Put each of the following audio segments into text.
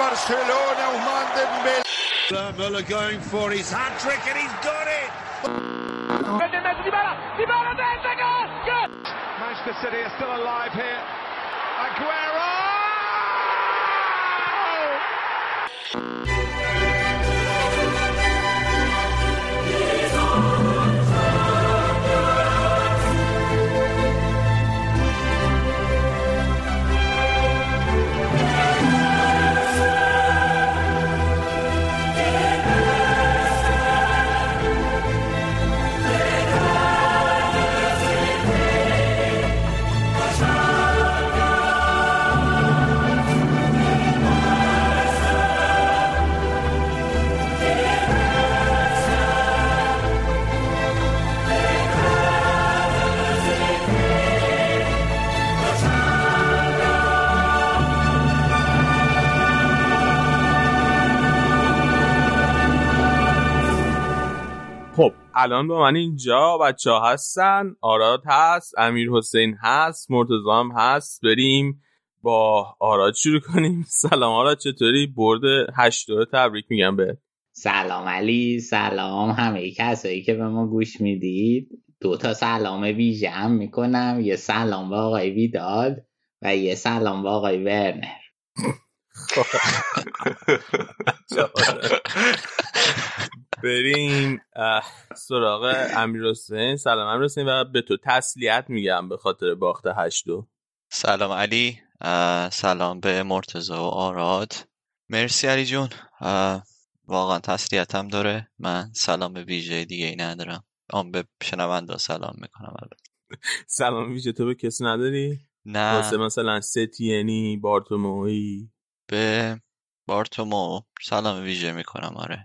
Barcelona, Ousmane Dembélé. Muller going for his hat-trick and he's got it. Manchester City are still alive here. Aguero! خب الان با من اینجا بچه ها هستن، آراد هست، امیر حسین هست، مرتضی هم هست. بریم با آراد شروع کنیم. سلام آراد، چطوری؟ برد 8 رو تبریک میگم به. سلام علی، سلام همه کسایی که به ما گوش میدید. 2 سلام ویژه هم میکنم، یه سلام به آقای ویداد و یه سلام به آقای ورنر. بریم سراغ امیر حسین. سلام امیر حسین و به تو تسلیت میگم به خاطر باخت 8-2. سلام علی، سلام به مرتضی و آراد. مرسی علی جون، واقعا تسلیتم داره. من سلام ویژه دیگه ای ندارم، به شنونده سلام میکنم. سلام ویژه تو به کسی نداری؟ نه، واسه مثلا ستینی، بارتومویی؟ به بارتومو سلام ویژه میکنم. آره.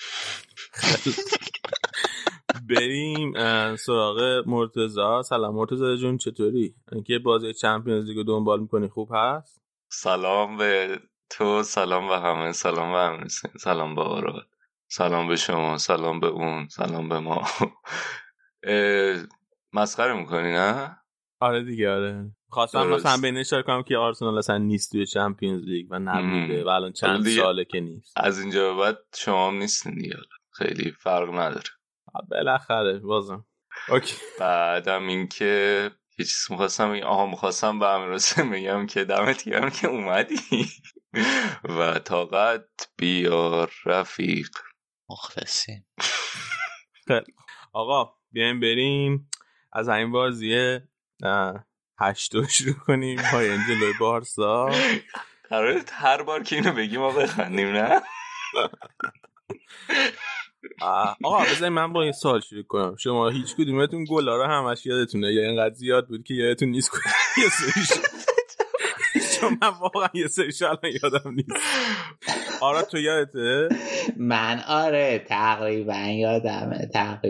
بریم سراغ مرتضی. سلام مرتضی جون، چطوری؟ اینکه بازی چمپیونز لیگو دنبال میکنی خوب هست؟ سلام به تو، سلام به همه، سلام به همه، سلام به آراد، سلام به شما، سلام به اون، سلام به ما. مسخره میکنی نه؟ آره دیگه، آره. خواستم مثلا بین اشاره کنم که آرسنال اصلا نیست توی چمپیونز لیگ و نبوده و الان چند ساله که نیست. از اینجا به بعد شما هم نیستین دیگه، خیلی فرق نداره بالاخره بازم. اوکی. بعدم این که یه چیز میخواستم به امیر حسین بگم که دمت گرم که اومدی و طاقت بیار رفیق. مخلصیم. آقا بیایم بریم از این بازی 8 شروع کنیم پای جلوی بارسا. قراره هر بار که اینو بگیم ما بخندیم نه؟ آقا بذارید من با این سوال شروع کنم. شما هیچ کدومتون گلا رو همش یادتونه یا اینقدر زیاد بود که یادتون نیست یه سریش؟ چون من واقعا یه سریش الان یادم نیست. آره تو یادته؟ من آره تقریبا یادمه.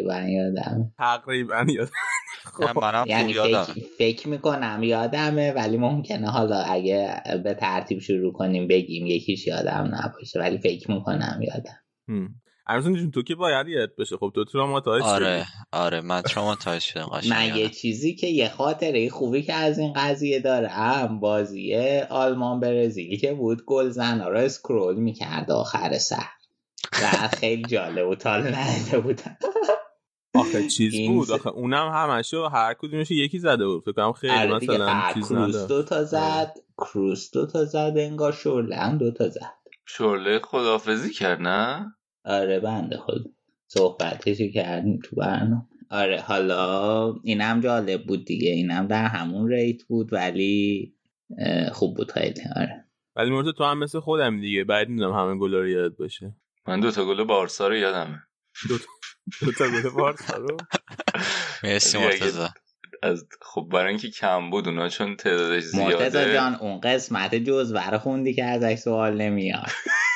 یعنی فکر میکنم یادمه، ولی ممکنه حالا اگه به ترتیب شروع کنیم بگیم یکیش یادم نباشه، ولی فکر میکنم یادم. امیرحسین جون تو که باید یاد بشه. خب تو تروماتایز شدی. آره من تروماتایز شدم. من یه چیزی که یه خاطره خوبی که از این قضیه دارم، بازی آلمان برزیل که بود، گل زنا رو اسکرول میکرد آخر سر و خیلی جالب بود، تا ندیده بودم. آخه چیز بود، آخه اونم همشو هر کدومش یکی زده بود. فکر کنم خیلی مثلا چیز نداره. کروس 2 تا زد انگار، شورله هم 2 تا زد. شورله خداحافظی کرد نه؟ آره بنده خود صحبتشو کردیم تو برنامه. آره حالا اینم جالب بود دیگه، اینم در همون ریت بود ولی خوب بود خیلی. آره ولی مرتضی تو هم مثل خودم دیگه، بعد میدونم همه گلا رو یاد باشه. من 2 تا گل بارسا رو یادمه. 2 تا گل بارسا رو؟ مرسی مرتضی. خب برای اینکه کم بود اونا، چون تعدادش زیاده. مرتضی جان اون قسمت جزوه خوندی که ازش سوال نمیاد.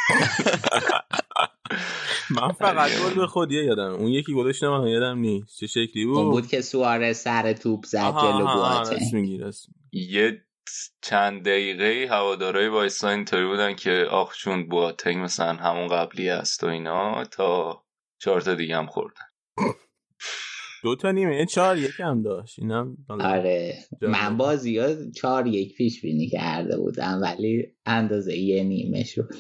من فقط گل به خودیه یادم، اون یکی گلش من یادم نیست چه شکلی بود. اون بود که سوارز سر توپ زد جلو بواتنگ. یه چند دقیقه هوادارهای وایسا اینطوری بودن که آخ چون بواتنگ مثلا همون قبلی است و اینا، تا 4 تا دیگه هم خوردن. 2 تا نیمه 4-1 هم داشت اینم. آره من بازی ها 4-1 پیش بینی کرده بودم ولی اندازه 1 نیمه شد.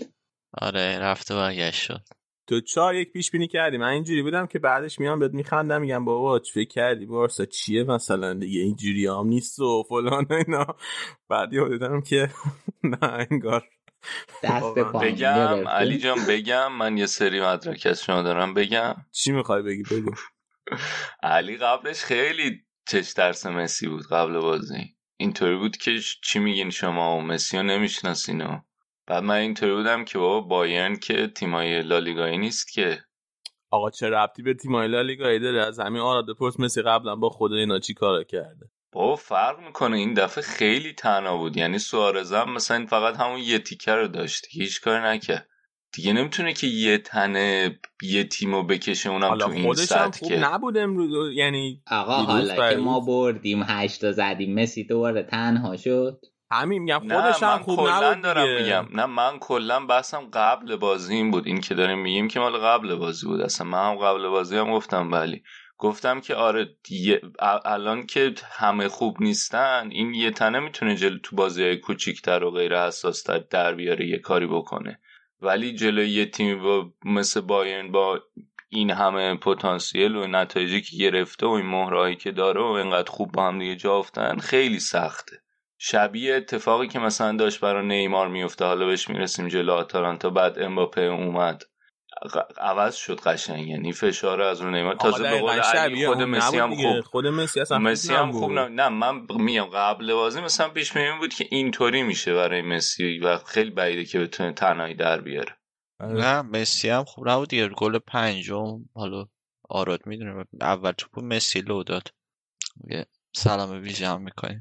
آره رفته برگشت شد. تو 4-1 پیش بینی کردی، من اینجوری بودم که بعدش میام بهت میخندم میگم بابا چه فکر کردی بارسا چیه مثلا دیگه اینجوری هم نیست و فلان اینا. بعد یادم که نه انگار دست پایین بگم علی جان بگم من یه سری مدرک از شما دارم بگم. چی میخوای بگی بگو. علی قبلش خیلی چش درس مسی بود قبل بازی، اینطوری بود که چی میگین شما و مسی رو نمیشناسینو. بعد من اینطوری بودم که بابا بایرن که تیمای لالیگایی نیست که. آقا چه ربطی به تیمای لالیگایی داره؟ از همین آراد پرس مسی قبلا با خود اینا چی کار کرده؟ بابا فرق میکنه، این دفعه خیلی تنها بود، یعنی سوارزم مثلا فقط همون یه تیکه رو داشت، هیچ کار نکرد دیگه. نمیتونه که یه تنه یه تیمو بکشه اونم تو این سطح که نبود امروز. یعنی آقا حالا که ما بردیم 8 تا زدیم مسی دوباره تنها شد. همین میگم خودش هم خوب نبود دارم میگم نه من کلا بحثم قبل بازی این بود، این که داریم میگیم که مال قبل بازی بود. اصلا من هم قبل بازی هم گفتم ولی گفتم که آره الان که همه خوب نیستن این یه تنه میتونه جلو تو بازی‌های کوچیک‌تر و غیر حساس‌تر در بیاره یه کاری بکنه، ولی جلوی یه تیم مثل بایرن با این همه پتانسیل و نتایجی که گرفته و این مهرهایی که داره و اینقدر خوب با هم دیگه جا افتادن خیلی سخته. شبیه اتفاقی که مثلا داشت برای نیمار میفته، حالا بهش میرسیم جلو آتالانتا، بعد امباپه اومد عوض شد قشنگ، یعنی فشار از رو نیمار. تازه به قول علی خود مسی هم خوب، خود مسی اصلا مسی هم خوب نه من میگم قبل بازی مثلا پیش بینی بود که اینطوری میشه برای مسی و خیلی بعیده که بتونه تنهایی در بیاره. نه مسی هم خوب نبود دیگه. گل 5 حالا آراد میدونه اول توپو مسی لو داد. سلام ویژه هم میکنیم.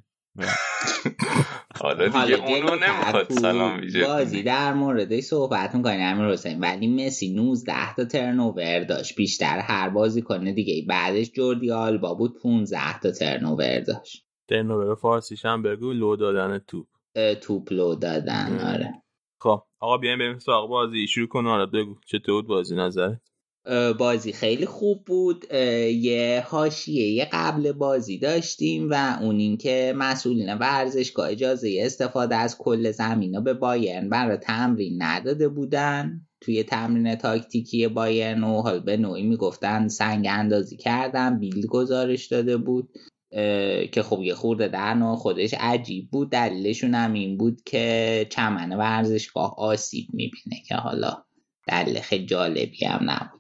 حالا دیگه اونو نمیخواد سلام ویژه بازی در موردش صحبت میکنیم امیر حسین، ولی مسی 19 تا ترنوور داشت، بیشتر هر بازی کنه دیگه. بعدش جوردی آلبا بود 15 تا ترنوور داشت. ترنوور فارسیش هم بگو لو دادن توپ لو دادن. آره خب آقا بیایم بریم سراغ بازی. شروع کن آراد بگو چطور بود بازی نظرت؟ بازی خیلی خوب بود. یه حاشیه قبل بازی داشتیم و اون این که مسئولین ورزشگاه اجازه استفاده از کل زمین به بایرن برای تمرین نداده بودن. توی تمرین تاکتیکی بایرن و حال به نوعی میگفتن سنگ اندازی کردن، بیلد گزارش داده بود که خب یه خورده در نوع خودش عجیب بود. دلیلشون هم این بود که چمن ورزشگاه آسیب میبینه که حالا دلیل خیلی جالبی هم نبود.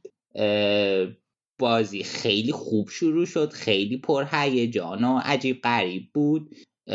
بازی خیلی خوب شروع شد، خیلی پرهیجان و عجیب غریب بود.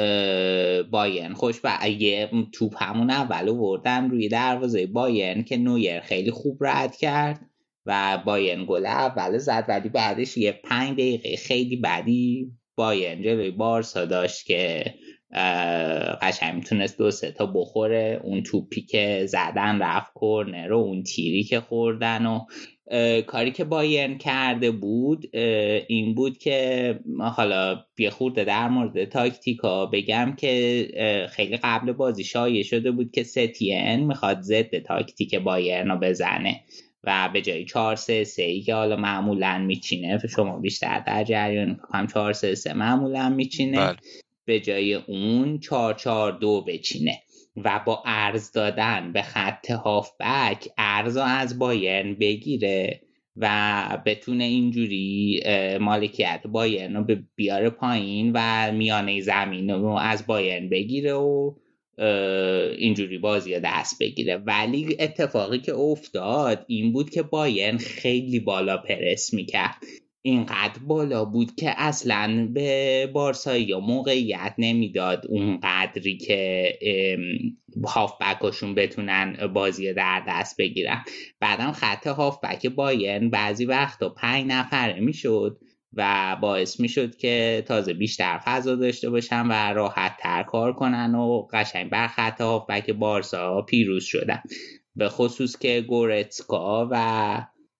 بایرن یه توپ همون اول آوردن روی دروازه بایرن که نویر خیلی خوب رد کرد و بایرن گل اول زد، ولی بعدش یه 5 دقیقه خیلی بعدی بایرن جلوی بارسا داشت که قشنگ میتونست 2-3 تا بخوره. اون توپی که زدن رفت کورنر و اون تیری که خوردن و کاری که بایرن کرده بود این بود که حالا یه خورده در مورد تاکتیکا بگم که خیلی قبل بازی شایع شده بود که ستین میخواد ضد تاکتیک بایرن رو بزنه و به جای 4-3-3 که حالا معمولا میچینه، شما بیشتر در جریان هم 4-3-3 معمولا میچینه، به جای اون 4-4-2 بچینه و با عرض دادن به خط هافبک عرض از بایرن بگیره و بتونه اینجوری مالکیت بایرن رو بیاره پایین و میانه زمین رو از بایرن بگیره و اینجوری بازی رو دست بگیره. ولی اتفاقی که افتاد این بود که بایرن خیلی بالا پرس میکرد، اینقدر بالا بود که اصلا به بارسایی موقعیت نمیداد اون قدری که هافبکاشون بتونن بازی در دست بگیرن. بعدم خط هافبک بایرن بعضی وقتا 5 نفره میشد و باعث میشد که تازه بیشتر فضا داشته باشن و راحت تر کار کنن و قشنگ بر خط هافبک بارسا پیروز شدن، به خصوص که گورتسکا و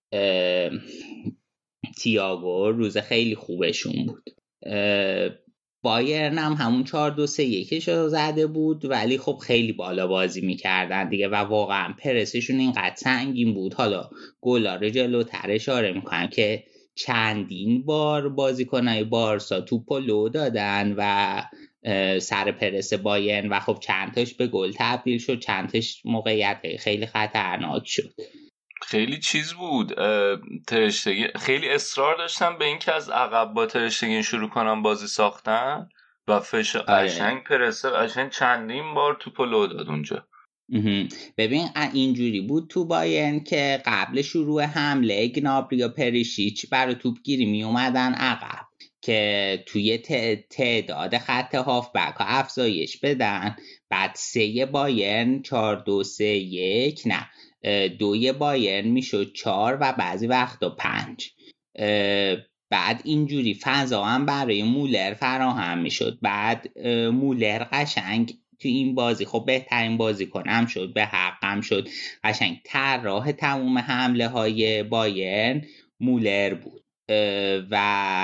تییاگو روز خیلی خوبشون بود. بایرن هم همون 4-2-3-1 رو زده بود ولی خب خیلی بالا بازی میکردن دیگه و واقعا پرسشون اینقدر سنگین بود. حالا گلا رو جلوتر اشاره میکنم که چندین بار بازیکنای بارسا توپو لو دادن و سر پرس بایرن و خب چند تاش به گل تبدیل شد، چند تاش موقعیت خیلی خطرناک شد. خیلی چیز بود. ترشتگین خیلی اصرار داشتن به این که از عقب با ترشتگین شروع کنن بازی ساختن و قشنگ پرسه قشنگ چندین بار توپو لو داد اونجا. ببین اینجوری بود تو بایرن که قبل شروع حمله گنابری و پریشیچ برای توپگیری می اومدن عقب که توی تعداد خط هافبک ها افزایش بدن، بعد 3 بایرن 4-2-3-1 نه 2 بایرن میشد 4 و بعضی وقتا 5. بعد اینجوری فضا هم برای مولر فراهم میشد. بعد مولر قشنگ تو این بازی خب بهترین بازیکنم شد، به حقم شد، قشنگ طراح تموم حمله های بایرن مولر بود و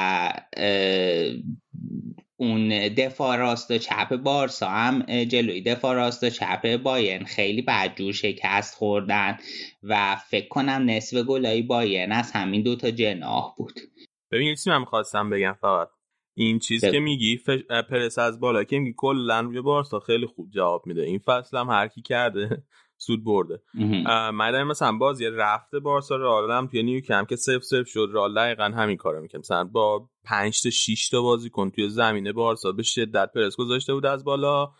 اون دفاع راست و چپ بارسا هم جلوی دفاع راست و چپ بایرن خیلی بدجور شکست خوردن و فکر کنم نصف گلای بایرن از همین 2 جناح بود. ببین چیزی من خواستم بگم، فقط این چیز که میگی پرس از بالا که میگی کلا روی بارسا خیلی خوب جواب میده. این فصل هم هر کی کرده سود برده. من مثلا بازی رفته بارسا رئال هم توی نیوکمپ که 0-0 شد، رئال دقیقاً همین کارو میکنه. مثلا با 5-6 تا بازیکن توی زمین بارسا به شدت پرس گذاشته بود از بالا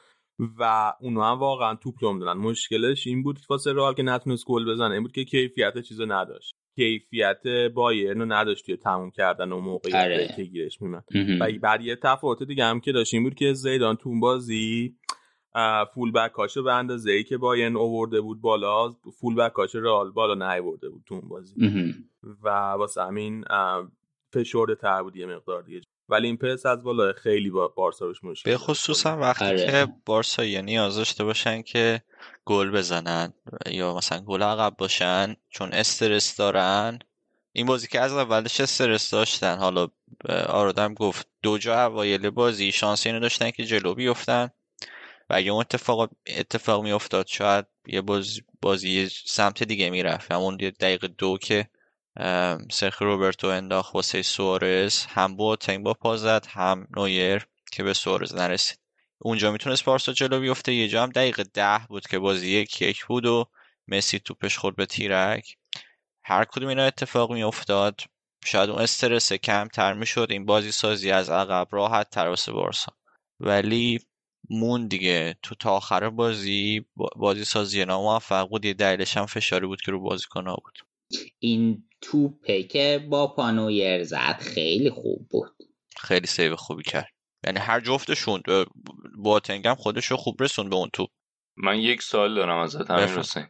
و اونها هم واقعا توپ لم دادن. مشکلش این بود واسه رئال که نتونست گل بزنه، این بود که کیفیت چیزو نداشت، کیفیت بایرن رو نداشت توی تموم کردن و موقعیت که گیرش میمد. و بعد یه تفاوت دیگه هم که داشت این بود که زیدان تو اون بازی فول بک هاشو به اندازه‌ای که بایرن آورده بود بالا، فول بک هاش رئال بالا نیاورده بود تو اون بازی و واسه همین فشرده تر بود یه مقدار دیگه. ولی این پرس از بالا خیلی با بارسا روش مشکل، به خصوص هم وقتی که بارسا نیاز داشته باشن که گل بزنن یا مثلا گل عقب باشن، چون استرس دارن. این بازی که از اولش استرس داشتن، حالا آرادم گفت 2 جا اوایل بازی شانس اینو داشتن که جلو بیفتن و اگه اون اتفاق می افتاد شاید یه بازی سمت دیگه میرفت. همون دقیقه 2 که سرخی روبرتو انداخت واسه سوارز، هم بوتنگ با پا زد هم نویر که به سوارز نرسید، اونجا میتونست بارسا جلو بیفته. یه جا هم دقیقه 10 بود که بازی 1-1 بود و مسی توپش خورد به تیرک. هر کدوم اینا اتفاق می افتاد شاید اون استرس کم تر می شد، این بازی سازی از عقب راحت تر واسه بارسا. ولی مون دیگه تو تا آخر بازی سازی ناموفق بود. یه دلیلش هم فشاری بود که رو بازیکن‌ها بود. این توپه که با پانویر زد خیلی خوب بود، خیلی سیو خوبی کرد. یعنی هر جفتشون بواتنگ هم خودشو خوب رسون به اون توپ. من یک سوال دارم ازت امیر حسین.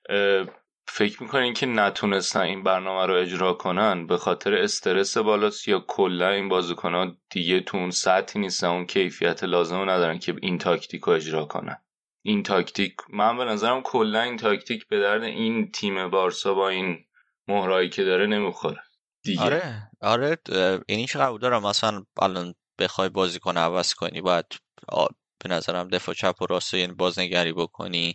فکر میکنین که نتونستن این برنامه رو اجرا کنن به خاطر استرس بالاست یا کلا این بازیکن‌ها دیگه تو اون سطحی نیستن، اون کیفیت لازم رو ندارن که این تاکتیک رو اجرا کنن؟ این تاکتیک من به نظرم کلا این تاکتیک به درد این تیم بارسا با این مهرایی که داره نمیخوره دیگه. آره اینی که قبول دارم. مثلا الان بخوای بازیکن عوض کنی باید به نظرم دفاع چپ و راست یعنی بازنگری بکنی.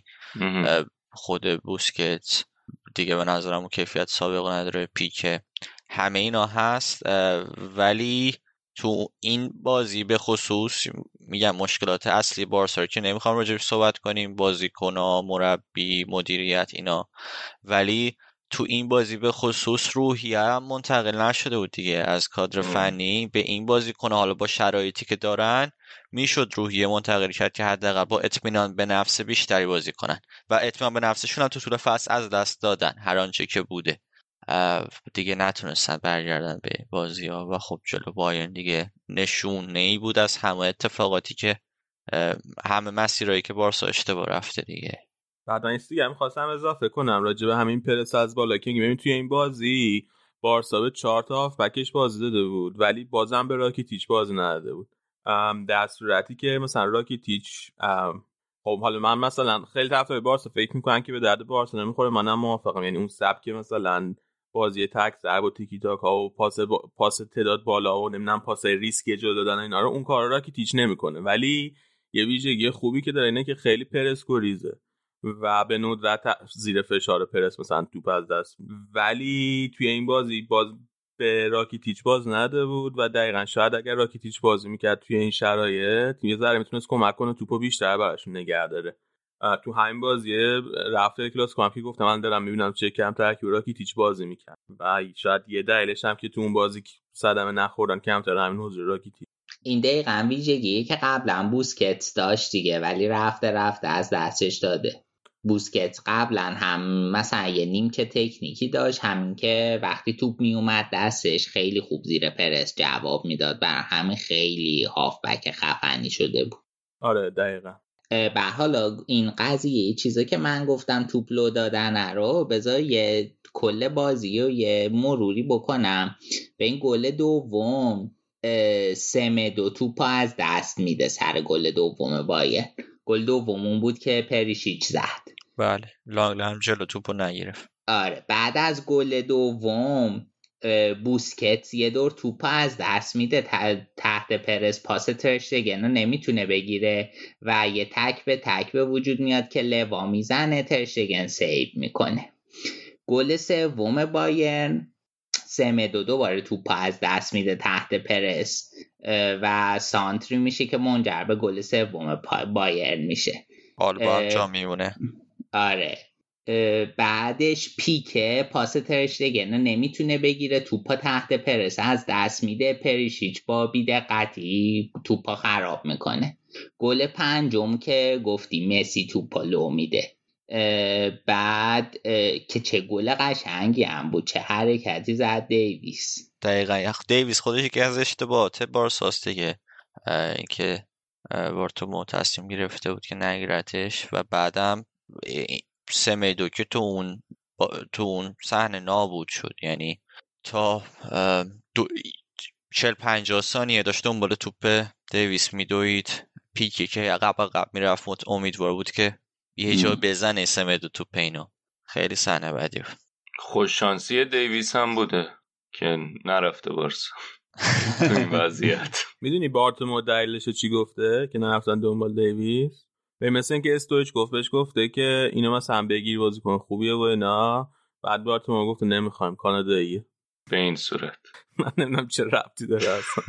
خود بوسکتس دیگه به نظرم اون کیفیت سابقه نداره، پیکه، همه اینا هست. ولی تو این بازی به خصوص میگم مشکلات اصلی بارسا که نمیخوام راجعش صحبت کنیم، بازیکن‌ها، مربی، مدیریت اینا، ولی تو این بازی به خصوص روحیه هم منتقل نشده بود دیگه از کادر فنی به این بازیکن‌ها. حالا با شرایطی که دارن میشد روحیه منتقل کرد که حداقل با اطمینان به نفس بیشتری بازی کنن و اطمینان به نفسشون هم تو طول فصل از دست دادن هر آنچه که بوده. دیگه نتونستن برگردن به بازی‌ها و خب جلو بایرن دیگه نشونه‌ای بود از همه اتفاقاتی که همه مسیرایی که بارسا اشتباه رفته دیگه. بعدا این دیگه هم خواستم اضافه کنم راجع به همین پرس از بالا که ببین توی این بازی بارسا به 4 تا هافبکش بازی داده بود ولی بازم به راکیتیچ بازی نداده بود. در صورتی که مثلا راکیتیچ خب حالا من مثلا خیلی طرفدار بارسا فکر میکنم که به درد بارسا نمیخوره، منم موافقم. یعنی اون سبک مثلا بازی تک ضرب و تیکی تاکا و پاس تعداد بالا و نمیدونم پاس ریسکی جلو دادن اینا رو اون کارا راکیتیچ نمیکنه، ولی یه ویژگی خوبی که داره اینه که خیلی پرس گریزه و به ندرت زیر فشار پرس مثلا توپ از دست. ولی توی این بازی به راکیتیچ باز نده بود و دقیقاً شاید اگر راکیتیچ بازی میکرد توی این شرایط یه ذره میتونست کمک کنه توپو بیشتر براشون نگه داره. تو همین بازی رفته کلاسیکو هم که گفتم من دارم میبینم چه کم ترکیب راکیتیچ بازی میکرد و شاید یه دلیلش هم که تو اون بازی صدمه نخوردن کمتر همین حضور راکیتیچ. این دقیقاً ویژگیه که قبلا بوسکت داشت دیگه، ولی رفته از دستش داده. بوسکت قبلا هم مثلا یه نیمچه تکنیکی داشت، همین که وقتی توپ می اومد دستش خیلی خوب زیر پرس جواب میداد، برای همین خیلی هافبک خفنی شده بود. آره دقیقاً. به حالا این قضیه چیزی که من گفتم توپ لو دادن رو بذار یه کل بازی و یه مروری بکنم. به این گل دوم سمدو توپ از دست میده سر گل دوم بایر. گل دوم اون بود که پریشیچ زد. بله لانگلم جلو توپو نگرفت. آره بعد از گل دوم بوسکت یه دور توپ از دست میده تحت پرس، پاس ترشتگن رو نمیتونه بگیره و یه تک به وجود میاد که لوا میزنه، ترشتگن سیو میکنه. گل سوم بایرن سمدو دوباره توپ از دست میده تحت پرس و سانتری میشه که منجر به گل سوم بایرن میشه. آلبا جا میمونه. آره بعدش پیکه پاس ترشتگن نمیتونه بگیره، توپا تحت پرس از دست میده، پریشیچ با بی‌دقتی توپا خراب میکنه. گل پنجم که گفتی مسی توپا لو میده. بعد که چه گل قشنگی هم بود، چه حرکتی زد دیویس. دقیقاً دیویس خودش یکی از اشتباهات بارساست دیگه، اینکه بارتومو تصمیم گرفته بود که نگیرتش و بعدم سمیدو که تو اون صحنه نابود شد، یعنی تا 40-50 ثانیه داشت دنبال توپ دیویس میدوید، پیکی که عقب میرفت امیدوار بود که یه جا بزنه سمیدو توپ اینو. خیلی صحنه بدی بود. خوش شانسی دیویس هم بوده که نرفته بارسا تو این وضعیت. میدونی بارتومو دلیلش چی گفته که نرفتن دنبال دیویس؟ به مثل اینکه استویچ بهش گفته که اینو مثلا بگیر بازیکن خوبیه و اینا، بعد بارتومو گفته نمیخوایم کاناداییه. به این صورت من نمیدونم چه ربطی داره اصلا.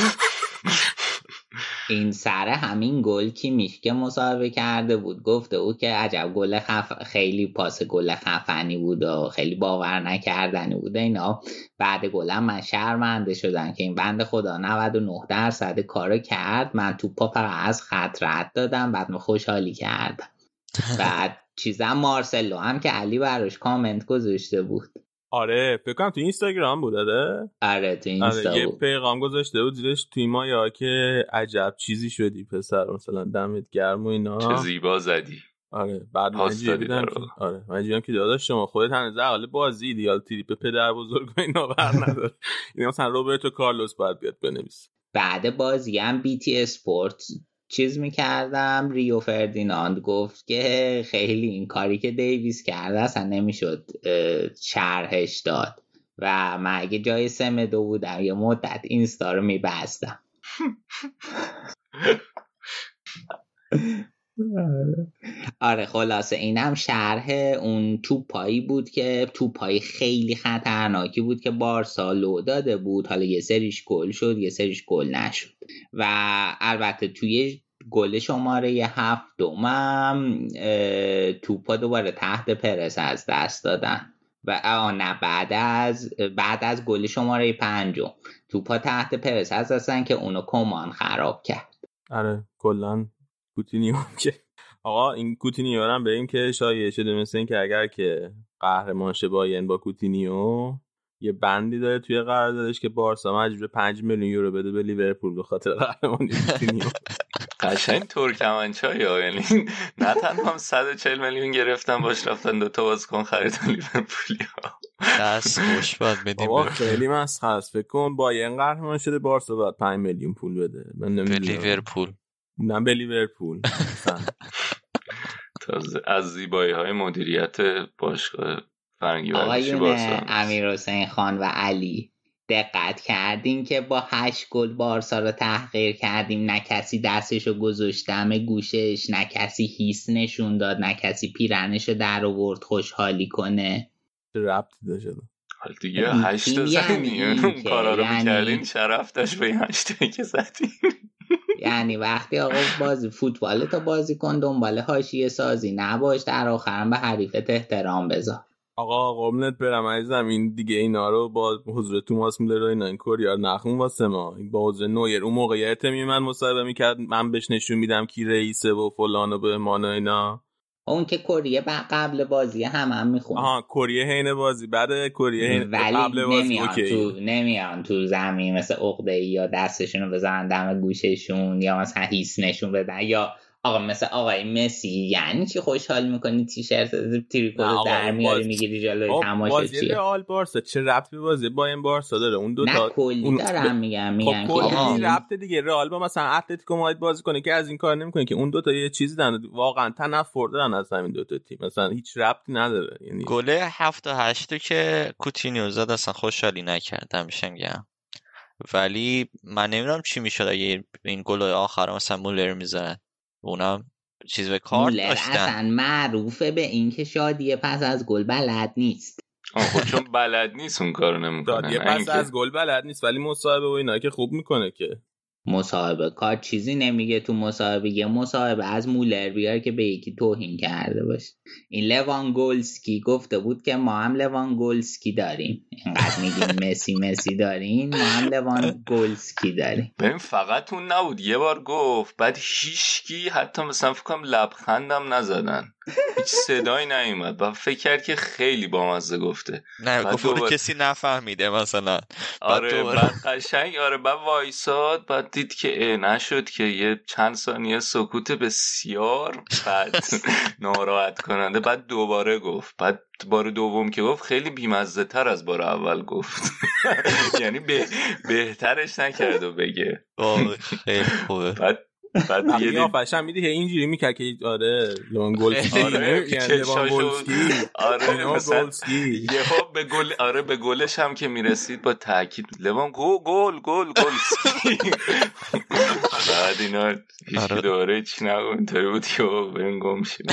این سر همین گل کی میش که مصاحبه کرده بود گفته او که عجب گل خیلی پاس گل خفنی بود و خیلی باور نکردنی بود اینا. بعد گلم من شرمنده شدم که این بنده خدا 99% کارو کرد، من توپا فقط از خط رد دادم، بعد من خوشحالی کردم. بعد چیزم مارسلو هم که علی براش کامنت گذاشته بود. آره فکر کنم تو اینستاگرام بود. آره تو اینستا یه بود. پیغام گذاشته بود زیرش توی مایا که عجب چیزی شدی پسر، مثلا دمت گرم و اینا، چه زیبا زدی. آره بعد من دیدم که آره که داداش شما خودت هنوز عقل بازی ایدیال تریپ پدر بزرگ و اینا بر نداره. این مثلا روبرتو کارلوس باید بیاد بنویسه. بعد بازی هم بی‌تی اسپورت چیز میکردم، ریو فردیناند گفت که خیلی این کاری که دیویس کرده اصلا نمیشد شرحش داد و من اگه جای سمدو بودم یه مدت اینستا رو میبستم. آره خلاصه اینم شرح اون توپایی بود که توپایی خیلی خطرناکی بود که بارسا لو داده بود، حالا یه سریش گل شد یه سریش گل نشد و البته توی گل شماره 7 توپا دوباره تحت پرس از دست دادن و نه بعد از گل شماره 5 توپا تحت پرس از دستن که اونو کمان خراب کرد. آره کلن کوتینیو که آقا این کوتینیو هم به این که شایعه شده مثل این که اگر که قهرمان شه بایرن با کوتینیو یه بندی داره توی قراردادش که بارسا مجبور 5 میلیون یورو بده به لیورپول به خاطر قهرمانی کوتینیو. قشنگ ترکمنچایی‌ها، یعنی نه تنها 140 میلیون گرفتن باش رفتن دوتا بازیکن خریدن لیورپولیا. دست خوش باید بدیم. بابا خیلی مسخره است. فکر کن بایرن قهرمان شده بارسا باید 5 میلیون پول بده. من نمیدونم. به لیورپول. نه به لیورپول. از زیبایی‌های مدیریت باشگاه فرنگی ورزشی بارسا. امیرحسین خان و علی دقت کردین که با 8 گل بارسا رو تحقیر کردیم، نه کسی دستشو گذاشت دم گوشش، نه کسی هیس نشون داد، نه کسی پیرنشو در آورد خوشحالی کنه. چه ربطی داشت؟ حال دیگه 8 زدین اون کارا رو میکردین شرف داشت به 8 که زدین. یعنی وقتی آقا بازی فوتبال تا بازی کن دنبال حاشیه سازی نباش، در آخرم به حریفت احترام بذار. آقا قربونت برم عزیزم، این دیگه اینا رو با حضور توماس میلر و اینا این کوریا نخون واسه ما. با حضور نویر اون موقعیت من مصاحبه میکرد، من بهش نشون میدم کی رئیسه و فلان و به مان و اینا. اون که کوریه قبل بازی هم میخونه. آها کوریه حین بازی، بعد کوریه قبل بازی نمیان تو زمین مثل عقده‌ای یا دستشون رو بزنن دم گوششون یا مثلا هیس نشون بدن، یا آقا مثل آقای مسی یعنی چی خوشحال میکنی تیشرت تریکو رو در میاری میگیری جلوی تماشاچی. بازی رئال بارسا چه ربطی به بازی با این بارسا داره؟ اون دو تا کلی دارم میگم خب کلی ربط دیگه. رئال با مثلا اتلتیکو مادرید بازی کنه که از این کار نمیکنه که اون دو تا یه چیزی دارن واقعا تنفر دارن از همین دو تا تیم، مثلا هیچ ربطی نداره. یعنی گل 7-8 که کوتینیو زد اصلا خوشحالی نکردم میگم، ولی من نمیدونم چی میشد اگه این گل آخر مثلا مولر میزد، اونم چیز به کارت داشتن. اصلا معروفه به این که شادیه پس از گل بلد نیست. خب چون بلد نیست اون کارو نمیکنه. شادیه پس از گل بلد نیست ولی مصاحبه و اینا که خوب میکنه. که مصاحبه کار چیزی نمیگه تو مصاحبه، یه مصاحبه از مولر بیار که به یکی توهین کرده باشه. این لوانگولسکی گفته بود که ما هم لوانگولسکی داریم، اینقدر میگیم مسی دارین، ما هم لوانگولسکی داریم. ببین فقط اون نبود، یه بار گفت بعد هیچکی حتی مثلا فکر کنم لبخندم نزدن، هیچ صدایی نیومد و فکر کرد که خیلی بامزه گفته. نه گفت کسی نفهمیده مثلا. آره بعد قشنگ بعد وایساد، بعد دید که نشد که یه چند ثانیه سکوت بسیار بعد ناراحت کننده، بعد دوباره گفت، بعد بار دوم که گفت خیلی بیمزه تر از بار اول گفت. یعنی بهترش نکرد و بگه خیلی خوبه. بعد دیگه قیافش هم میدی اینجوری میکرد که لوانگولسکی یعنی لوانگولسکی لوانگولسکی یهو به گل به گلش هم که میرسید با تاکید لوان گلسکی. بعد اینا هیچ دوره چی نگم توی بود که بریم گم شد.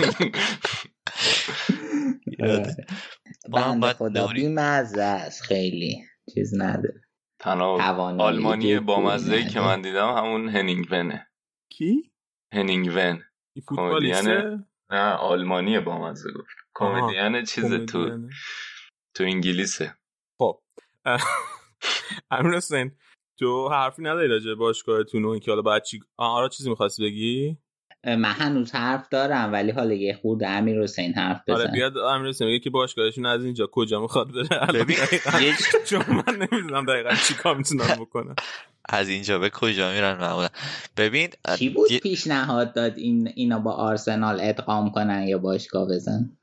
بنده خدا بیمزه است، خیلی چیز نداره. تنها آلمانی بامزه‌ای که من دیدم همون هنینگ ونه. کی؟ هنینگ ون. این فوتبالیسته؟ نه آلمانی بامزه گفت. کمدین چیزه تو انگلیسه. خب امیر حسین تو حرفی نداری راجع به باشگاهتون و اینکه حالا بعد چی چیزی می‌خواستی بگی؟ من هنوز حرف دارم ولی حالا یه خورده امیر حسین حرف بزن. آره بیاد امیر حسین بگه که باشگاهشون از اینجا کجا میخواد بره. ببین چون من نمیدونم دقیقاً چیکار میتونن بکنن. از اینجا به کجا میرن معمولا. ببین کی بود پیشنهاد داد اینا با آرسنال ادغام کنن یا باشگاه بزن؟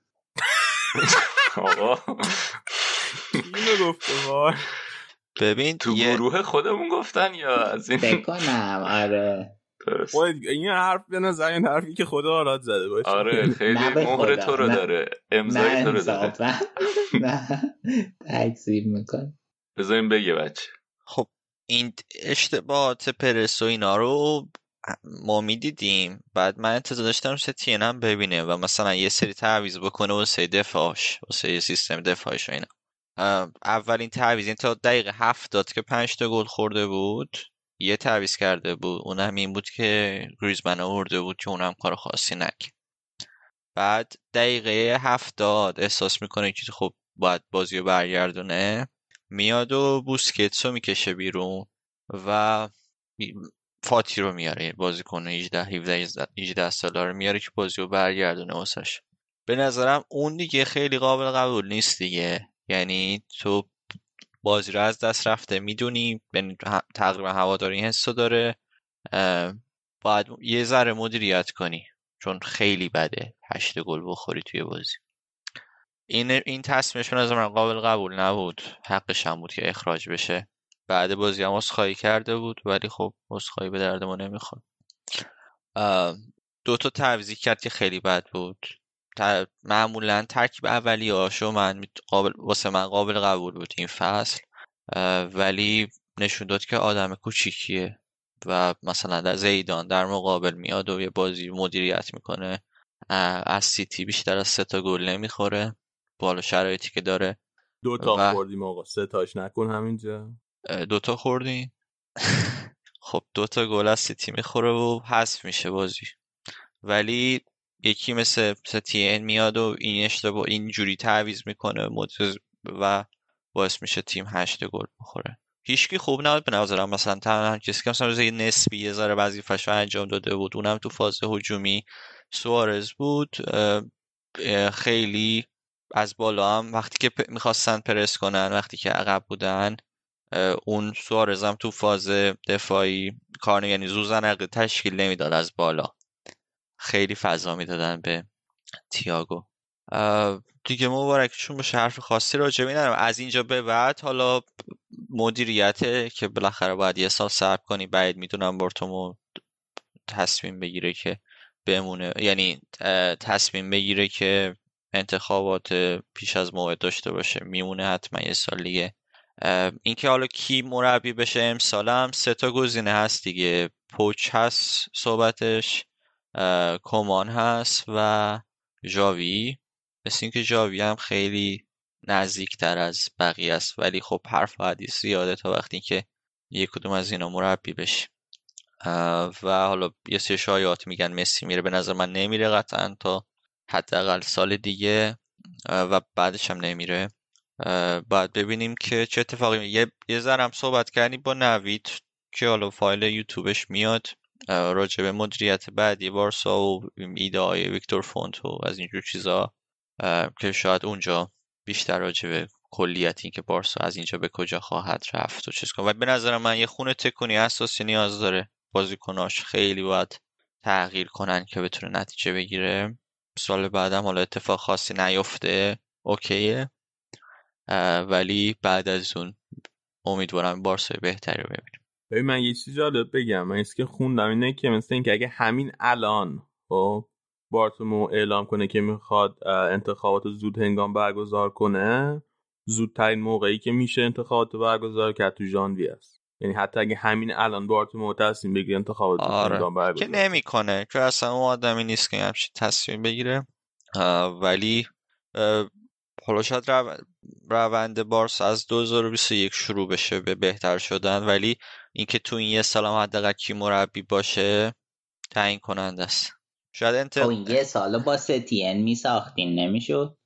آقا اینو گفته وای. ببین تو گروه خودمون گفتن یا از این فکر کنم. آره این حرف به نظر این حرفی که خدا آراد زده باشه. آره خیلی مهر تو رو داره، امضای تو رو داره. نه تکذیب میکن. بذاریم بگه بچه. خب این اشتباهات پرس و اینا رو ما میدیدیم، بعد من انتظار داشتم ستین هم ببینه و مثلا یه سری تعویض بکنه واسه دفاعش، واسه سیستم دفاعش و اینا. اولین تعویض این تا دقیقه 70 که 5 تا گل خورده بود یه تعویض کرده بود، اونم این بود که گریزمن آورده بود که اونم کار خاصی نکرد. بعد دقیقه 70 احساس میکنه که خب باید بازی رو برگردونه، میاد و بوسکتس رو میکشه بیرون و فاتی رو میاره، بازیکن 18 ساله رو میاره که بازی رو برگردونه واسش. به نظرم اون دیگه خیلی قابل قبول نیست دیگه، یعنی تو بازی رو از دست رفته میدونی، تقریبا هواداری این حسو داره، باید یه ذره مدیریت کنی چون خیلی بده 8 گل بخوری توی بازی. این تصمیمش به نظر من قابل قبول نبود، حقش هم بود که اخراج بشه. بعد بازی هم عذرخواهی کرده بود ولی خب عذرخواهی به درد ما نمیخوره. 2 تا تعویضی کرد که خیلی بد بود. معمولا ترکیب اولیه‌اشو واسه من قابل قبول بود این فصل، ولی نشون داد که آدم کوچیکیه و مثلا در زیدان در مقابل میاد و یه بازی مدیریت میکنه، از سیتی بیشتر از 3 تا گل نمیخوره بالا شرایطی که داره 2 تا خوردیم آقا، 3 تاش نکن همینجا. 2 تا خوردیم. خب 2 تا گل از سیتی میخوره و حذف میشه بازی. ولی یکی مثل ستین میاد و این اشتباه اینجوری تعویض میکنه و باعث میشه تیم 8 گل بخوره. هیچکی خوب نبود به نظرم. مثلا تنها کسی که مثلا روزی نسبی یه ذره وظیفه‌شو انجام داده بود، اونم تو فاز هجومی سوارز بود. خیلی از بالا هم وقتی که میخواستن پرس کنن، وقتی که عقب بودن، اون سوارز هم تو فاز دفاعی کار یعنی زوزن عقد تشکیل نمیداد از بالا. خیلی فضا میدادن به تییاگو. دیگه مبارکشون باشه، حرف خاصی راجع به این ندارم. از اینجا به بعد حالا مدیریته که بالاخره باید یه سال صبر کنی. بعید میدونم بارتومو تصمیم بگیره که بمونه، یعنی تصمیم بگیره که انتخابات پیش از موعد داشته باشه. میمونه حتما یه سال دیگه. اینکه حالا کی مربی بشه امسال هم 3 تا گزینه هست دیگه. پوچ هست صحبتش، کومان هست و ژاوی. مثل اینکه ژاوی هم خیلی نزدیکتر از بقیه است، ولی خب حرف و حدیث زیاده تا وقتی که یک کدوم از اینا مربی بشه. و حالا یه سری شایعات میگن مسی میره. به نظر من نمیره قطعا تا حداقل سال دیگه و بعدش هم نمیره. بعد ببینیم که چه اتفاقی یه ذرم صحبت کردیم با نوید که حالا فایل یوتیوبش میاد راجع به مدیریت بعدی بارسا و ایده های ویکتور فونت و از اینجور چیزا که شاید اونجا بیشتر راجع به کلیت این که بارسا از اینجا به کجا خواهد رفت و چیز کنه. و به نظر من یه خونه تکونی اساسی نیاز داره. بازیکناش خیلی باید تغییر کنن که بتونه نتیجه بگیره. سال بعدم حالا اتفاق خاصی نیفته اوکیه، ولی بعد از اون امیدوارم بارسای بهتری رو ببینیم. ببین من یه چیز جالب بگم. من ایست که خوندم اینه که مثل این که اگه همین الان خب بارتومو اعلام کنه که میخواد انتخابات زود هنگام برگزار کنه، زودترین موقعی که میشه انتخابات برگزار کرد تو ژانویه است. یعنی حتی اگه همین الان بارتومو تصمیم بگیره انتخابات زود هنگام برگزار که نمیکنه، که اصلا اون آدمی نیست که همچین تصمیم بگیره. ولی حالا شاید روند بارسا از 2021 شروع بشه به بهتر شدن، ولی اینکه تو این یه سال هم حداقل کی مربی باشه تعیین کننده است. شاید تو این یه سال با ستین میساختین نمیشد؟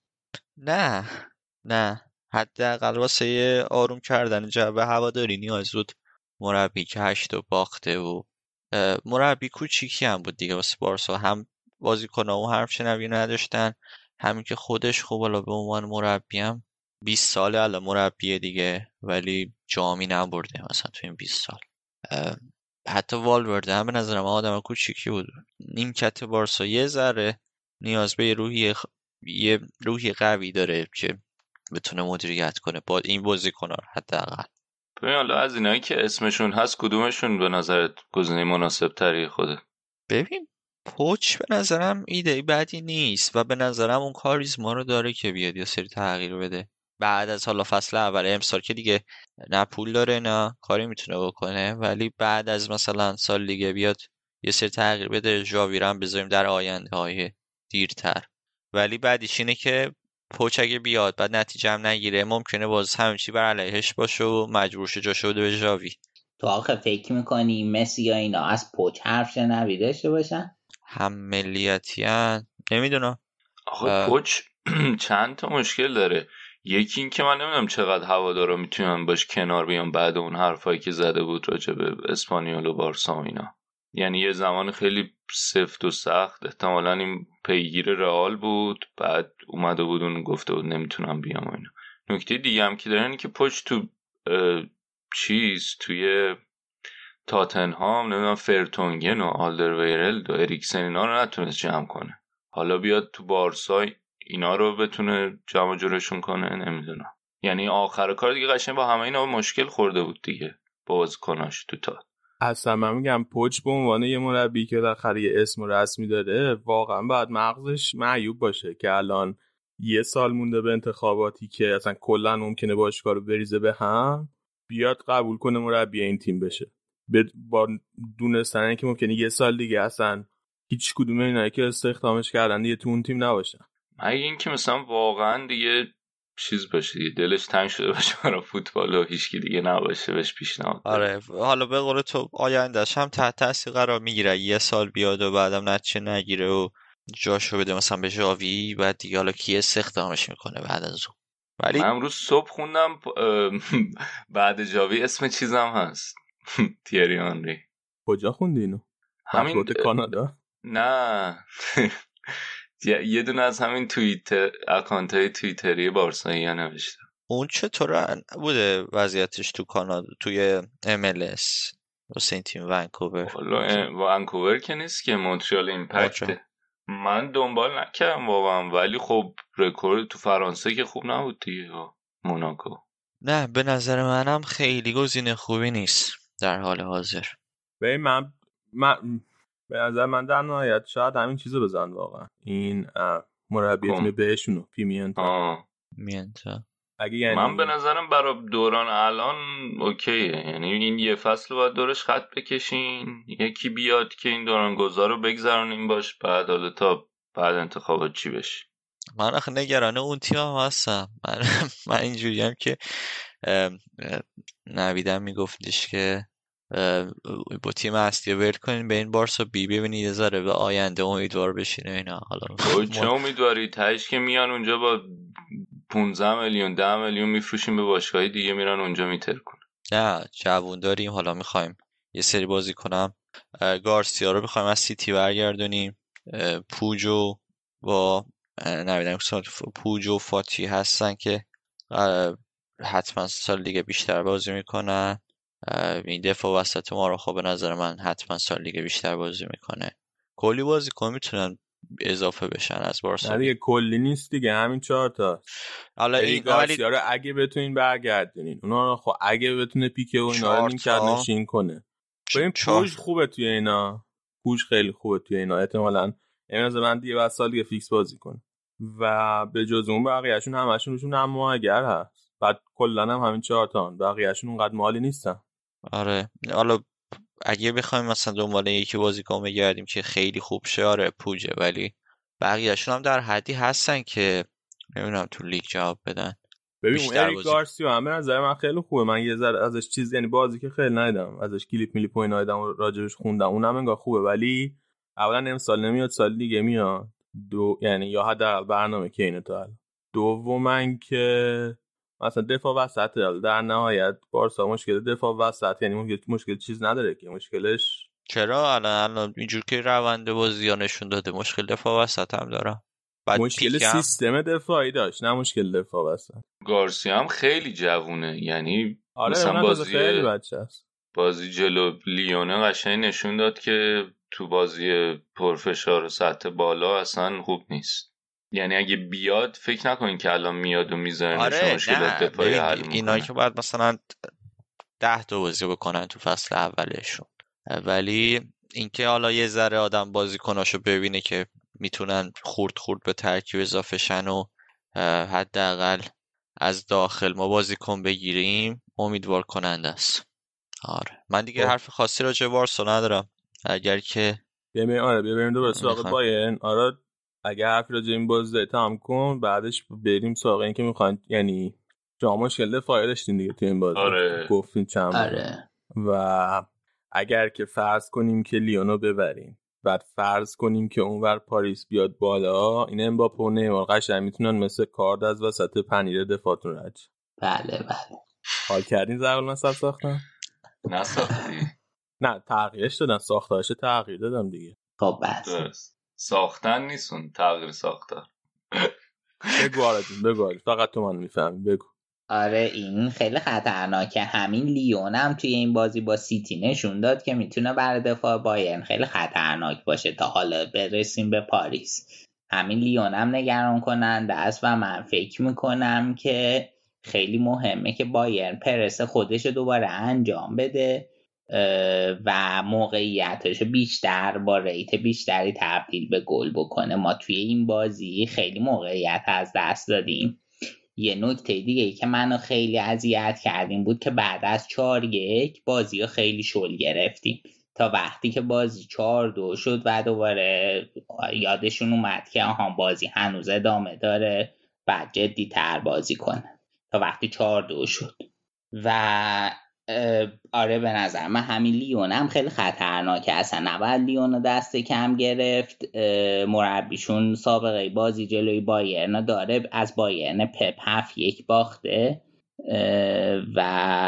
نه حداقل واسه آروم کردن جو هواداری نیاز بود مربی که 8 باخته و مربی کوچیکی هم بود دیگه واسه بارسا. هم بازیکن‌ها و حرف شنوی نداشتن، همین که خودش خب حالا به عنوان مربی هم 20 ساله الان مربیه دیگه، ولی جامی نبرده مثلا تو این 20 سال. حتی والورده هم به نظرم آدم کوچیکی بود. نیمکت بارسا یه ذره نیاز به یه روحی قوی داره که بتونه مدیریت کنه با این بازیکن‌ها حداقل. ببین حالا از اینایی که اسمشون هست کدومشون به نظرت گزینه مناسب تری خوده؟ ببین پوچ به نظرم ایده بدی نیست و به نظرم اون کاریزما رو داره که بیاد یه سری تغییر بده بعد از حالا فصل اول امسال که دیگه نه پول داره نه کاری میتونه بکنه، ولی بعد از مثلا سال دیگه بیاد یه سری تغییر بده. ژاوی رو هم بذاریم در آینده های دیرتر. ولی بعدیش اینه که پوچ اگه بیاد بعد نتیجه هم نگیره ممکنه باز همین چی بر علیهش باشه و مجبور شه جاشو بده به ژاوی. تو آخه فکر میکنی مسی یا اینا از پوچ حرف شنوی داشته باشن؟ هم ملیتیان نمیدونم. آخه پوچ چند تا مشکل داره. یکی این که من نمیدونم چقدر هوادارا میتونن باش کنار بیان بعد اون حرفایی که زده بود راجع به اسپانیول و بارسا و اینا. یعنی یه زمان خیلی سفت و سخت احتمالاً این پیگیر رئال بود، بعد اومده بود اون گفته بود نمیتونم بیام و اینا. نکته دیگه هم که داره اینه که پوچ تو توی تاتنهام نمیدونم فرتونگن و آلدرویرلد و اریکسن اینا رو نتونست جمع کنه. حالا بیاد تو بارسا اینا رو بتونه جمع جورشون کنه نمیدونم. یعنی آخر کار دیگه قشنگ با همه اینا مشکل خورده بود دیگه با بازیکناش تو تا. اصلا من میگم پوچ به عنوان یه مربی که بالاخره یه اسم رسمی داره واقعا باید مغزش معیوب باشه که الان یه سال مونده به انتخاباتی که اصلا کلا ممکنه باشگاه رو بریزه به هم، بیاد قبول کنه مربی این تیم بشه با دونستن که ممکنه یه سال دیگه اصلا هیچ کدوم اینا که استخدامش کردن دیگه تو اون تیم نباشن. مگه این که مثلا واقعا دیگه چیز باشه، دلش تنگ شده باشه برای فوتبال و هیچکی دیگه نباشه بهش پیشنهاد. آره حالا به قول تو آیندهش هم تحت تاثیر قرار میگیره، یه سال بیاد و بعدم نتیجه نگیره و جاشو بده مثلا به ژاوی، بعد دیگه حالا کی استخدامش میکنه بعد از اون. ولی من امروز صبح خوندم بعد ژاوی اسم چیزم هست تیری آنری. کجا خوندی اینو؟ همین کانادا؟ نه یه دونه از همین توییتر، اکانتای توییتری بارسایی نوشته. اون چطور بوده وضعیتش تو کانادا توی MLS واسه تیم ونکوور؟ والا ونکوور که نیست که، مونترال ایمپکت. من دنبال نکردم واقعا، ولی خب رکورد تو فرانسه که خوب نبود دیگه، موناکو. نه به نظر منم خیلی گزینه خوبی نیست در حال حاضر. من به نظر من در نهایت شاید همین چیزو بزن واقعا، این مربی تیم بهشونو پیمینتا. یعنی من به نظرم برای دوران الان اوکیه، یعنی این یه فصل باید دورش خط بکشین، یکی بیاد که این دوران گذار رو بگذرونیم باش، بعد حالا تا بعد انتخابات چی بشه. من آخه نگرانه اون تیم هم هستم. من اینجوری هم که نویدم میگفتش که با تیم اصلی ول کنین به این بارسا ببینید یه ذره به آینده امیدوار بشین اینا. حالا چه امیدواری؟ تهش که میان اونجا با 15 میلیون 10 میلیون میفروشیم به باشگاهی دیگه، میرن اونجا میترکن. نه جوون داریم، حالا میخوایم یه سری بازی کنم. گارسیا رو میخوایم از سیتی برگردونیم، پوجو با نمیدونم پوجو فاتی هستن که حتما سال دیگه بیشتر بازی میکنن. این دفاع وسط ما رو خب به نظر من حتما سال دیگه بیشتر بازی میکنه. کلی بازیکن میتونن اضافه بشن از بارسا. نه دیگه کلی نیست دیگه، همین 4 تا. حالا این گارسیا رو اگه بتونین برگردونین، اونا رو خب اگه بتونه پیکه و اینا رو نیمکت نشین کنه. ببین پوج خوبه توی اینا، پوج خیلی خوبه توی اینا، احتمالاً امروز من دیگه بعد سال دیگه فیکس بازی کنه و به جز اون بقیه‌شون همشون نماگر هست. بعد کلا هم همین 4 تا، بقیه‌شون اونقدر مالی نیستن. آره حالا اگه بخوایم مثلا دنبال یکی بازیکن بگردیم که خیلی خوب شه، آره پوجه، ولی بقیه‌شون هم در حدی هستن که نمیدونم تو لیگ جواب بدن. ببین اون اریک گارسیا هم به نظر من خیلی خوبه. من یه ذره ازش چیز یعنی بازی که خیلی ندیدم، ازش کلیپ میلیپ و اینا دیدم، راجبش خوندم، اونم انگار خوبه، ولی اولا امسال نمیاد، سال دیگه میاد. یعنی یا حداقل برنامه که اینه تا الان. دومن که مثلا دفاع وسط در نهایت بارسا مشکل دفاع وسط، یعنی مشکل چیز نداره که، مشکلش چرا الان اینجور که روند بازی ها نشون داده مشکل دفاع وسط هم داره. مشکل سیستم دفاعی داشت، نه مشکل دفاع وسط. گارسیا هم خیلی جوونه، یعنی آره مثلا بازی خیلی بچه است. بازی جلو لیونه قشنگ نشون داد که تو بازی پرفشار و سطح بالا اصلا خوب نیست. یعنی اگه بیاد فکر نکنین که الان میاد و میذارنش. آره مشکلات دفاعی حل میکنه. اینا که باید مثلا 10 تا بازی بکنن تو فصل اولشون، ولی اینکه حالا یه ذره آدم بازیکناشو ببینه که میتونن خورد به ترکیب اضافه شن و حداقل از داخل ما بازیکن بگیریم امیدوار کننده است. آره من دیگه حرف خاصی راجع به بارسا ندارم. اگر که بریم دوباره سراغ بایرن. آره اگه حرفی راجع این بازی تمام کن، بعدش بریم سراغ این که میخواین، یعنی شما مشکل دفاعی داشتین دیگه تو این بازی. گفتین چند آره. و اگر که فرض کنیم که لیونو ببریم، بعد فرض کنیم که اونور پاریس بیاد بالا، این امباپه و نیمار قشنگ میتونن مثل کارد از وسط پنیر دفاعتون رد. بله حال کردین ضرب المثل ساختن؟ نساختی؟ نه تغییرش دادن، ساختارش تغییر دادم دیگه. خب بس ساختن نیستون، تغییر ساختار. بگو فقط تو من میفهمی، بگو. آره این خیلی خطرناکه. همین لیون هم توی این بازی با سیتی نشون داد که میتونه برای دفاع بایرن خیلی خطرناک باشه تا حالا برسیم به پاریس. همین لیون هم نگران کننده است و من فکر میکنم که خیلی مهمه که بایرن پرس خودش دوباره انجام بده و موقعیتش بیشتر با ریت بیشتری تبدیل به گل بکنه. ما توی این بازی خیلی موقعیت از دست دادیم. یه نکته دیگه ای که منو خیلی اذیت کردیم بود که بعد از 4-1 بازی رو خیلی شل گرفتیم تا وقتی که بازی 4-2 شد و دوباره یادشون اومد که بازی هنوز ادامه داره بعد جدی تر بازی کنه تا وقتی 4-2 شد. و آره به نظر من همین لیون هم خیلی خطرناکه، اصلا نباید لیون دست کم گرفت. مربیشون سابقه بازی جلوی بایرن داره، از بایرن پپ 7-1 باخته و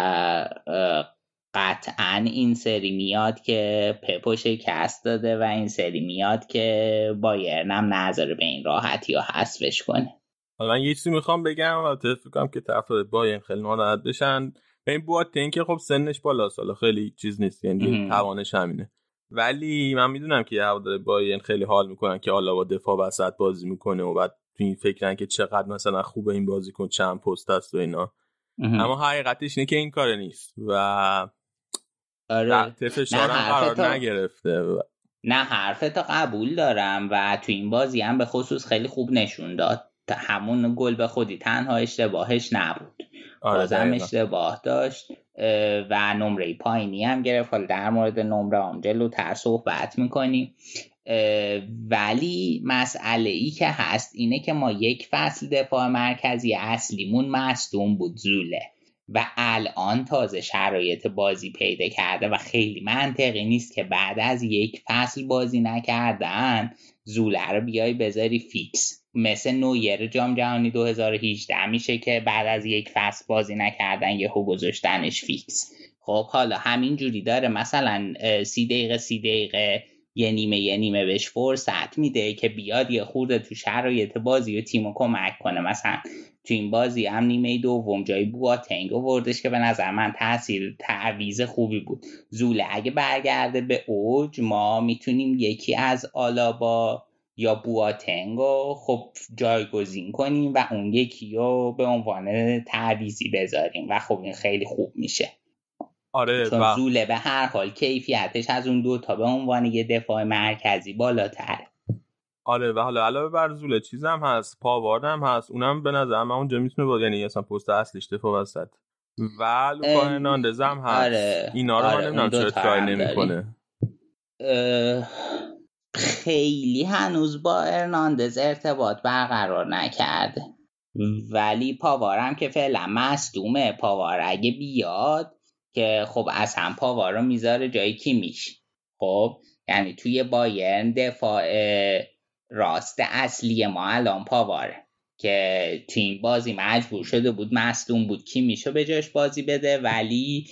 قطعا این سری میاد که پپو شکست داده و این سری میاد که بایرن هم نذاره به این راحتی ها حذفش کنه. حالا من یه چیزی میخوام بگم و فکر کنم که طرفدار بایرن خیلی ناراحت بشن. این بواتنگ که خب سنش بالاست، حالا خیلی چیز نیست، یعنی توانش همینه، ولی من میدونم که هوادار بایرن خیلی حال میکنن که حالا با دفاع وسط بازی میکنه و بعد تو این فکرن که چقدر مثلا خوبه این بازیکن چند پست است و اینا. اما حقیقتش اینه که این کار نیست و آره فشار هم قرار نگرفته. نه حرفتو قبول دارم و تو این بازی هم به خصوص خیلی خوب نشون داد. همون گل به خودی تنها اشتباهش نبود، بازم اشتباه داشت و نمره پایینی هم گرفت. حالا در مورد نمره هم جلوتر صحبت میکنیم. ولی مسئله ای که هست اینه که ما یک فصل دفاع مرکزی اصلیمون مصدوم بود، زوله، و الان تازه شرایط بازی پیدا کرده و خیلی منطقی نیست که بعد از یک فصل بازی نکردن زوله رو بیای بذاری فیکس. مثل نویر جام جهانی 2018 میشه که بعد از یک فصل بازی نکردن یهو گذاشتنش فیکس. خب حالا همین جوری داره مثلا 30 دقیقه یه نیمه بهش فرصت میده که بیاد یه خورده تو شرایط بازی و تیمو کمک کنه. مثلا تو این بازی هم نیمه دوم جای بواتنگ آوردش که به نظر من تعویض خوبی بود. زوله اگه برگرده به اوج ما میتونیم یکی از آلابا یا بواتنگو خب جایگزین کنیم و اون یکی رو به عنوان تعویضی بذاریم و خب این خیلی خوب میشه. آره چون زوله به هر حال کیفیتش از اون دو تا به عنوان یه دفاع مرکزی بالاتره. آره و حالا علاوه بر زوله چیزم هست، پاوارد هم هست، اونم به نظر من اونجا میتونه بود، یعنی اصلا پست اصلیش دفاع وسط و لوکا هرناندز هم هست. آره، اینا رو من نمیدونم چرا ترای نمیکنه. خیلی هنوز با هرناندز ارتباط برقرار نکرده، ولی پاوار هم که فعلا مصدومه. پاوار اگه بیاد که خب اصلا پاوار رو میذاره جای کیمیش. خب یعنی توی بایرن دفاع راست اصلی ما الان پاواره که تیم بازی مجبور شده بود مصدوم بود کیمیشو به جاش بازی بده، ولی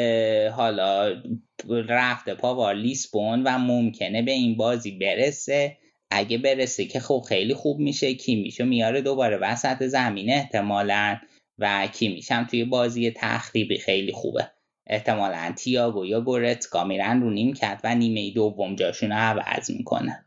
حالا رفته پاوار لیسبون و ممکنه به این بازی برسه. اگه برسه که خب خیلی خوب میشه، کیمیشو میاره دوباره وسط زمین احتمالاً و کیمیش هم توی بازی تخریبی خیلی خوبه. احتمالاً تییاگو یا گورتسکا میرن رو نیمکت و نیمه دوم جاشون رو عوض میکنن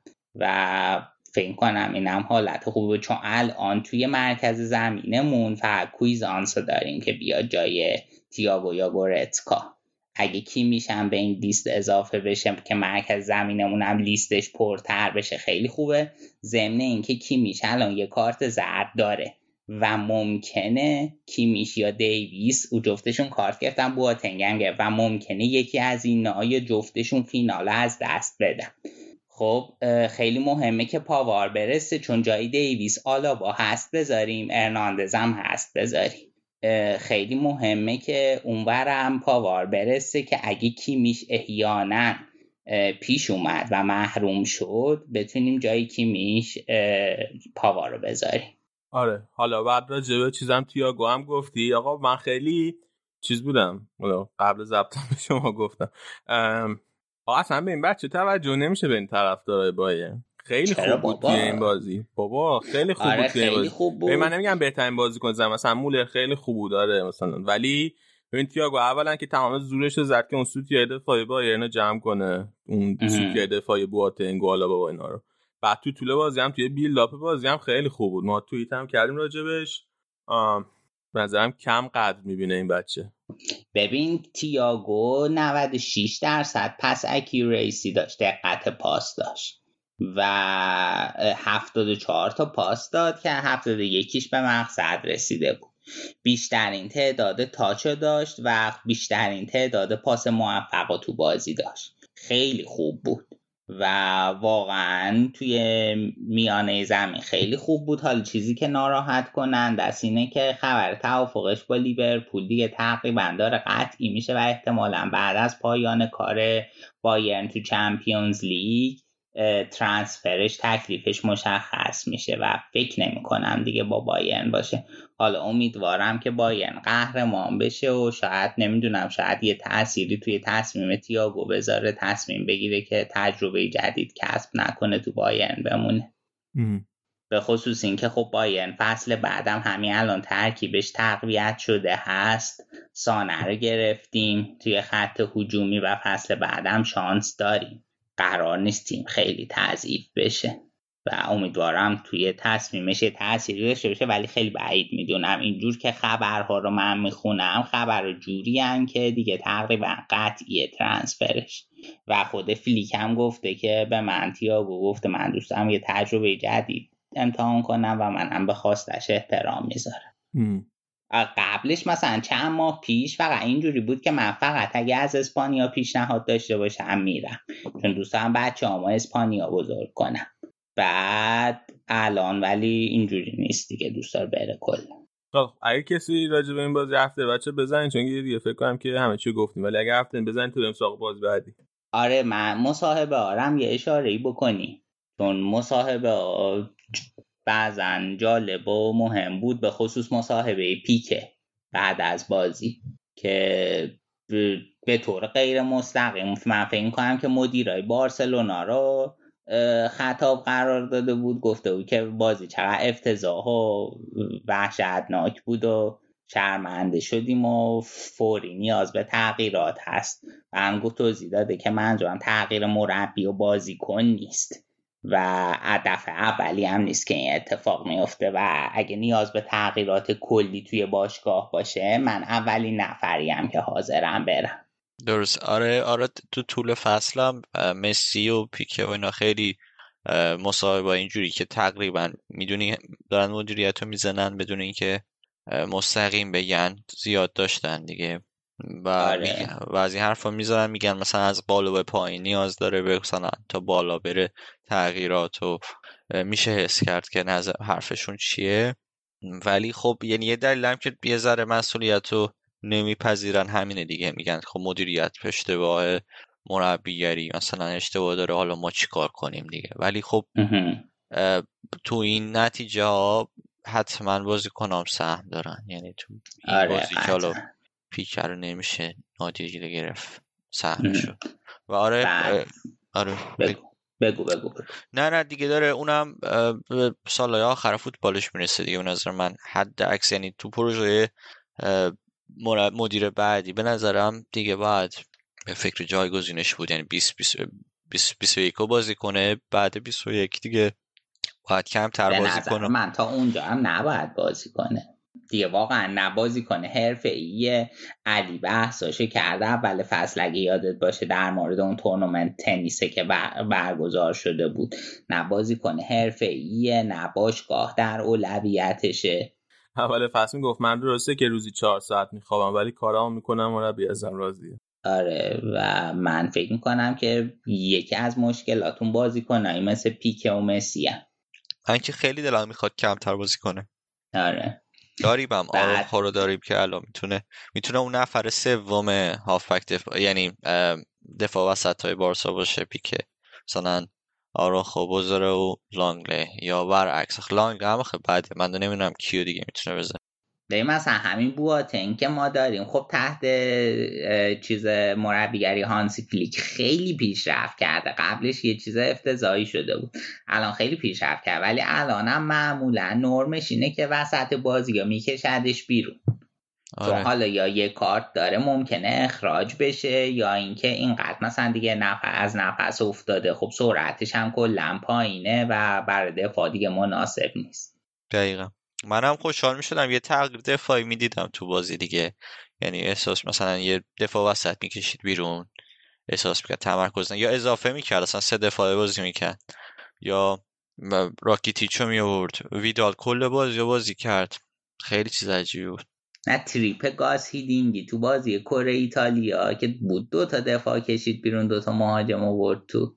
و فکر کنم اینم حالت خوبه، چون الان توی مرکز زمینمون فقط کویزانسو داریم که بیاد جای تییاگو یا گورتسکا. اگه کیمیش هم به این لیست اضافه بشه که مرکز زمینمون هم لیستش پرتر بشه خیلی خوبه. ضمن اینکه کیمیش الان یه کارت زرد داره و ممکنه کیمیش یا دیویس او جفتشون کارت گرفتن، بواتنگ هم گرفت و ممکنه یکی از اینا یا جفتشون فینال از دست بدن. خب خیلی مهمه که پاوار برسه، چون جای دیویس آلابا هست بذاریم، ارناندز هم هست بذاریم. خیلی مهمه که اونورم پاوار برسه که اگه کیمیش احیانا پیش اومد و محروم شد بتونیم جای کیمیش پاوار رو بذاریم. آره حالا بعد راجبه چیزم تییاگو هم گفتی. آقا من خیلی چیز بودم قبل ضبطم به شما گفتم آقا اصلا به این بچه توجه نمیشه به این طرفدارای بایرن. خیلی خوب بود توی این بازی بابا، خیلی خوب بود توی این بازی. خوب من نمیگم بهترین بازیکن زمین، مثلا مولر خیلی خوب بود داره مثلا، ولی ببین تییاگو اولا که تمام زورش رو زد که اون سوتی دفاعی بایرن رو جمع کنه، اون سوتی دفاعی بواتنگ و آلابا اینا رو. بعد تو طول بازی هم توی بیلداپ بازی هم خیلی خوب بود. ما توییت هم کردیم راجبش. به نظرم کم قدر میبینه این بچه. ببین تییاگو 96% پس اکیوریسی داشت، دقت پاس داشت و 74 تا پاس داد که 71ش به مقصد رسیده بود. بیشترین تعداد تاچ داشت و بیشترین تعداد پاس موفق تو بازی داشت. خیلی خوب بود و واقعا توی میانه زمین خیلی خوب بود. حالا چیزی که ناراحت کنند است اینه که خبر توافقش با لیورپول دیگه تقریبا داره قطعی میشه و احتمالاً بعد از پایان کار بایرن تو چمپیونز لیگ ترانسفرش تکلیفش مشخص میشه و فکر نمی کنم دیگه با بایرن باشه. حالا امیدوارم که بایرن قهرمان بشه و شاید نمیدونم شاید یه تأثیری توی تصمیم تییاگو بذاره، تصمیم بگیره که تجربه جدید کسب نکنه تو بایرن بمونه. به خصوص این که خب بایرن فصل بعدم همین الان ترکیبش تقویت شده هست، سانه رو گرفتیم توی خط هجومی و فصل بعدم شانس داریم، قرار نیست تیم خیلی تضعیف بشه و امیدوارم توی تصمیمش تأثیری داشته باشه، ولی خیلی بعید میدونم. اینجور که خبرها رو من میخونم خبر جوری هن که دیگه تقریبا قطعیه ترانسفرش و خود فلیک هم گفته که به من تییاگو گفته من دوست دارم یه تجربه جدید امتحان کنم و منم به خواستش احترام میذارم. قبلش مثلا چند ماه پیش فقط اینجوری بود که من فقط اگه از اسپانیا پیشنهاد داشته باشم میرم، چون دوست دارم بچه‌هامو اسپانیا بزرگ کنم. بعد الان ولی اینجوری نیست دیگه، دوست داره بره کلا. خب اگه کسی راجع به این بازی هفته بچه بزنین، چون دیگه فکر کنم که همه چی گفتیم، ولی اگه هفته بزنین تو امساق باز بعدی. آره من مصاحبه آرم یه اشاره‌ای بکنی، چون مصاحبه بعضن جالب و مهم بود، به خصوص مصاحبه پیکه بعد از بازی که به طور غیر مستقیم من فکر می‌کنم که مدیرای بارسلونا رو خطاب قرار داده بود، گفته بود که بازی چقدر افتضاح و وحشتناک بود و شرمنده شدیم و فوری نیاز به تغییرات هست. من گفت توضیح داده که منظورم تغییر مربی و بازیکن نیست و هدف اولی هم نیست که این اتفاق میفته و اگه نیاز به تغییرات کلی توی باشگاه باشه من اولین نفریم که حاضرم برم. درست. آره تو طول فصلم مسی و پیکه و اینا خیلی مصاحبه اینجوری که تقریبا میدونی دارن مدیریت رو میزنن بدون اینکه مستقیم بگن زیاد داشتن دیگه و از این حرفا میذارن، میگن مثلا از بالا به پایین نیاز داره مثلا تا بالا بره تغییرات و میشه حس کرد که نظر حرفشون چیه. ولی خب یعنی یه دلیل هم که یه ذره مسئولیت رو نمیپذیرن همینه دیگه، میگن خب مدیریت اشتباه، مربیگری مثلا اشتباه داره، حالا ما چیکار کنیم دیگه. ولی خب تو این نتیجه ها حتما بازیکنام سهم دارن، یعنی تو این بازی که حالا پیکر رو نمیشه نادیده گرفت سهمشو و آره بگو. نه دیگه داره اونم سالهای آخر فوتبالش میرسه دیگه. به نظر من حد اکس یعنی تو پروژه مدیر بعدی به نظرم دیگه باید به فکر جایگزینش بود، یعنی 21 بازی کنه، بعد 21 دیگه باید کمتر بازی کنه. من تا اونجا هم نباید بازی کنه دیگه، واقعا نبازی کنه. حرفه‌ای علی بحثاشو کرده اول فصل اگه یادت باشه در مورد اون تورنمنت تنیسه که برگزار شده بود، نبازی کنه حرفه‌ای، نباشگاه در اولویتشه. اول فصل میگفت من درسته که روزی 4 ساعت میخوابم ولی کارامو میکنم و مربی ازم راضیه. آره و من فکر میکنم که یکی از مشکلاتون بازیکنایی مثل پیکه و مسی هست. من که خیلی دلم میخواد کمتر بازی کنه. آره داریم آراخو رو داریم که الان میتونه اون نفر سوم هافبک یعنی دفاع وسط های بارسا باشه، پیکه مثلا آراخو بذاره و لانگله یا برعکس. لانگله هم خیلی بده، من نمیدونم کیو دیگه میتونه بذاره. مثلا همین بواتنگ که ما داریم خب تحت چیز مربیگری هانسی فلیک خیلی پیشرفت کرده، قبلش یه چیز افتضاحی شده بود، الان خیلی پیشرفت کرده، ولی الان هم معمولا نرمش اینه که وسط بازی ها میکشدش بیرون. چون حالا یا یه کارت داره ممکنه اخراج بشه یا اینکه اینقدر مثلا دیگه از نفس افتاده، خب سرعتش هم کلا پایینه و برای دفاع دیگه مناسب نیست. دقیقاً منم خوشحال میشدم یه تغییر دفاعی میدیدم تو بازی دیگه، یعنی احساس مثلا یه دفاع وسط میکشید بیرون، احساس میکرد تمرکز یا اضافه میکرد اصلا 3 دفاعه بازی میکرد یا راکیتیچو میورد، ویدال کل بازی کرد، خیلی چیز عجیبی بود. نه تریپ گاز هیدینگی تو بازی کره ایتالیا که بود 2 تا دفاع کشید بیرون 2 تا مهاجم آورد تو.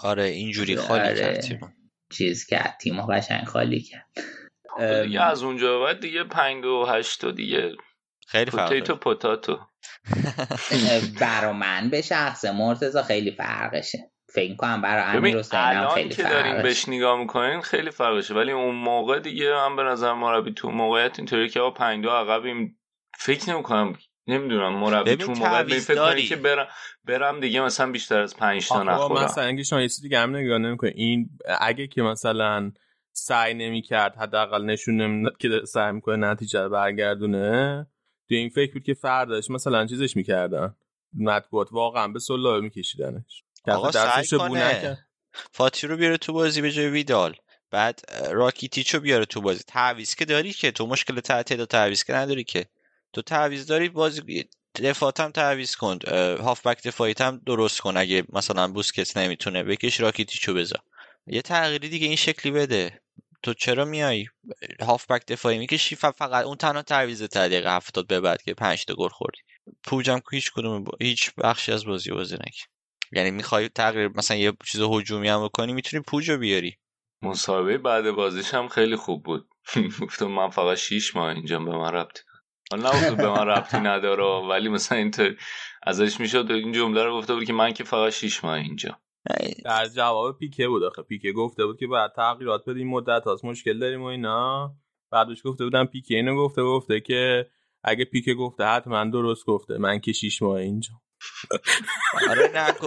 آره اینجوری خالی کرد تیم، چیز کرد تیم قشنگ خالی کرد دیگه. از اونجا بعد دیگه 5-8 دیگه خیلی فرق پوتاتو برا من به شخص مرتضی خیلی فرقشه. فکر کنم برای امیرحسینم خیلی که داریم بهش نگاه میکنین خیلی فرقشه، ولی اون موقع دیگه من به نظر مربی تو موقعیت اینطوری که 5-2 عقبیم فکر نمیکنم، نمیدونم مربی تو موقع فکر کنه که برم دیگه مثلا بیشتر از 5 تا نخورم. مثلا اینکه شما یه چیزی دیگه هم نگاه نمیکنین، این اگه که مثلا سعی نمیکرد حداقل نشون نمیداد که سعی میکنه نتیجه رو برگردونه، تو این فکر بود که فرداش مثلا چیزش میکردن مطبوعات واقعا به سلابه میکشیدنش. آقا سعی کنه فاتی رو بیاره تو بازی به جای ویدال، بعد راکیتیچو بیاره تو بازی. تعویض که داری که تو، مشکل تعطیل تعویض که نداری که تو، تعویض داری بازی دفاعت هم تعویض کن، هافبک دفاعیت هم درست کن، اگه مثلا بوسکت نمیتونه بکش راکیتیچو بذار، یه تغییری دیگه این شکلی بده. تو چرا میای هافبک دفاعی میکشی فقط اون تنها تعویض دقیقه 70 به بعد که 5 تا گل خوردی؟ پوجم که هیچ بخشی از بازی نکرد. یعنی میخوای تغییر مثلا یه چیز هجومی هم بکنی میتونی پوجو بیاری. مصاحبه بعد بازیش هم خیلی خوب بود. گفتم من فقط 6 ماه اینجا، به من ربطی حالا نگفت به من ربطی نداره، ولی مثلا اینطور ازش میشد این جمله رو گفته بود که من که فقط 6 ماه اینجا. در جواب پیکه بود آخه، پیکه گفته بود که بعد تغییرات بدیم مدت هاست مشکل داریم و اینا، بعدش گفته بودم پیکه اینو گفته که اگه پیکه گفته حتما درست گفته، من که 6 ماه اینجا. آره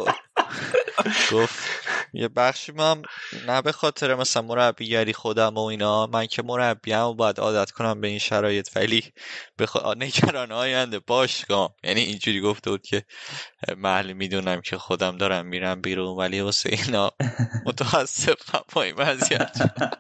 گفت یه بخشی من نه به خاطر مثلا مربیگری خودم و اینا، من که مربیم و باید عادت کنم به این شرایط، ولی نگران آینده باشگاه، یعنی اینجوری گفته بود که محلی میدونم که خودم دارم میرم بیرون ولی واسه اینا متاسفم با این وضعیت.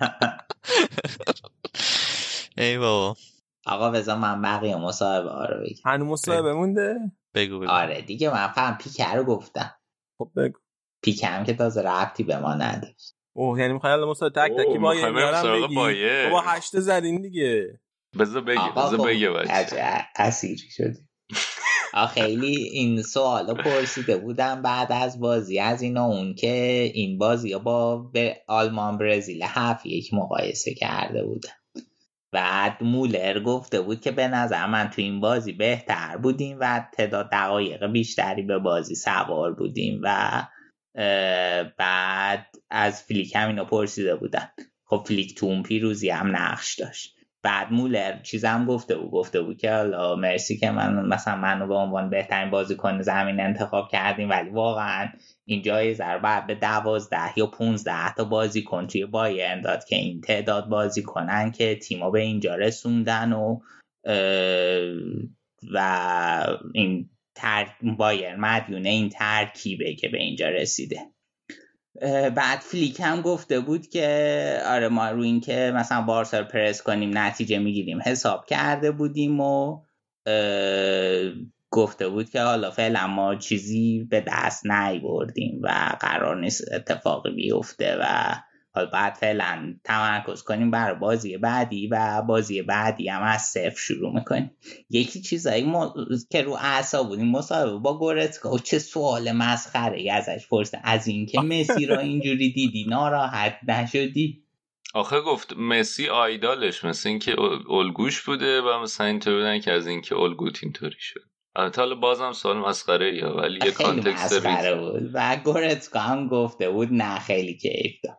ای بابا. آقا بذار من بقیه مصاحبه ها رو بگم. هنوز مصاحبه مونده؟ بگو. آره دیگه من فهم پیکه رو گفتم. خب بگو. پیکه هم که تازه ربطی به ما نداشت. اوه یعنی میخوای الان مصاحبه تک تکی با میارم بگی بابا 8 زدین دیگه. بذار بگه بچه اسیری شدی. خیلی این سوالو پرسیده بودم بعد از بازی از اینا، اون که این بازی با آلمان برزیل 7-1 مقایسه کرده بودم. بعد مولر گفته بود که به نظر من تو این بازی بهتر بودیم و تعداد دقایق بیشتری به بازی سوار بودیم و بعد از فلیک هم اینو پرسیده بودن. خب فلیک تو اون پیروزی هم نقش داشت. بعد مولر چیزم گفته بود که حالا مرسی که منو به عنوان بهترین بازیکن زمین انتخاب کردیم، ولی واقعا این جایزه رو بعد به 12 یا 15 تا بازیکن توی بایرن داد که این تعداد بازیکنن که تیمو به اینجا رسوندن و این بایرن مدیونه این ترکیبه که به اینجا رسیده. بعد فلیک هم گفته بود که آره ما رو این که مثلا بارسا رو پرس کنیم نتیجه میگیریم حساب کرده بودیم و گفته بود که حالا فعلا ما چیزی به دست نیاوردیم و قرار نیست اتفاقی بیفته و حالا بعد فعلا تمرکز کنیم برای بازی بعدی و بازی بعدی هم از صفر شروع میکنیم. یکی چیزایی که رو اعصاب بودیم مصاحبه با گورتسکا و چه سوال مسخره‌ای ازش پرسیدن، از این که مسی را اینجوری دیدی ناراحت نشدی؟ آخه گفت مسی آیدالش مثل این که الگوش بوده و مثلا اینطور بودن که از این که الگوت اینطوری شد. حالا بازم سوال مسخره یا ولی یه کانتکست مسخره بود و گورتسکا هم گفته بود نه خیلی کیف داد.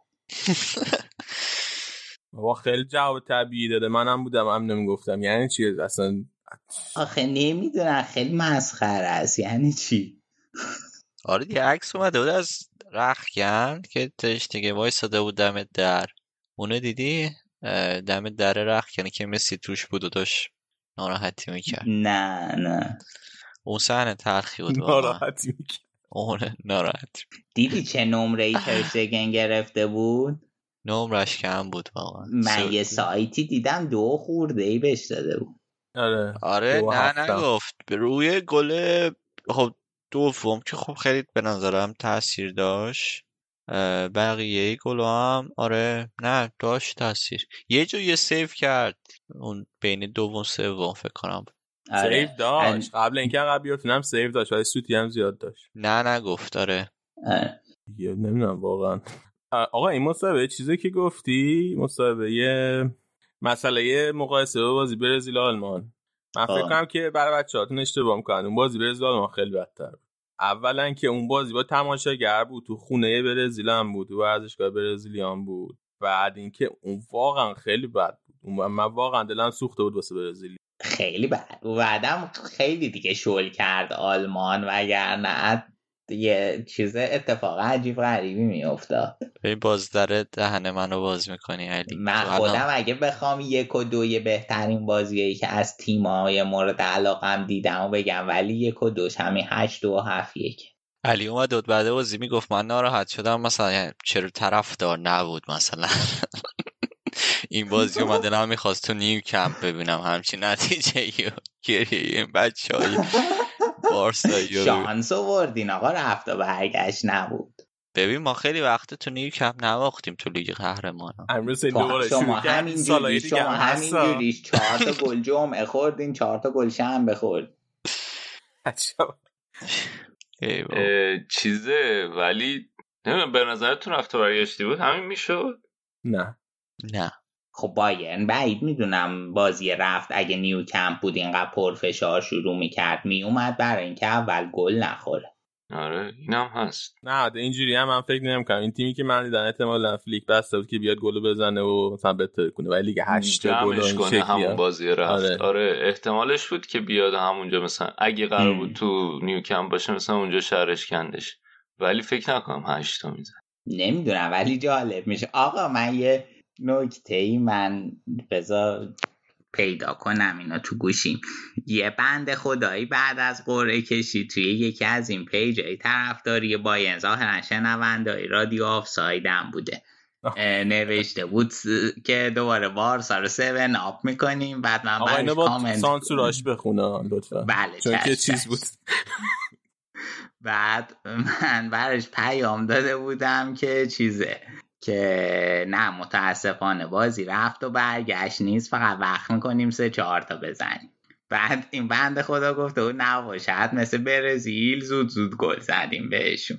بابا خیلی جواب طبیعی داده، منم بودم هم نمیگفتم یعنی چی اصلا. آخه نمیدونم خیلی مسخره است یعنی چی. آره دیگه عکس اومده بود از رختکن که تشتگه وایساده بود دم در، اونو دیدی دم در رختکنی که مسی توش بود و داشت ناراحتی میکرد. نه اون صحنه تلخی بود ناراحتی میکرد. اون ناراحتی. دیدی چه نمره‌ای ترشتگن گرفته بود؟ نمرش کم بود واقعا. من یه سایتی دیدم 2 خورده‌ای بهش داده بود. آره نه نگفت روی گل خب دوم که خب خیلی به نظرم تاثیر داشت، بقیه گل هم آره نه داشت تاثیر. یه جو یه سیو کرد اون بین دوم سوم فکر کنم سیو داشت قبل اینکه عقب بیفتونم سیو داشت ولی سوتی هم زیاد داشت. نه نگفت آره نمیدونم واقعا. آقا این مسابقه چیزی که گفتی، مسابقه مسئله مقایسه با بازی برزیل آلمان، من فکر کنم که برای بچه‌هاتون اشتباه می‌کنن. اون بازی برزیل آلمان خیلی بدتر بود. اولا که اون بازی با تماشاگر بود، تو خونه برزیل هم بود، تو ورزشگاه برزیلیان بود. بعد اینکه اون واقعا خیلی بد بود. من واقعا دلم سوخته بود واسه برزیل. خیلی بد. بعدم خیلی دیگه شل کرد آلمان، وگرنه یه چیز اتفاق عجیب غریبی میافتاد. به باز در دهن منو باز میکنی علی. من خودم اگه بخوام 1 و 2 بهترین بازیایی که از تیم‌های مورد علاقم دیدم و بگم، ولی 1 و 2 همین 8 و 7 1. علی اومد بعد بازی میگفت من ناراحت شدم مثلا چرا طرفدار نبود مثلا. این بازی من دلم میخواست تو نیو کمپ ببینم همچین نتیجه گریه این بچه‌های بارسایی. شانس آوردین آقا، رفت و برگشت نبود. ببین ما خیلی وقت تو نیو کمپ نواختیم تو لیگ قهرمانان. شما همینجوری 4 تا گل جمعه خوردین، 4 تا گل شنبه خوردین. چیزه ولی نمیدونم به نظرتون رفت و برگشتی بود همین میشد؟ نه خب بایرن بعید میدونم بازی رفت اگه نیو کمپ بود اینقدر پرفشار شروع میکرد میومد برای اینکه اول گل نخوره. آره اینم هست. نه اینجوری هم من فکر نمی‌کنم. این تیمی که من دیدم احتمالاً فلیک بسته بود که بیاد گل بزنه و مثلا بهتر کنه، ولی لیگ 8 گل این شکلیه همون بازی رفت. آره احتمالش بود که بیاد همونجا مثلا اگه قرار بود تو نیو کمپ باشه مثلا اونجا شهرش کندش، ولی فکر نکنم 8 تا میزنه. نمیدونم ولی جالب میشه. آقا من یه نکته‌ای من بذار پیدا کنم اینا تو گوشیم. یه بنده خدایی بعد از قرعه کشی توی یکی از این پیجای طرفداری بایرن، ظاهرا شنونده‌های رادیو آفسایدم بوده، نوشته بود که دوباره بارسا رو 7 آپ میکنیم. بعد من براش کامنت سانسوراش بخونم لطفا. بله چون که چیز بود. بعد من براش پیام داده بودم که چیزه که نه متاسفانه بازی رفت و برگشت نیست، فقط وقت میکنیم 3-4 تا بزنیم. بعد این بنده خدا گفته بود نباشد مثل برزیل زود گل زدیم بهشون.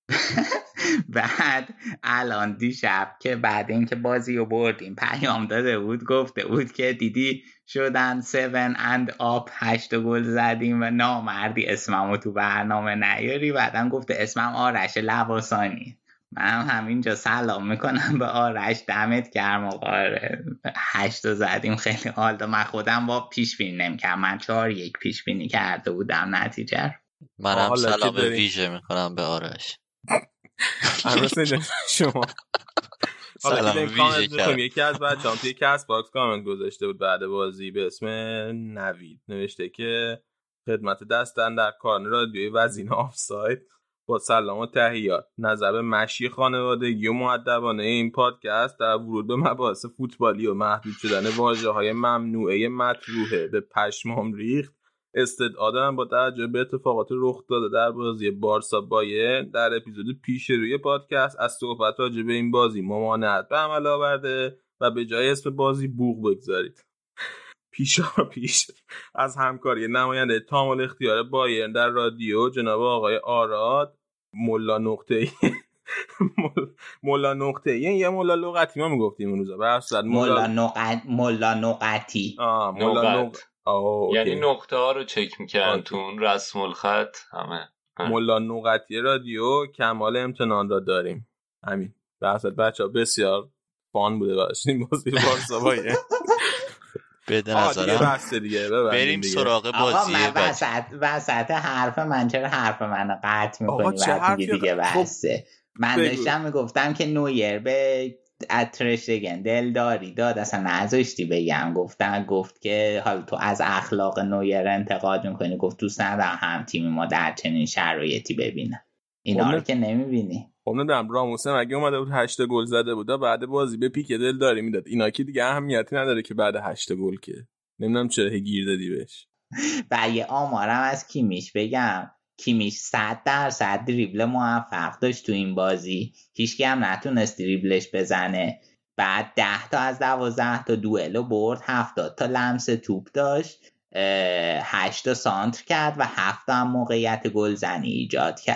بعد الان دیشب که بعد اینکه بازی رو بردیم پیام داده بود، گفته بود که دیدی شدن 7 and up 8 گل زدیم و نامردی اسممو تو برنامه نیاری. بعدم گفته اسمم آرش لواسانی. من همینجا سلام میکنم به آرش، دمت گرم آقا. 8 زدیم خیلی حال داد. من خودم با پیش بینی نمی‌کردم، من 4-1 پیش بینی کرده بودم نتیجه. منم سلام ویژه میکنم به آرش. البته شما سلام ویژه کردم. یکی از بچه‌ها توی کست باکس کامنت گذاشته بود بعد بازی به اسم نوید، نوشته که خدمت دستن در کار رادیوی وزین آفساید با سلام و تحیات، نظر به مشی خانوادگی و مؤدبانه این پادکست در ورود به مباحث فوتبالی و محدود شدن واژه‌های ممنوعه مطروحه به پشمام ریخت. استدعادم با توجه به اتفاقات رخ داده در بازی بارسا بایرن در اپیزود پیش روی پادکست از صحبت راجع به این بازی ممانعت به عمل آورده و به جای اسم بازی بوق بگذارید. پیش از همکاری نماینده تامل اختیار بایرن در رادیو جناب آقای آراد ملا نقطه‌ای یا ملا لغتی ما میگفتیم اون روزا برصد ملا نقطی یعنی نقطه ها رو چک میکردن تو اون رسم الخط همه. ملا نقطی رادیو کمال امتنان را داریم. همین برصد بچه‌ها بسیار فان بوده براشون بازی بارسا بایرن. بده نظرم بریم سراغ بازی. وسط حرف من چرا حرف من قطع میکنی وقتی دیگه بسته؟ من داشتم میگفتم که نویر به اترشتگن دلداری داد، اصلا نذاشتی بگم. گفت که حالا تو از اخلاق نویر انتقاد میکنی، گفت دوست ندارم هم تیمی ما در چنین شرایطی ببینه. اینا رو که نمیبینی. خب ندارم راموسه مگه اومده بود 8 گل زده بود بعد بازی به پیک دلداری میداد، اینا که دیگه اهمیتی نداره که بعد 8 گل که نمیدونم چرا گیر دادی بهش. و یه آمارم از کیمیش بگم، کیمیش 100% دریبل موفق داشت تو این بازی، هیچ کی هم نتونست دریبلش بزنه. بعد 10 تا از 12 تا دوئل برد، 70 تا لمس توپ داشت، 8 تا سانتر کرد و 7 تا هم موقعیت گلزنی ایجاد کرد.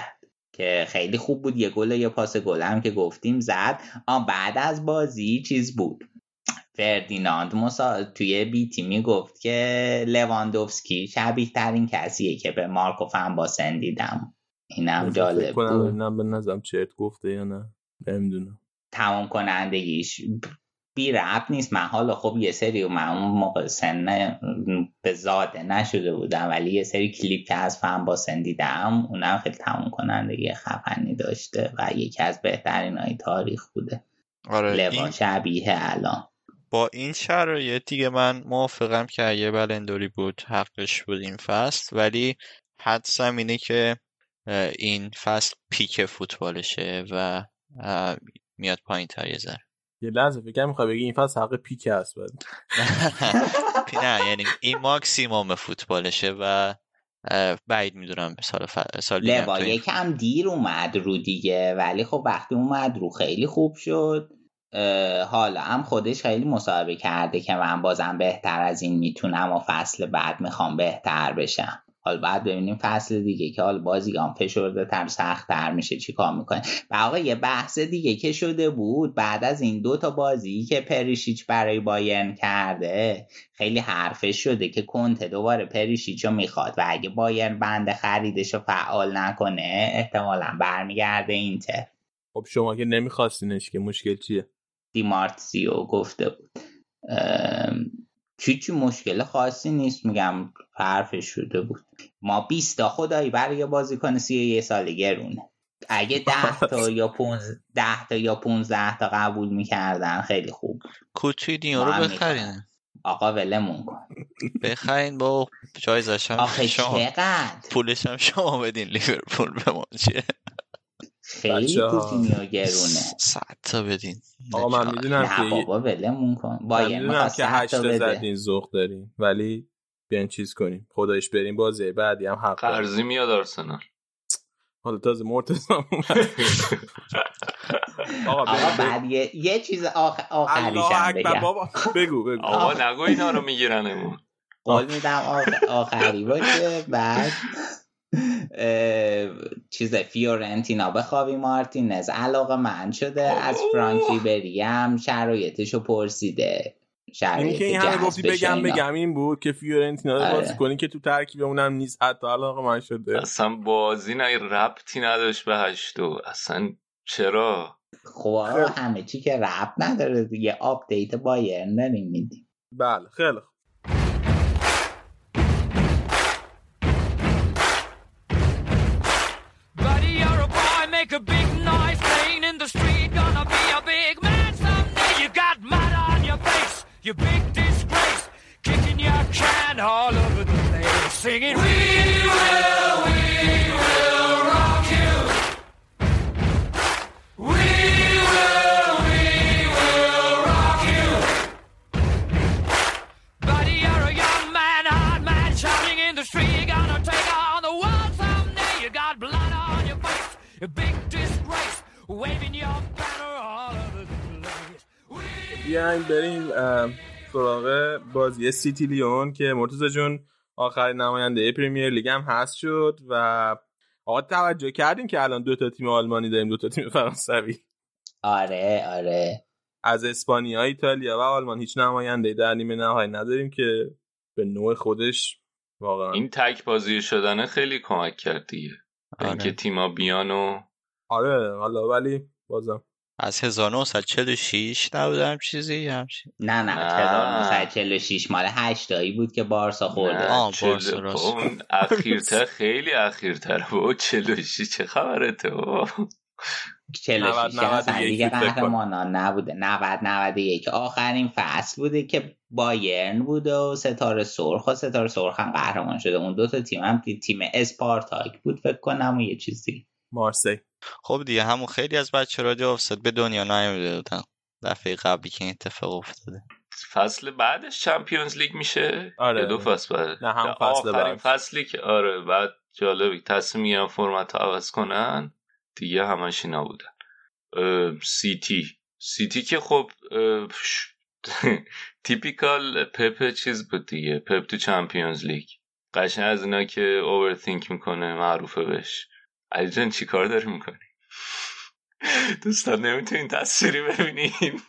که خیلی خوب بود. یه گل و یه پاس گل هم که گفتیم زد. بعد از بازی چیز بود، فردیناند توی بی تیمی گفت که لواندوفسکی شبیه ترین کسیه که به مارکو فن باسن دیدم. اینم جالب بود. اینم به نظرم چرت گفته یا نه نمیدونم. تمام کنندگیش بی ربط نیست. من حالا خب یه سری من اون موقع سن به زاده نشده بودم، ولی یه سری کلیپ که از فن باسن دیدم اونم خیلی تمام کنندگی خفنی داشته و یکی از بهترین های تاریخ بوده. آره لوان شبیه الان. با این شرایط دیگه من موافقم که یه بلندوری بود حقش بود این فصل، ولی حدسم اینه که این فصل پیک فوتبالشه و میاد پایین تر یه ذره. یه لحظه فکر می‌خوای بگی این فصل حق پیک هست بعد. نه یعنی این ماکسیموم فوتبالشه و بعید میدونم سال دیگه لوا یکم دیر اومد رو دیگه، ولی خب وقتی اومد رو خیلی خوب شد. حالا هم خودش خیلی مصاحبه کرده که من بازم بهتر از این میتونم و فصل بعد میخوام بهتر بشم. حالا بعد ببینیم فصل دیگه که حالا بازیام فشرده تر سخت تر میشه چی کار میکنه. و آقا یه بحث دیگه که شده بود بعد از این 2 تا بازی که پریشیچ برای بایرن کرده، خیلی حرفش شده که کنته دوباره پریشیچو میخواد و اگه بایرن بند خریدشو فعال نکنه احتمالاً برمیگرده اینتر. خب شما که نمیخواستینش که مشکل چیه؟ دیمارتزیو گفته بود چی مشکل خاصی نیست، میگم حرفش شده بود. ما 20 تا خدایی برای بازیکن 31 ساله گرونه. اگه 10 تا یا 15 تا قبول میکردن خیلی خوب. کوتینیو رو بخرین آقا ولمون کن. بخرین با جایزش هم آخه شما چقدر پولش هم شما بدین لیورپول به ما چیه. خیلی کوتینیو گرونه. 100 تا بدین. آقا من میدونم که بابا ولمون کن. باید میدونم که 8 تا زدین ذوق دارین، ولی بیاین چیز کنیم خدایش بریم بازی بعدی هم حق قرضی میاد آرسنال. حالا تازه مرتضی اومد. آقا بعد یه چیز آخریشم بگم. بابا بگو آقا نگو اینا رو میگیرنمون. قول میدم آخری باشه. بعد فیورنتینا به خاوی مارتینز علاقه من شده. از فرانک ریبری هم شرایطشو پرسیده. این که این همه گفتی بگم این بود که فیورنتینا رو بازی کنی که تو ترکیبمون هم نیست، حتی علاقه من شده. اصلا بازی نه ربطی نداشت به 8 اصلا چرا؟ خب همه چی که ربط نداره دیگه. آپدیت بایرن داریم میدیم. بله خیلی Make a big noise playing in the street, gonna be a big man someday. You got mud on your face, you big disgrace, kicking your can all over the place, singing we will rock you. We will rock you. Buddy, you're a young man, hard man, shouting in the street, you're gonna take on the world someday. You got blood on your face, a big disgrace, waving your banner all over the place. بیایم بریم سراغ بازی سیتی لیون که مرتضی جون آخرین نماینده پریمیر لیگ هم هست شد و آقا توجه کردیم که الان 2 تا تیم آلمانی داریم 2 تا تیم فرانسوی. آره از اسپانیا، ایتالیا و آلمان هیچ نماینده در نیمه نهایی نداریم که به نوع خودش واقعا این تک بازی شدنه خیلی کمک کرد دیگه. اینکه تیما بیان و آره حالا ولی بازم از 1946 نبودم چیزی همچین. نه 1946 مال 8 تایی بود که بارسا خورده. بارسا راست. اون اخیرتر خیلی اخیرتر بود. 46 چه خبرته بابا؟ 46 اصلا دیگه قهرمانان نبوده. 91 آخرین فصل بوده که بایرن بوده و ستاره سرخ هم قهرمان شده. اون 2 تا تیم هم تیم اسپارتاک بود فکر کنم و یه چیزی مارسی. خب دیگه همون خیلی از بچه رادیو آفست به دنیا نیامده بودن دفعه قبلی که این اتفاق افتاده. فصل بعدش چمپیونز لیگ میشه. آره. 2 فصل بعد. نه هم فصل آخرین فصلی که آره بعد جالبی تصمیم میگیرن فرمت عوض کنن دیگه همش اینا بودن. سیتی که خب تیپیکال پپ چیز بود دیگه. پپ تو چمپیونز لیگ قشنگ از اینا که اوورثینک میکنه معروفه بهش. علی جان چی کار داری میکنی؟ دوستان نمیتونین تصویری ببینین.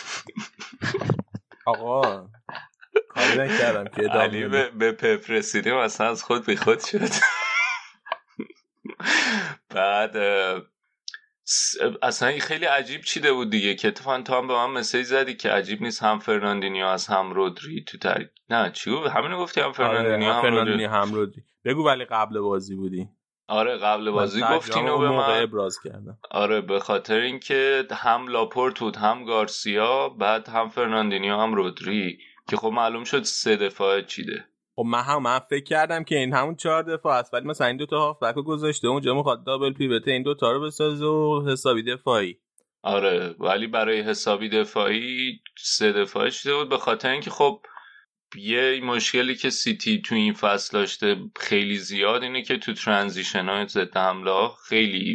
آقا کاری نکردم که علی به پپ رسیدیم اصلا از خود بی خود شد. بعد اصلا خیلی عجیب چیده بود دیگه که اتفاقا تو هم به من مسیج زدی که عجیب نیست هم فرناندینیو از هم رودری تو نه چی بود همینو گفتی هم فرناندینیو هم رودری بگو ولی قبل بازی بودی. آره قبل بازی گفتین و به من ابراز کردم. آره به خاطر اینکه هم لاپورت بود هم گارسیا بعد هم فرناندینیو هم رودری که خب معلوم شد 3 دفاعه چیده. خب من فکر کردم که این همون 4 دفاع است ولی مثلا این دو تا هافبک رو گذاشته اونجا میخواد دابل پیوت این دو تا رو بسازه و حسابی دفاعی. آره ولی برای حسابی دفاعی 3 دفاعه شده بود به خاطر اینکه خب یه مشکلی که سیتی تو این فصل داشته خیلی زیاد اینه که تو ترانزیشن های ضد حمله خیلی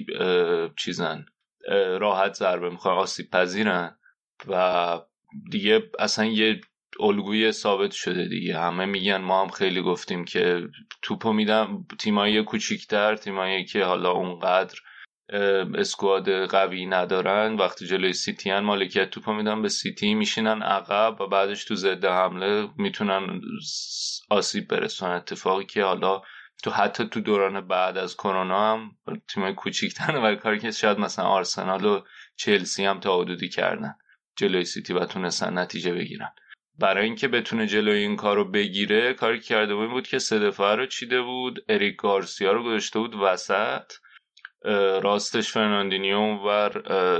راحت ضربه میخوان آسیب پذیرن و دیگه اصلا یه الگوی ثابت شده دیگه. همه میگن ما هم خیلی گفتیم که توپو میدم تیمایی کوچیک‌تر تیمایی که حالا اونقدر اسکواد قوی ندارن وقتی جلوی سیتی ان مالکیت توپو میدن به سیتی میشینن عقب و بعدش تو ضد حمله میتونن آسیب برسونن. اتفاقی که حالا حتی تو دوران بعد از کرونا هم تیمای کوچیک‌تر ولی کاری که شاید مثلا آرسنال و چلسی هم تا حدودی کردن جلوی سیتی و تونستن نتیجه بگیرن. برای اینکه بتونه جلوی این کارو بگیره کاری کرده بود که 3 دفعه رو چیده بود. اریک گارسیا رو گذاشته بود وسط، راستش فرناندینیو و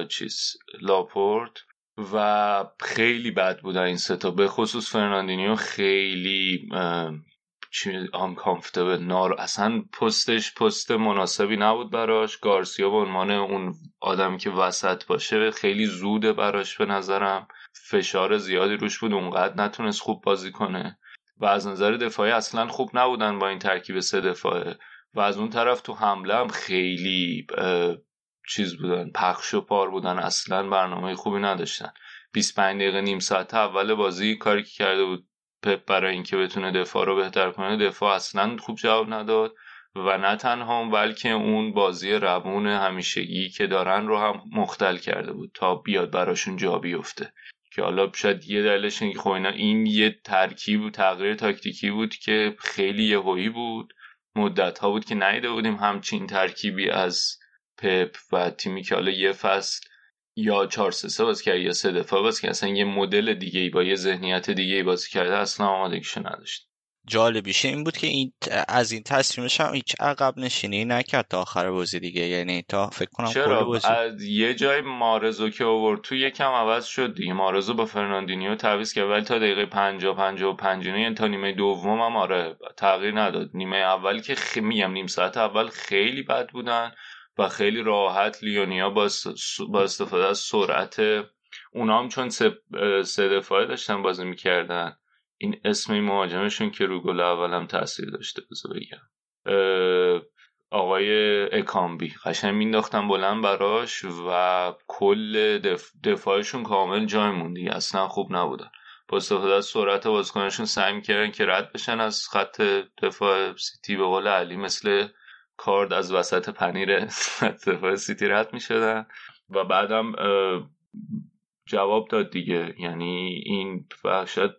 لاپورت و خیلی بد بودن این 3 تا به خصوص فرناندینیو خیلی uncomfortable اصلا پست مناسبی نبود براش. گارسیا به عنوان اون آدمی که وسط باشه خیلی زوده براش به نظرم فشار زیادی روش بود اونقدر نتونست خوب بازی کنه و از نظر دفاعی اصلا خوب نبودن با این ترکیب 3 دفاعه و از اون طرف تو حمله هم خیلی بودن پخش و پار بودن اصلا برنامه خوبی نداشتن. 25 دقیقه نیم ساعت اول بازی کاری که کرده بود پپ برای اینکه بتونه دفاع رو بهتر کنه دفاع اصلا خوب جواب نداد و نه تنها بلکه اون بازی روون همیشگی که دارن رو هم مختل کرده بود تا بیاد براشون جا بیفته که حالا شاید یه دلیلش اینه که خب این یه تغییر تاکتیکی بود که خیلی یهویی بود. مدت ها بود که ندیده بودیم همچین ترکیبی از پپ و تیمی که حالا یه فصل یا 4-3-3 بازی کرده یا 3 دفاع بازی کرده اصلا یه مدل دیگه‌ای با یه ذهنیت دیگه‌ای بازی کرده اصلا آمادگیشو نداشت. جالبیش این بود که از این تصمیمش هم هیچ عقب نشینی نکرد تا آخر بازی دیگه یعنی تا فکر کنم کل بازی از یه جای مارزو که آورد تو یکم عوض شد دیگه. مارزو با فرناندینیو تعویض کرد ولی تا دقیقه 50-55 یعنی تا نیمه دوم هم آره تغییر نداد. نیمه اول که میگم نیم ساعت اول خیلی بد بودن و خیلی راحت لیونیا با استفاده از سرعت اونا هم چون 3 دفاعه داشتن بازی میکردن این اسم این مهاجمشون که رو گل اولم تاثیر داشته بذار بگم آقای اکامبی قشنگ مینداختن بلند براش و کل دفاعشون کامل جای موندی اصلا خوب نبودن. با استفاده از سرعت بازیکنشون سعی میکردن که رد بشن از خط دفاع سیتی به قول علی مثل کارد از وسط پنیر دفاع سیتی رد میشدن و بعدم جواب داد دیگه. یعنی این شاید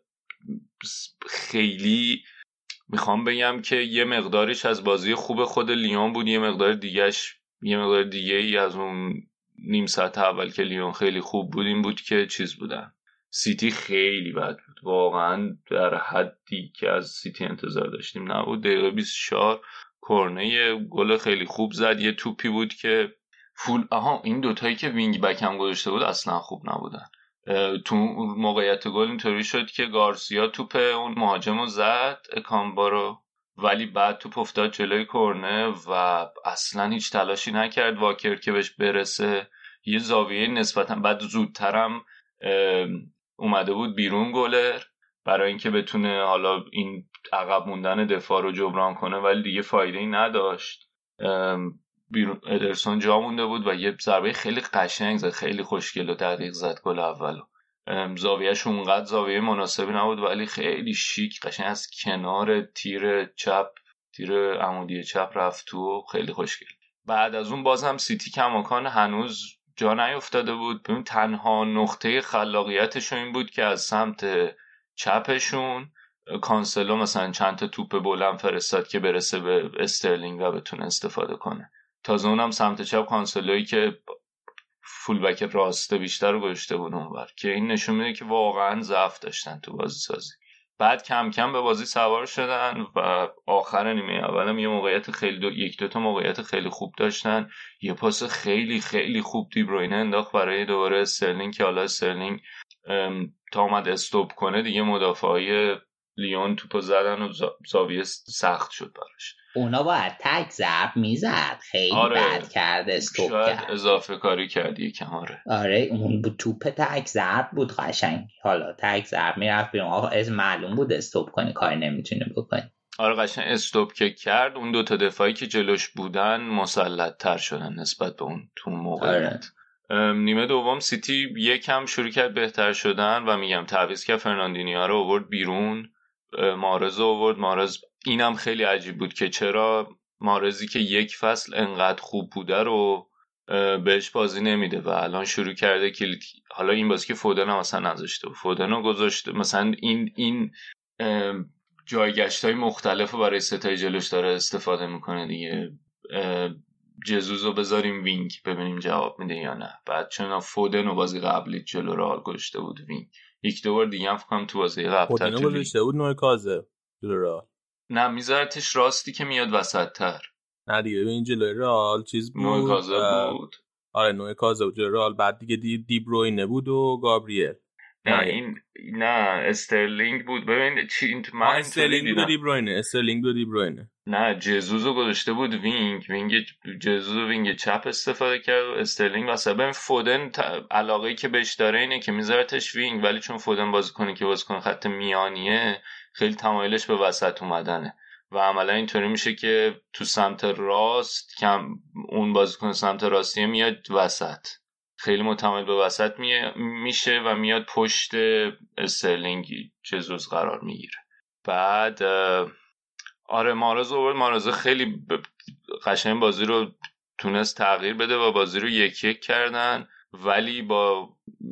خیلی میخوام بگم که یه مقدارش از بازی خوب خود لیون بود یه مقدار دیگه ای از اون نیم ساعت اول که لیون خیلی خوب بود این بود که بودن سیتی خیلی بد بود واقعا در حدی که از سیتی انتظار داشتیم نبود. دقیقه 24 کورنه گل خیلی خوب زد یه توپی بود که این دوتایی که وینگ بک هم گذاشته بود اصلا خوب نبودن. تو موقعیت گل اینطوری شد که گارسیا توپ اون مهاجمو زد اکامبا رو ولی بعد توپ افتاد جلوی کورنر و اصلا هیچ تلاشی نکرد واکر که بهش برسه. یه زاویه نسبتا بعد زودترم اومده بود بیرون گلر برای اینکه بتونه حالا این عقب موندن دفاع رو جبران کنه ولی دیگه فایده‌ای نداشت. بیرون ادرسون جا مونده بود و یه ضربه خیلی قشنگ زد خیلی خوشگل و دقیق زد گل اولو. زاویه‌اش اونقدر زاویه مناسبی نبود ولی خیلی شیک قشنگ از کنار تیر عمودی چپ رفت تو خیلی خوشگل. بعد از اون باز هم سیتی کماکان هنوز جا نیفتاده بود. ببین تنها نقطه خلاقیتشون این بود که از سمت چپشون کانسلو مثلا چند تا توپ بلند فرستاد که برسه به استرلینگ و بتونه استفاده کنه. تازه اونم سمت چپ کانسلویی که فول بک راسته بیشتر رو گذاشته بود اونور، که این نشون میده که واقعا ضعف داشتن تو بازی سازی. بعد کم کم به بازی سوار شدن و آخر نیمه اولم یه موقعیت خیلی یک دو تا موقعیت خیلی خوب داشتن. یه پاس خیلی خیلی خوب دی بروینه انداخت برای دوباره استرلینگ که حالا استرلینگ تا اومد استوب کنه دیگه مدافعای لیون توپو زدن و زاویه سخت شد براش. اونا باید تک ضرب میزد، خیلی بد کرد، استوب شاید کرد، اضافه کاری کردی یکم. آره اون توپ تک ضرب بود قشنگ، حالا تک ضرب میرفت بیرون، آقا از معلوم بود استوب کنی کاری نمیتونه بکنی. آره قشنگ استوب که کرد. اون دو تا دفاعی که جلوش بودن مسلط تر شدن نسبت به اون تو موقعیت. نیمه دوم سیتی یکم شروع کرد بهتر شدن و میگم تعویض که فرناندینیو رو آورد بیرون، مارز آورد. مارز اینم خیلی عجیب بود که چرا مارزی که یک فصل انقدر خوب بوده رو بهش بازی نمیده و الان شروع کرده که حالا این بازی که فودن هم مثلا نذاشته، فودن رو گذاشته، مثلا این جایگشت‌های مختلف رو برای ستای جلوش داره استفاده میکنه دیگه. جزوز رو بذاریم وینگ ببینیم جواب میده یا نه. بعد چون فودن رو بازی قبلی جلو رئال گذاشته بود وینگ، یک دو بار دیگه هم فکرم تو بازی قبل فودن رو گذاشته بود نوع کازه جلو رئال، نه میذارتش راستی که میاد وسط تر. نه دیگه ببین جلوی رئال چیز بود، نوع کازه بود. آره نوع کازه بود جلوی رئال. بعد دیگه دی بروینه بود و گابریل. نه استرلینگ بود. ببین چی من استرلینگ بود دی بروینه. نه جزوزو گذاشته بود وینگ جزوزو وینگ چپ استفاده کرد و استرلینگ واسه. ببین فودن علاقه‌ای که بهش داره اینه که میذارتش وینگ، ولی چون فودن بازیکنی که بازیکن خط میانیه خیلی تمایلش به وسط اومدنه و عملا اینطوری میشه که تو سمت راست کم اون بازیکن سمت راستی میاد وسط، خیلی متمایل به وسط میشه و میاد پشت استرلینگ جزوز قرار میگیره. بعد آره مارز خیلی قشنگ بازی رو تونست تغییر بده و بازی رو 1-1 کردن، ولی با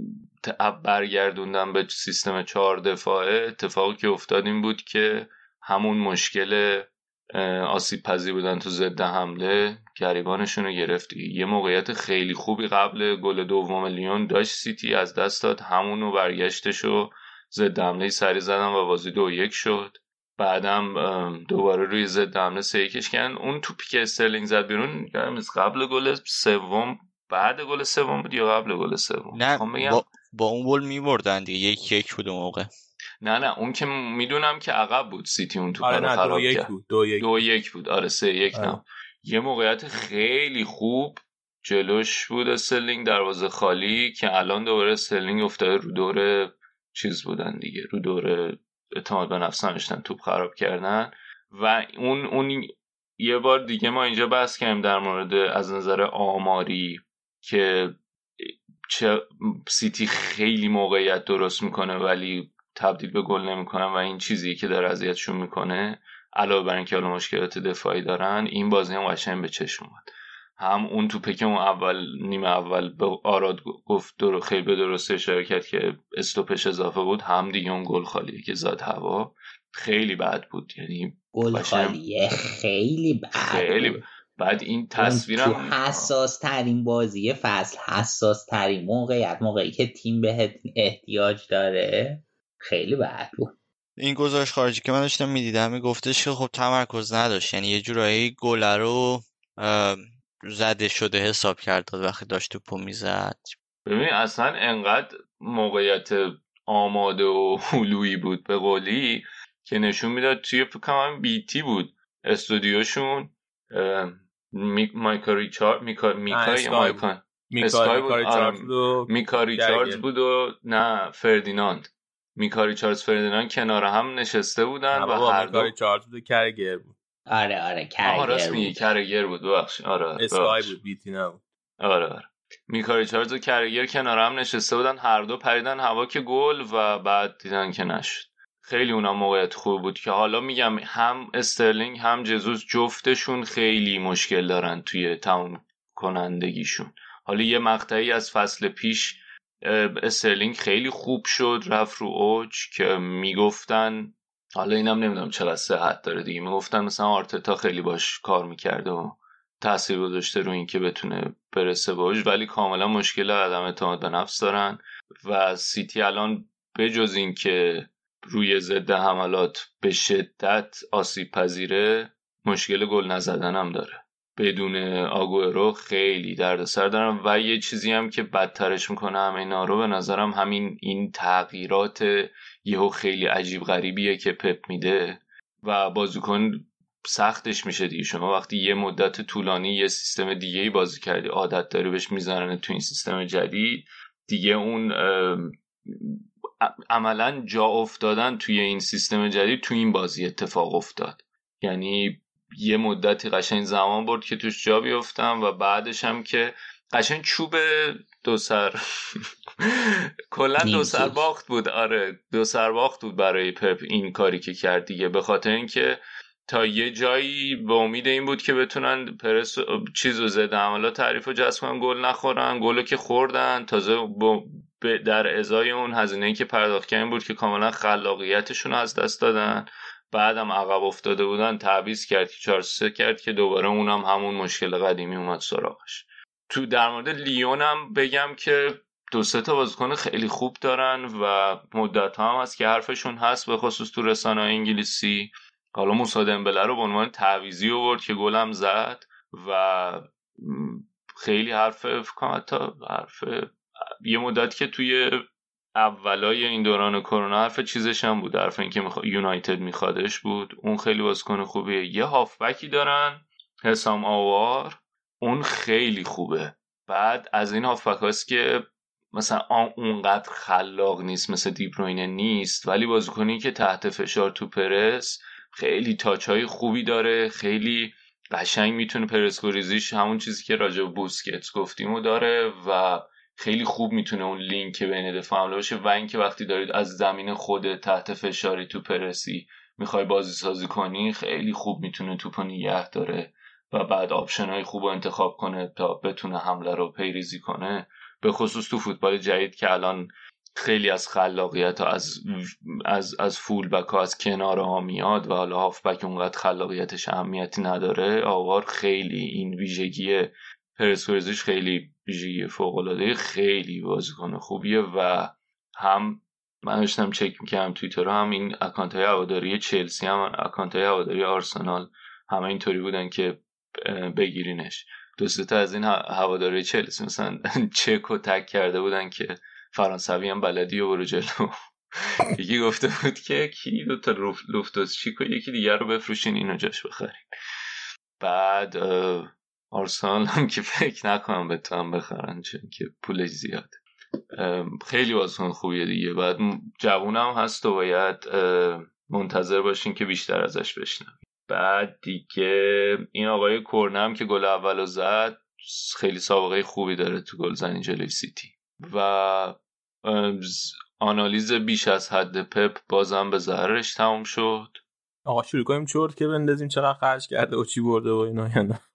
برگردوندن به سیستم 4 دفاعه اتفاقی که افتاد این بود که همون مشکل آسیب پذیر بودن تو ضد حمله گریبانشون رو گرفت. یه موقعیت خیلی خوبی قبل گل دوم لیون داشت سیتی، از دست داد، همونو برگشتش و ضد حمله سری زدن و بازی 2-1 شد. بعدم دوباره روی ضد حمله 3-1 کردن. اون توپی که استرلینگ زد بیرون قبل گل سوم، بعد گل سوم بود یا قبل گل سوم؟ نه با اون گل می‌بردن دیگه، 1-1 بود اون موقع. نه اون که میدونم که عقب بود سیتی اون توپ رو خراب کرد. 2-1 بود. آره 3-1 نه. یه موقعیت خیلی خوب جلوش بود استرلینگ، دروازه خالی، که الان دوباره استرلینگ افتاده رو دور چیز بودن دیگه، رو دور اعتماد به نفس نداشتن، توپ خراب کردن. و اون یه بار دیگه ما اینجا بحث کردیم در مورد از نظر آماری که سیتی خیلی موقعیت درست میکنه ولی تبدیل به گل نمیکنن و این چیزی که داره اذیتشون میکنه، علاوه بر اینکه حالا مشکلات دفاعی دارن، این بازی هم قشنگ به چشم اومد. هم اون توپه که اون نیمه اول به آراد گفت خیلی به درسته اشاره کرد که استوپش اضافه بود، هم دیگه اون گل خالی که زد هوا خیلی بد بود. یعنی گل خالی خیلی بد بود. بعد این تصویرم تو حساس ترین بازی فصل، حساس ترین موقعی که تیم به احتیاج داره، خیلی بد بود. این گزارش خارجی که من داشتم میدیدم میگفتش که خب تمرکز نداشت، یعنی یه جورایی گل رو زده شده حساب کرد وقتی داشت توپو میزد. ببین اصلا انقدر موقعیت آماده و هلویی بود به قولی که نشون میداد توی فکرم بیتی بود استودیوشون، میکا ریچاردز بود و نه فردیناند، میکا ریچاردز فردیناند کنار هم نشسته بودن و هر دو ریچاردز بود کرگر بود. آره کرگر بود ببخشید. آره اسکای بود بیتی نبود. آره میکا ریچاردز و کرگر کنار هم نشسته بودن، هر دو پریدن هوا که گل و بعد دیدن که نشد. خیلی اونا موقعیت خوب بود که حالا میگم هم استرلینگ هم جزوس جفتشون خیلی مشکل دارن توی تموم کنندگیشون. حالا یه مقطعی از فصل پیش استرلینگ خیلی خوب شد، رفت رو اوج که میگفتن، حالا اینم نمیدونم چقدر صحت داره دیگه، میگفتن مثلا آرتتا خیلی باش کار میکرده و تأثیر گذاشته رو این که بتونه برسه به اوج، ولی کاملا مشکل عدم اعتماد به نفس دارن. و سیتی الان بجز این که روی ضد حملات به شدت آسیب پذیره، مشکل گل نزدن هم داره. بدون آگوئرو خیلی دردسر دارن. و یه چیزی هم که بدترش میکنه همه اینا رو به نظرم همین این تغییرات یهو خیلی عجیب غریبیه که پپ میده و بازیکن سختش میشه دیگه. شما وقتی یه مدت طولانی یه سیستم دیگه‌ای بازی کردی، عادت داری بهش میزنن تو این سیستم جدید دیگه، اون عملا جا افتادن توی این سیستم جدید تو این بازی اتفاق افتاد. یعنی یه مدتی قشنگ زمان برد که توش جا بیفتم و بعدش هم که قشنگ چوب دو سر کلا دو سر باخت بود. آره دو سر باخت بود برای پپ این کاری که کرد دیگه، به خاطر اینکه تا یه جایی به امید این بود که بتونن پرس چیزو زده عملا تعریفو جذب کنن، گل نخورن. گلو که خوردن تازه در ازای اون هزینه‌ای که پرداخت کردن بود که کاملا خلاقیتشون از دست دادن. بعدم عقب افتاده بودن، تعویض کرد که 4-3 کرد که دوباره اونم همون مشکل قدیمی اومد سراغش. تو در مورد لیون هم بگم که 2-3 تا بازیکن خیلی خوب دارن و مدت‌ها هم هست که حرفشون هست، به خصوص تو رسانه‌های انگلیسی. حالا موسی دمبله رو به عنوان تعویضی آورد که گلم زد و خیلی حرف یه مدت که توی اولای این دوران کرونا حرف چیزش هم بود، حرف این که یونایتد میخوادش بود. اون خیلی بازیکن خوبیه. یه هافبکی دارن حسام آوار، اون خیلی خوبه. بعد از این هافبک هاست که مثلا اونقدر خلاق نیست، مثل دیبروینه نیست، ولی بازیکنی که تحت فشار تو پرس خیلی تاچای خوبی داره، خیلی قشنگ میتونه پرس گریزیش همون چیزی که راجع به بوسکتس گفتیمو داره و خیلی خوب میتونه اون لینک بین دفاع حمله باشه. و اینکه وقتی دارید از زمین خود تحت فشاری تو پرسی میخوای بازی سازی کنی، خیلی خوب میتونه توپو نگه داره و بعد آپشن‌های خوب رو انتخاب کنه تا بتونه حمله رو پیریزی کنه. به خصوص تو فوتبال جدید که الان خیلی از خلاقیت ها از فول بک ها از کناره ها میاد و حالا هاف بک اونقدر خلاقیتش اهمیتی نداره، آوار خیلی این ویژگی پرسکوریزیش خیلی ویژگی فوق‌العاده، خیلی بازیکن خوبیه. و هم من داشتم چک می‌کردم توییتر، هم این اکانت‌های هواداری چلسی هم اکانت‌های هواداری آرسنال همه اینطوری بودن که بگیرینش. 2-3 تا از این هواداری چلسی مثلا چک و تک کرده بودن که فرانسوی هم بلدی و برو جلو. یکی گفته بود که کی 2 تا لوفتوس چیک و یکی دیگر رو بفروشین اینو جاش بخرین. بعد آرسنال هم که فکر نکنم بتونم بخرن چون که پولش زیاد. خیلی بازیکن خوبیه دیگه. بعد جوونم هست و باید منتظر باشین که بیشتر ازش بشنویم. بعد دیگه این آقای کورنم که گل اولو زد خیلی سابقه خوبی داره تو گلزنی جلوی سیتی و آنالیز بیش از حد پپ بازم به ضررش تموم شد. آقا شروع کنیم چرت که بندازیم چقدر خرج کرده و چی برده و اینا یا نه؟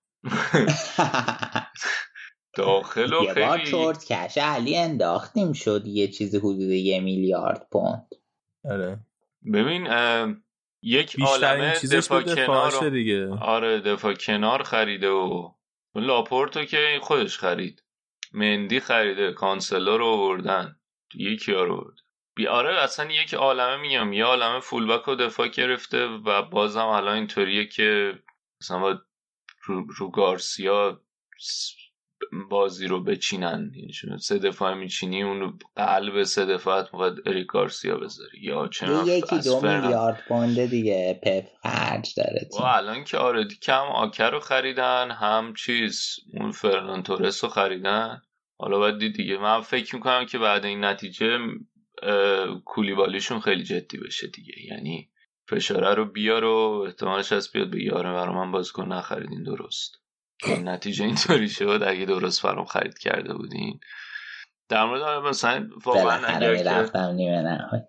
داخل و یه بار خیلی چرت کش علی انداختیم شد یه چیزی حدود 1 میلیارد پوند. آره ببین یک عالمه دفاع کنار دیگه. آره دفاع کنار خریده و لاپورتو که خودش خرید، مندی خریده، کانسلو رو آوردن، یکی ها رو آورد. آره اصلا یک عالمه میگم، یه عالمه فولبک و دفاع گرفته و بازم الان اینطوریه که مثلا رو گارسیا بازی رو بچینن، یعنی 3 دفاع میچینی اون قلب 3 دفاعت باید اریک گارسیا بذاری یا چنان 1-2 میلیارد پوند دیگه پپ خرج داره. و الان که آره کم آکر رو خریدن، هم اون فرنان تورس رو خریدن. حالا باید دید دیگه. من فکر میکنم که بعد این نتیجه کولیبالیشون خیلی جدی بشه دیگه، یعنی فشاره رو بیار و احتمالش هست بیاد بگه آره برای من بازیکن نخریدین درست. این نتیجه اینطوری شد اگه درست فرام خرید کرده بودین. در مورد مثلا واقعا اگر که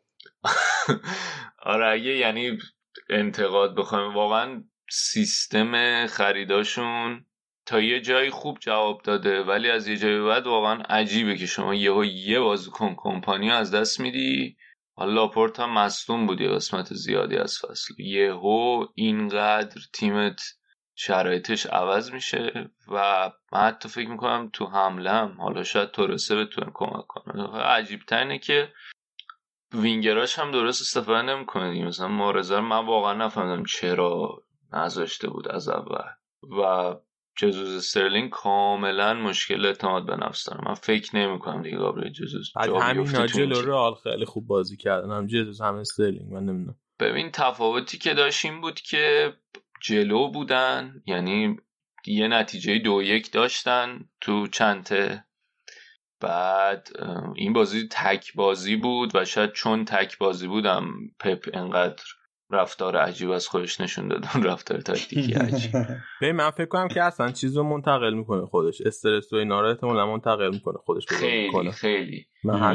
آره اگه یعنی انتقاد بخوایم واقعا سیستم خریداشون تا یه جایی خوب جواب داده، ولی از یه جایی بعد واقعا عجیبه که شما یه بازیکن کمپانی از دست میدی. حالا لاپورت هم مصدوم بود یه قسمت زیادی از فصل، یهو اینقدر تیمت شرایطش عوض میشه و من حتی فکر میکنم تو حمله هم حالا شاید تورسه بتونه کمک کنه. عجیب ترینه که وینگراش هم درست استفاده نمیکنه. مثلا مارزر من واقعا نفهمیدم چرا نذاشته بود از اول و جزوس استرلینگ کاملا مشکل اعتماد به نفس داره. من فکر نمیکنم دیگه گابریل جزوس جا بیفته. همین ناجل و رئال خیلی خوب بازی کردن، هم جزوس هم استرلینگ. من نمیدونم. ببین تفاوتی که داشتیم بود که جلو بودن، یعنی یه نتیجه 2-1 داشتن تو چنته، بعد این بازی تک بازی بود و شاید چون تک بازی بودم پپ انقدر رفتار عجیب از خودش نشون دادن، رفتار تاکتیکی عجیب. ببین من فکر کنم که اصلا چیزو منتقل میکنه خودش، استرس و اینا رو احتمالاً منتقل میکنه خودش. خیلی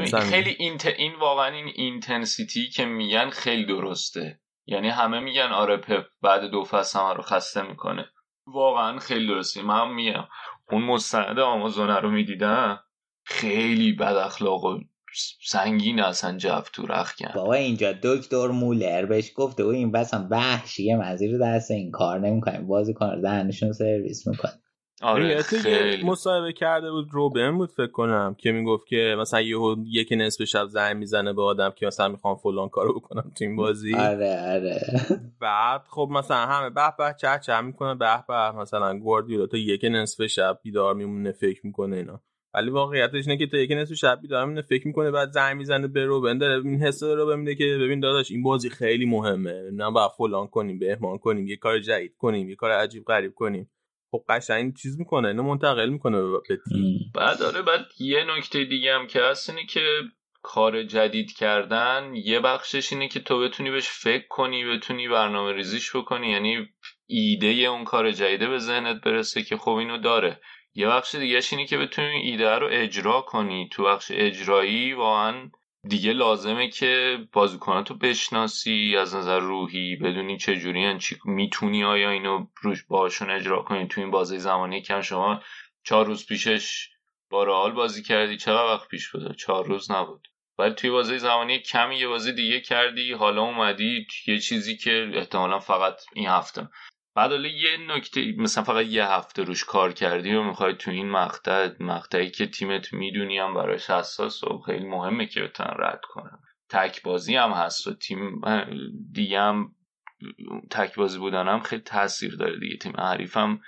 این واقعا این اینتنسیتی که میگن خیلی درسته. یعنی همه میگن آره پپ بعد 2 فصل هم رو خسته میکنه، واقعا خیلی درسته. من میگم اون مستند آمازون رو میدیدم خیلی بد اخلاق و سنگین اصلا جف تو رخکن. بابا اینجا دکتر مولر بهش گفته و این بسام وحشیه مزیر دست این کار نمیکنیم، بازی کنه دهنشون سرویس میکنه. آره خیلی مصاحبه کرده بود روبن بود فکر کنم که میگفت که مثلا یک نصف شب زنگ میزنه به آدم که مثلا میخوام فلان کارو بکنم تو این بازی. آره بعد خب مثلا همه به چه میکنه به مثلا گواردیولا تا یک نصف شب بیدار میمونه فکر میکنه اینا، ولی واقعیتش اینه که تا یک نصف شب بیدار میمونه فکر میکنه، بعد زنگ میزنه به روبن، داره این حس رو ببینه که ببین داداش این بازی خیلی مهمه، نه با فلان کنیم بهمان کنیم یه کار جدید کنیم یه کار عجیب غریب کنیم. خب قشنگ چیز میکنه اینو منتقل میکنه به تیم. بعد یه نکته دیگه هم که هست اینه که کار جدید کردن یه بخشش اینه که تو بتونی بهش فکر کنی، بتونی برنامه ریزیش بکنی، یعنی ایده اون کار جدیده به ذهنت برسه که خب اینو داره. یه بخش دیگهش اینه که بتونی ایده رو اجرا کنی. تو بخش اجرایی واقعا دیگه لازمه که بازیکناتو بشناسی از نظر روحی، بدونی چه جوریان، چی میتونی آیا اینو روش باشون اجرا کنی. تو این بازی زمانی کم شما 4 روز پیشش با رئال بازی کردی، چقدر وقت پیش بود؟ 4 روز نبود، ولی توی بازی زمانی کمی یه بازی دیگه کردی، حالا اومدی یه چیزی که احتمالا فقط این هفته، بعد حالا یه نکته مثلا فقط یه هفته روش کار کردی و میخوای تو این مقطعی که تیمت میدونی هم براش حساس و خیلی مهمه که بتونن رد کنن. تک بازی هم هست و تیم دیگه هم تک بازی بودن هم خیلی تاثیر داره دیگه. تیم حریفم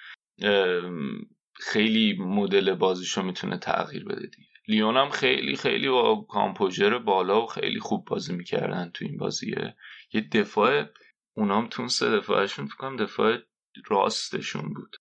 خیلی مدل بازیشو میتونه تغییر بده دیگه. لیون هم خیلی خیلی با کامپوژر بالا و خیلی خوب بازی میکردن تو این بازیه. یه دفاع اونام تو 3 دفاعشون فکر کنم دفاع راستشون بود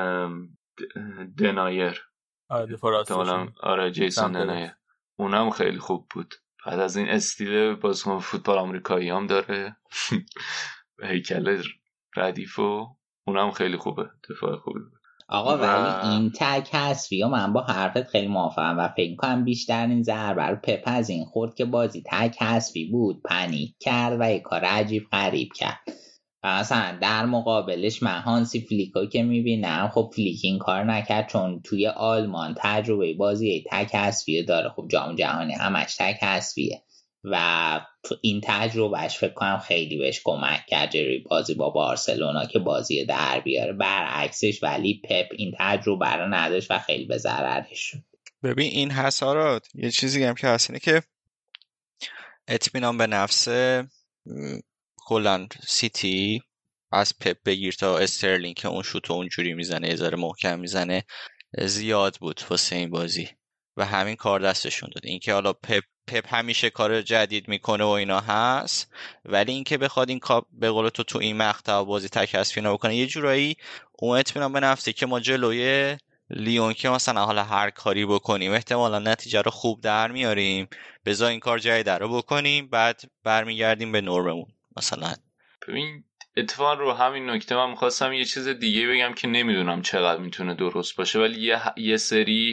دنایر. دفاع راستشون آره جیسون دنایر، اونم خیلی خوب بود. بعد از این استیل بازیکن فوتبال آمریکایی هم داره هیکل ردیف و اونم خیلی خوبه، دفاع خوبی بود. آقا ولی این تک حذفی و من با حرفت خیلی موافقم و فکر کنم بیشتر این ضربه رو پپ از این خورد که بازی تک حذفی بود، پنیک کرد و یه کار عجیب غریب کرد. مثلا در مقابلش من هانسی فلیکو که میبینم، خب فلیک این کار نکرد چون توی آلمان تجربه بازی تک حذفی داره. خب جام جهانی همش تک حذفیه و این تجربهش فکر کنم خیلی بهش کمک کرد جلوی بازی با بارسلونا که بازی در بیاره. برعکسش ولی پپ این تجربه رو نداشت و خیلی به ضررش شد. ببین این حسارات یه چیزی هم که هست اینه که اطمینان به نفس کلا سیتی از پپ بگیر تا استرلینگ که اون شوت اونجوری میزنه یه ذره محکم میزنه زیاد بود واسه این بازی و همین کار دستشون داد. اینکه حالا پپ همیشه کار جدید میکنه و اینا هست، ولی اینکه بخواد این کار به قول تو این مقطع بازی تک حذفی بکنه یه جورایی اون اطمینان به نفسی که ما جلوی لیون که مثلا حالا هر کاری بکنیم احتمالا نتیجه رو خوب در میاریم، بذار این کار جدید رو بکنیم بعد برمیگردیم به نرممون مثلا. ببین اتفاقا رو همین نکته من می‌خواستم یه چیز دیگه بگم که نمیدونم چقدر میتونه درست باشه، ولی یه سری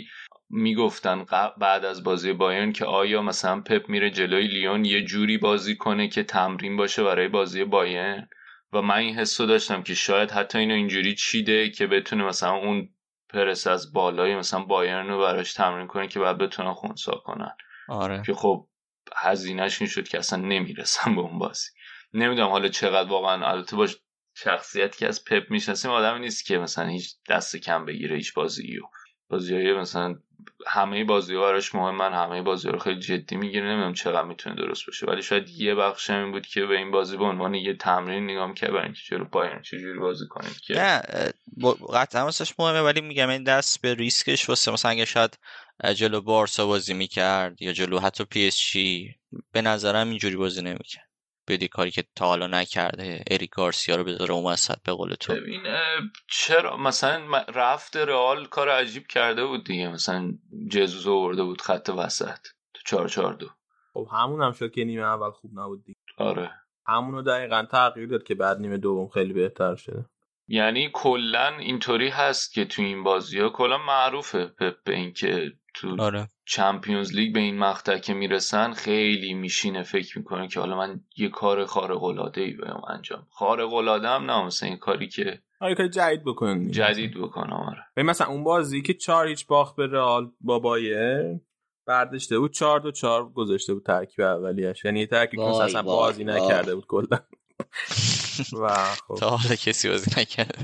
میگفتن بعد از بازی بایرن که آیا مثلا پپ میره جلوی لیون یه جوری بازی کنه که تمرین باشه برای بازی بایرن، و من این حسو داشتم که شاید حتی اینو اینجوری چیده که بتونه مثلا اون پرس از بالای مثلا بایرن رو براش تمرین کنه که بعد بتونن خونسا کنن. آره که خب هزینه‌اش این شد که اصلا نمیرسن به اون بازی. نمیدونم حالا چقدر واقعا، البته باش شخصیتی که از پپ میشناسیم آدمی نیست که مثلا هیچ دست کم بگیره هیچ بازیایی مثلا همه بازی‌ها براش مهمن، همه بازی‌ها رو خیلی جدی میگیره. نمیدونم چقدر میتونه درست باشه، ولی شاید یه بخش این بود که به این بازی به عنوان یه تمرین نگاه می‌کنه برای اینکه جلو بایرن چجوری بازی کنیم که نه قطعا واسش مهمه، ولی میگم این دست به ریسکش واسه مثلا اگه شاید جلو بارسا بازی میکرد یا جلو حتی پی اس جی به نظرم اینجوری بازی نمیکرد، بدی کاری که تا حالا نکرده اریک گارسیا رو بذاره اون وسط. به قول تو ببین چرا مثلا رفت رئال کار عجیب کرده بود دیگه، مثلا جزوس آورده بود خط وسط تو 4-4-2. خب همون هم شد که نیمه اول خوب نبود دیگه. آره همونو دقیقاً تغییر داد که بعد نیمه دوم خیلی بهتر شده. یعنی کلا اینطوری هست که تو این بازی‌ها کلا معروفه پپ به این که تو آره. چمپیونز لیگ به این مقطع که میرسن خیلی میشینه فکر میکنه که حالا من یه کار خارق العاده‌ای بهم انجام، خارق العاده هم نه، مثلا این کاری که کار جدید بکنه. آره مثلا اون بازی که 4-0 باخت به رئال با بایر برداشته بود 4-2-4 گذاشته بود ترکیب اولیه‌اش، یعنی یه ترکیب که اصلا بازی نکرده بود کلا. و خب تا حالا کسی بازی نکرده.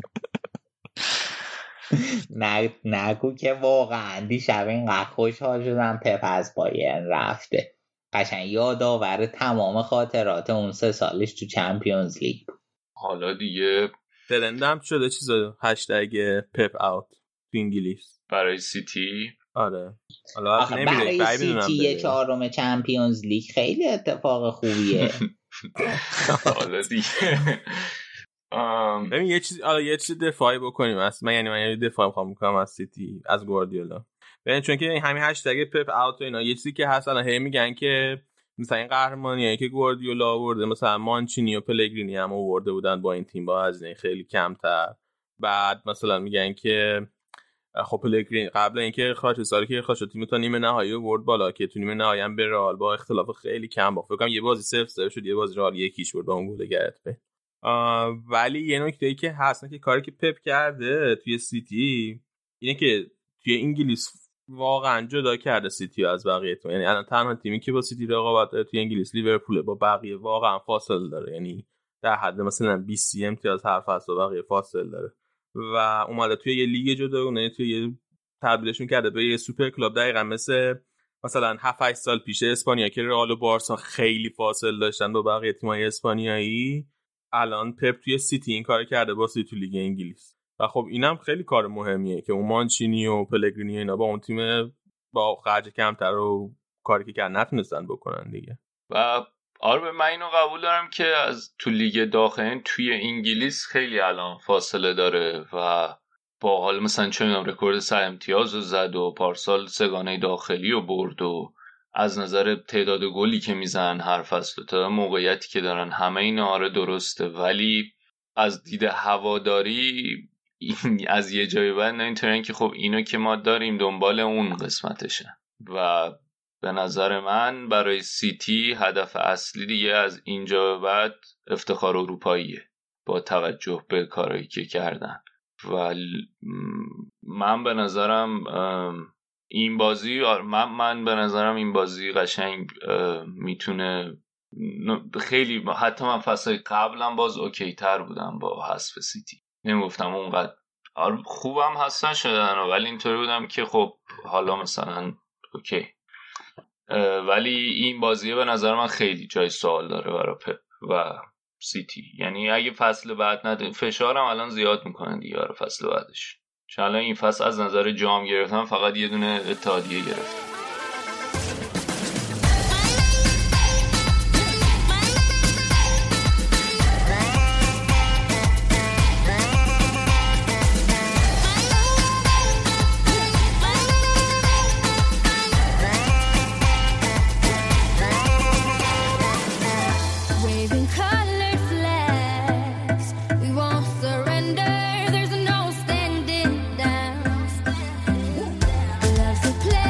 نگو که واقعا دیشب اینقدر خوشحال شدم پپ از بایرن رفته. قشنگ یادآور تمام خاطرات اون 3 سالش تو چمپیونز لیگ. حالا دیگه ترندم شده چیزا هشتگ پپ اوت تو انگلیس برای سیتی. آره حالا برای سیتی یه 4م چمپیونز لیگ خیلی اتفاق خوبیه. حالا دیگه ببین یه چیز دفاعی بکنیم اصلا. من یه دفاع می‌خوام بکنم از سیتی، از گواردیولا. ببین چون که همین هشتگ پپ اوت و اینا یه چیزی که هست الان هی میگن که مثلا این قهرمانیایی که گواردیولا آورده مثلا مانچینی و پلگرینی هم آورده بودن با این تیم با هزینه خیلی کمتر. بعد مثلا میگن که خب پلگرینی قبل اینکه خاطرسازی که خاطر تیم تا نیمه نهایی آورد بالا که تو نیمه نهایی هم به رئال با اختلاف خیلی کم باخت. فکر کنم یه بازی 0-0 شد، یه بازی رئال 1-0 برد با اون گل گرت به. ولی یه نکته‌ای که هست که کاری که پپ کرده توی سیتی اینه که توی انگلیس واقعا جدا کرده سیتی از بقیه تیم. یعنی الان تنها تیمی که با سیتی رقابت داره توی انگلیس لیورپول، با بقیه واقعا فاصله داره، یعنی در حد مثلا 20 امتیاز هر فصل با بقیه فاصله داره و اومده توی یه لیگ جداگونه توی یه تبدیلشون کرده به یه سوپر کلاب، دقیقاً مثلا 7-8 سال پیش اسپانیا که رئال و بارسا خیلی فاصله داشتن با بقیه تیم‌های اسپانیایی. الان پپ توی سیتی این کار کرده با سیتی تو لیگ انگلیس و خب اینم خیلی کار مهمیه که اون مانچینی و پلگرینی اینا با اون تیم با خرج کمتر و کاری که کردن نتونستن بکنن دیگه. و آره من اینو قبول دارم که از تو لیگ داخلی توی انگلیس خیلی الان فاصله داره و با حال مثلا چه میدونم رکورد 3 امتیاز رو زد و پارسال سگانه داخلی رو برد و از نظر تعداد گلی که میزنن هر فصل تا موقعیتی که دارن همه اینا آره درسته، ولی از دید هواداری از یه جایی بعد نه اینطورین که خب اینو که ما داریم دنبال اون قسمتشه و به نظر من برای سیتی هدف اصلی دیگه از اینجا به بعد افتخار اروپاییه با توجه به کارهایی که کردن و من به نظرم این بازی من به نظرم این بازی قشنگ میتونه خیلی حتی من فصل قبلم باز اوکی تر بودم با حذف سیتی، نمیگفتم اونقدر خوبم هستن شدن ولی اینطوری بودم که خب حالا مثلا اوکی، ولی این بازیه به نظر من خیلی جای سوال داره برای پپ و سیتی. یعنی اگه فصل بعد نده فشارم الان زیاد میکنن دیگه برای فصل بعدش، چون الان این فصل از نظر جام گرفتن فقط یه دونه اتحادیه گرفتن. Play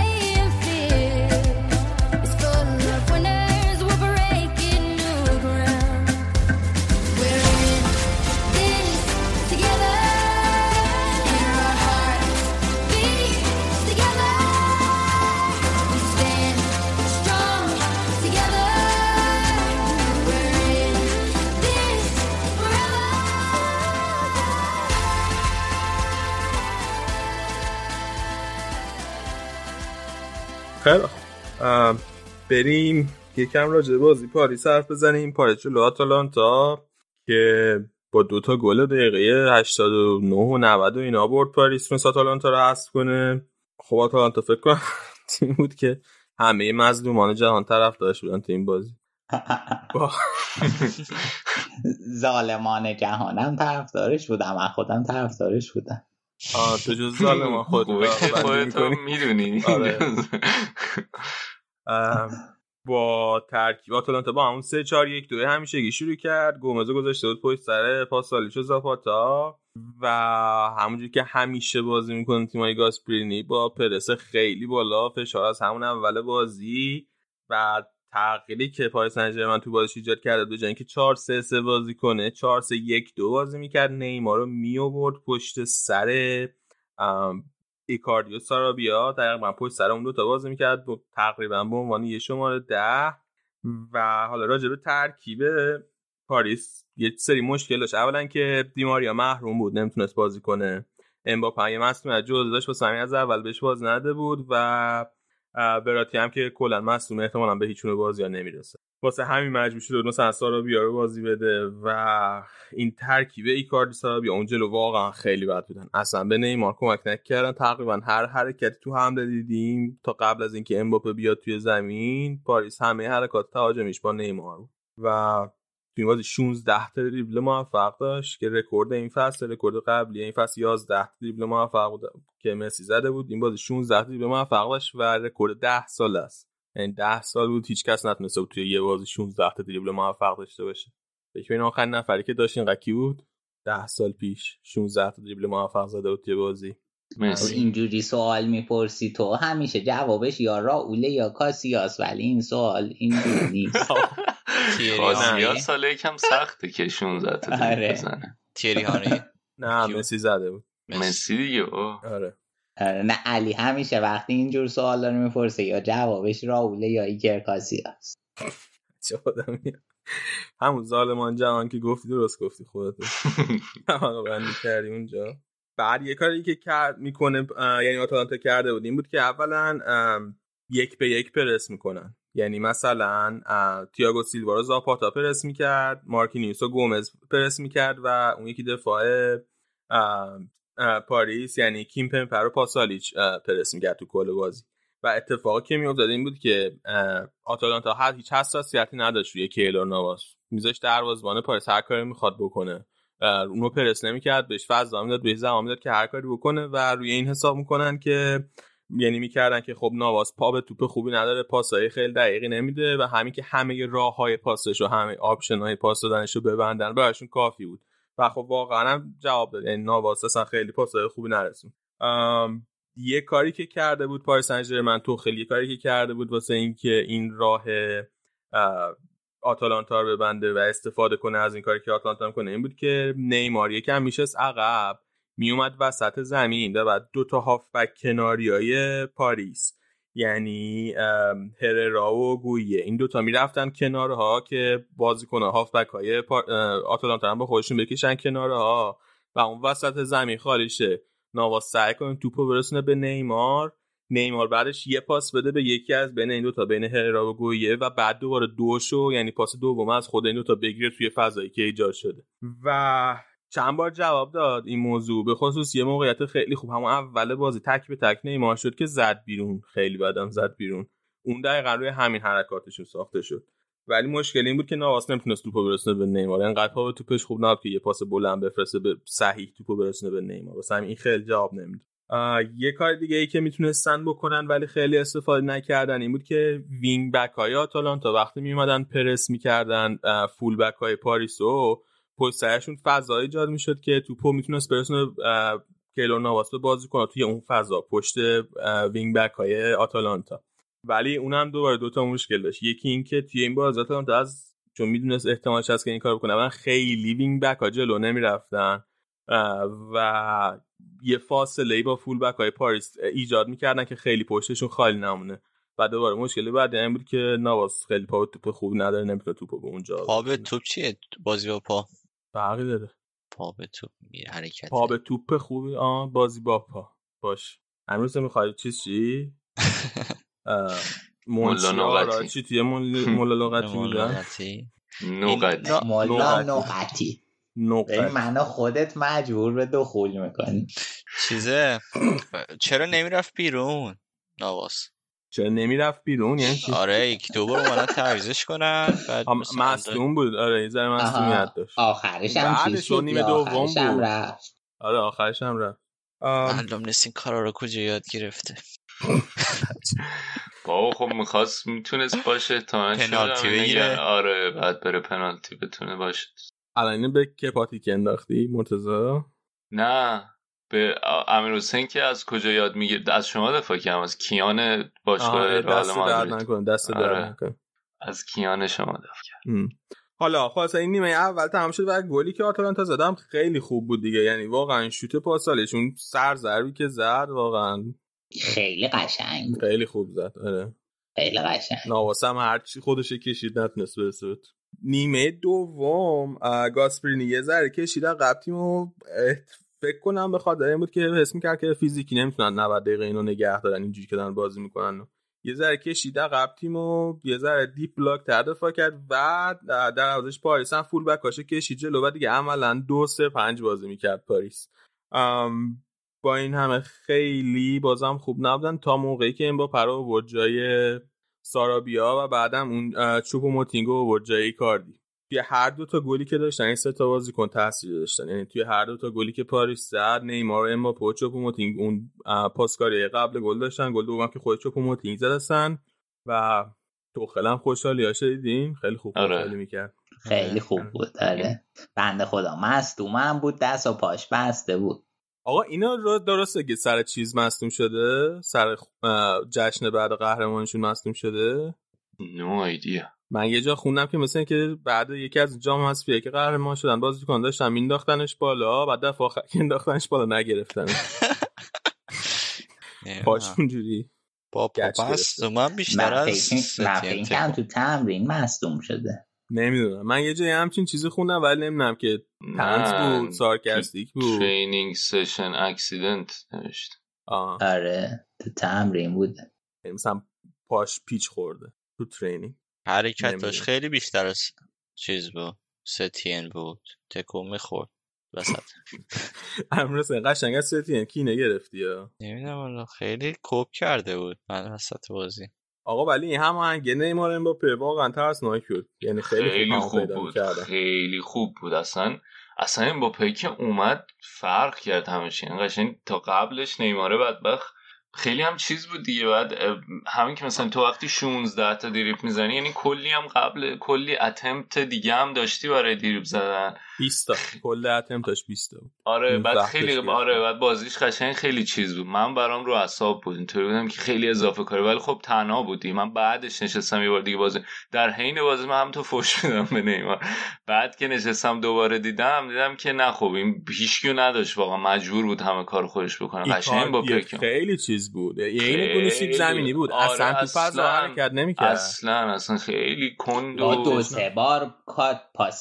خیلی بریم یکم راجع به بازی پاریس حرف بزنیم. پاریس جلو آتالانتا که با 2 تا گل دقیقه 89 و 90 و اینا برد پاریس مثل آتالانتا رو حذف کنه. خب آتالانتا فکر کنم تیم بود که همه مظلومان جهان طرفدارش بودن تو این بازی. ظالمان جهانم طرفدارش بودم، من خودم طرفدارش بودم. تو جز ظالمان خودت میدونی. با ترکیب آتالانتا با همون 3-4-1-2 همیشگی شروع کرد. گومز گذاشته بود پشت سر پاسالیچ و زاپاتا و همونجوری که همیشه بازی میکنن تیمای گاسپرینی با پرس خیلی بالا، فشار از همون اول بازی و تغییری که پاریس سن ژرمن تو بازیش ایجاد کرده به جای اینکه 4-3-3 بازی کنه 4-3-1-2 بازی میکرد. نیمار رو میآورد پشت سر ایکاردی و سارابیا، تقریبا پشت سر اون 2 تا بازی میکرد تقریبا به عنوان یه شماره 10. و حالا راجع به ترکیب پاریس یه سری مشکل داشت. اولا که دیماریا محروم بود، نمیتونست بازی کنه. امباپه یه مصونیت جزئی داشت، واسه همین از اول بهش بازی نده بود و براتی هم که کلا مصدوم احتمالاً به هیچ نوع بازی‌ها نمیرسه، واسه همین مجبور شد مثلا سارابیا رو بازی بده. و این ترکیب ایکاردی سارابیا اون جلو واقعا خیلی بد بودن، اصلا به نیمار کمک نکردن. تقریبا هر حرکتی تو حمله دیدیم تا قبل از اینکه امباپه بیاد توی زمین پاریس همه حرکات تهاجمیش با نیمار بود و تو این بازی 16 تا دریبل موفق داشت که رکورد این فصل، رکورد قبلی این فصل 11 تا دریبل موفق بود که مسی زده بود. این بازی 16 تا دریبل موفق داشت و رکورد 10 ساله است. یعنی 10 سال بود هیچ کس نتونسته بود توی یه بازی 16 تا دریبل موفق داشته باشه. فکر کنم آخرین نفری که داشت این کی بود 10 سال پیش 16 تا دریبل موفق زده بود توی بازی. اینجوری سوال میپرسی تو همیشه جوابش یا راوله یا کاسیاس، ولی این سوال اینجوری نیست. کاسیاس سال یکم سخته که 16 تا دریبل بزنه. تیری هاری نه مسی زده بود. مسی دیگه. آره نه علی همیشه وقتی اینجور سوالا رو میپرسه یا جوابش راوله یا ایگر کاسیاس. چه آدمی همون ظالمان جهان که گفتی درست گفتی خودت. همون بندی کردی اونجا. بعد یه کاری که میکنه یعنی آتالانتا کرده بود این بود که اولا 1-1 پرس میکنن. یعنی مثلا تییاگو سیلوا رو زاپاتا پرس میکرد، مارکینیوس و گومز پرس میکرد و اون یکی دفاع پاریس یعنی کیمپمپه رو پاسالیچ پرس میکرد تو کل بازی. و اتفاقی که میافتاد این بود که آتالانتا هیچ حساسیتی نداشت روی کیلور نواس، میذاشت دروازه‌بان پاریس هر کاری میخواد بکنه، اونو پرس نمیکرد، بهش فضا میداد، بهش زمان میداد که هر کاری بکنه و روی این حساب میکنن که یعنی میکردن که خب نواس پا به توپ خوبی نداره، پاسای خیلی دقیقی نمیده و همین که همه راههای پاسش و همه آپشن‌های پاس دادنش رو ببندن براشون کافی بود و خب واقعا هم جواب داد. یعنی نواس اصلا خیلی پاسای خوبی نرسون. یه کاری که کرده بود پاریس سن ژرمن، توخیل یه کاری که کرده بود واسه اینکه این راه آتالانتا رو ببنده و استفاده کنه از این کاری که آتالانتا میکنه این بود که نیمار یکم میشست عقب، میومد وسط زمین و بعد 2 تا هافبک کناریای پاریس یعنی هررا و گویه این 2 تا میرفتن کنارها که بازیکن‌ها هافبک های آتالانتا هم با خودشون بکشن کنارها و اون وسط زمین خالی شه. نواس سعی کنه توپو برسونه به نیمار بعدش یه پاس بده به یکی از بین این 2 تا بین هررا و گویه و بعد دوباره دوشو یعنی پاس دوم از خود این 2 تا بگیره توی فضایی که ایجاد شده. و چند بار جواب داد این موضوع، به خصوص یه موقعیت خیلی خوب همون اول بازی تک به تک نیمار شد که زد بیرون، خیلی بدم زد بیرون. اون دقیقاً روی همین حرکاتشون ساخته شد. ولی مشکل این بود که نواس نمیتونست توپو برسونه به نیمار، انقدر پا به توپش خوب نبود که یه پاس بلند بفرسته به صحیح توپو برسونه به نیمار، واسه همین این خیلی جواب نمیده. یه کار دیگه ای که میتونستن بکنن ولی خیلی استفاده نکردن این بود که وینگ بک های آتالانتا وقتی میومدن پرس میکردن فول بک های پاریسو پشت سرشون فضا ایجاد میشد که توپو میتونست برسونه کیلور نواس به بازیکن توی اون فضا پشت وینگ بک های آتالانتا. ولی اونم دوباره 2 تا مشکل داشت. یکی این که توی این بازی آتالانتا از چون میدونست احتمالش هست که این کار بکنه من خیلی وینگ بک ها جلو نمیرفتن و یه فاصله با فول بک های پاریس ایجاد میکردن که خیلی پشتشون خالی نمونه. و دوباره مشکلی بعد این بود که نواس خیلی پا به توپ خوب نداره، نمیتونه توپو به اونجا. پا به توپ چیه؟ بازی با پا فرقی داره. پا به توپ میره حرکت. پا به توپ خوبی بازی با پا باش. امروز میخوای چی مونشیارا چی توی مولا لغتی بودن؟ مولا نقطی. این معنا خودت مجبور به دخول میکنی. چیزه چرا نمیرفت بیرون نواس؟ چرا نمیرفت بیرون یعنی چی؟ آره یک دو بار اومدن تعویضش کنن بعد مصدوم بود. آره یه ذره مصدومیت داشت. آخرش هم چیز شد نیمه دوم بود. رفت. آره آخرش هم رفت. معلوم نیست این کارا رو کجا یاد گرفته. بابا خب میخواست میتونست باشه تا پنالتی بگیره. آره بعد بره پنالتی بتونه باشه. الان به که پاتی که انداختی مرتضی؟ نه به امیرحسین که از کجا یاد میگیره؟ از شما دفاع کردم، از کیان باشگاه رئال مادرید. دست درد نکن. از کیان شما دفاع کردم. حالا خلاص این نیمه اول تمام شد و گلی که آتالانتا زدم خیلی خوب بود دیگه، یعنی واقعا شوت پاسالشون سر ضربی که زد واقعا خیلی قشنگ، خیلی خوب زد. آره خیلی قشنگ. نواسم هر چی خودش کشید نتونست برسه. نیمه دوم گاسپرینی یه ذره کشید عقب تیمو، فکر کنم به خاطر این بود که حس می‌کرد که فیزیکی نمیتونن 90 دقیقه اینو نگه دارن اینجوری که دارن بازی میکنن. یه ذره کشید عقب تیمو، یه ذره دیپ بلاک دفاع کرد و در عوضش پاریس هم فول بک کاشه کشید جلو و دیگه عملاً 2-3-5 بازی میکرد پاریس. با این همه خیلی بازم خوب نبودن تا موقعی که این با پرو آورد جای سارابیا و بعدم اون چوپوموتینگو آورد جای ایکاردی. توی هر دو تا گلی که داشتن این سه تا بازیکن تاثیر داشتن، یعنی توی هر دو تا گلی که پاریس زد نیمار و امباپه و چوپوموتینگ اون پاسکاری قبل گل داشتن، گل دوم که خود چوپوموتینگ زدن و توخل هم خوشحالی‌هاش دیدین خیلی خوب خوشحالی می‌کرد. خیلی خوب بود. آره بنده خدا مصدوم بود، دست و پاش بسته بود. آقا اینا رو درسته که سر چیز مصدوم شده؟ سر جشن بعد قهرمانیشون مصدوم شده؟ نو ایدیا. من یه جا خوندم که مثلا که بعد یکی از جام حذفی که قهرمان شدن بازیکن داشتن مینداختنش بالا، بعد دفعه آخر که انداختنش بالا نگرفتن. پاش اونجوری بابا مصدوم بیشتر از ستین کم تو تمرین مصدوم شده. نمیدونم، من یه جایی همچین چیزی خوندم ولی نمیدونم که تنز بود سارکاستیک بود. ترینینگ سشن اکسیدنت نوشت. آره تو تمرین بود، مثلا پاش پیچ خورده تو ترینینگ. حرکتاش خیلی بیشتر از چیز بود، ستین بود، تکون میخورد وسط. امروز قشنگ از ستین کینه گرفتی یا نمیدونم خیلی کوب کرده بود من وسط بازی. آقا ولی هم آهنگ نیمار امباپه واقعا ترسناک بود، یعنی خیلی خوب بود. خیلی خوب بود. اصلا امباپه که اومد فرق کرد همش. این قشنگ تا قبلش نیماره بدبخت خیلی هم چیز بود دیگه. بعد همین که مثلا تو وقتی 16 تا دریبل میزنی یعنی کلی هم قبل کلی اتمپت دیگه هم داشتی برای دریبل زدن. 20 تا کل اتمپتش 20 تا. آره بعد خیلی بعد بازیش قشنگ خیلی چیز بود. من برام رو اعصاب بود، اینطوری بودم که خیلی اضافه کاره، ولی خب تنها بودی. من بعدش نشستم یه بار دیگه بازی، در حین بازی من هم تو فوش میدم به نیمار. بعد که نشستم دوباره دیدم که نه خب این هیچکیو نداشت، واقعا مجبور بود همه کار خودش بکنه. قشنگ با پک خیلی چیز بود، یعنی گلوسیب زمینی بود. اصلا تو فضا حرکت نمی‌کرد. اصلا خیلی کند و 2-3 بار کات پاس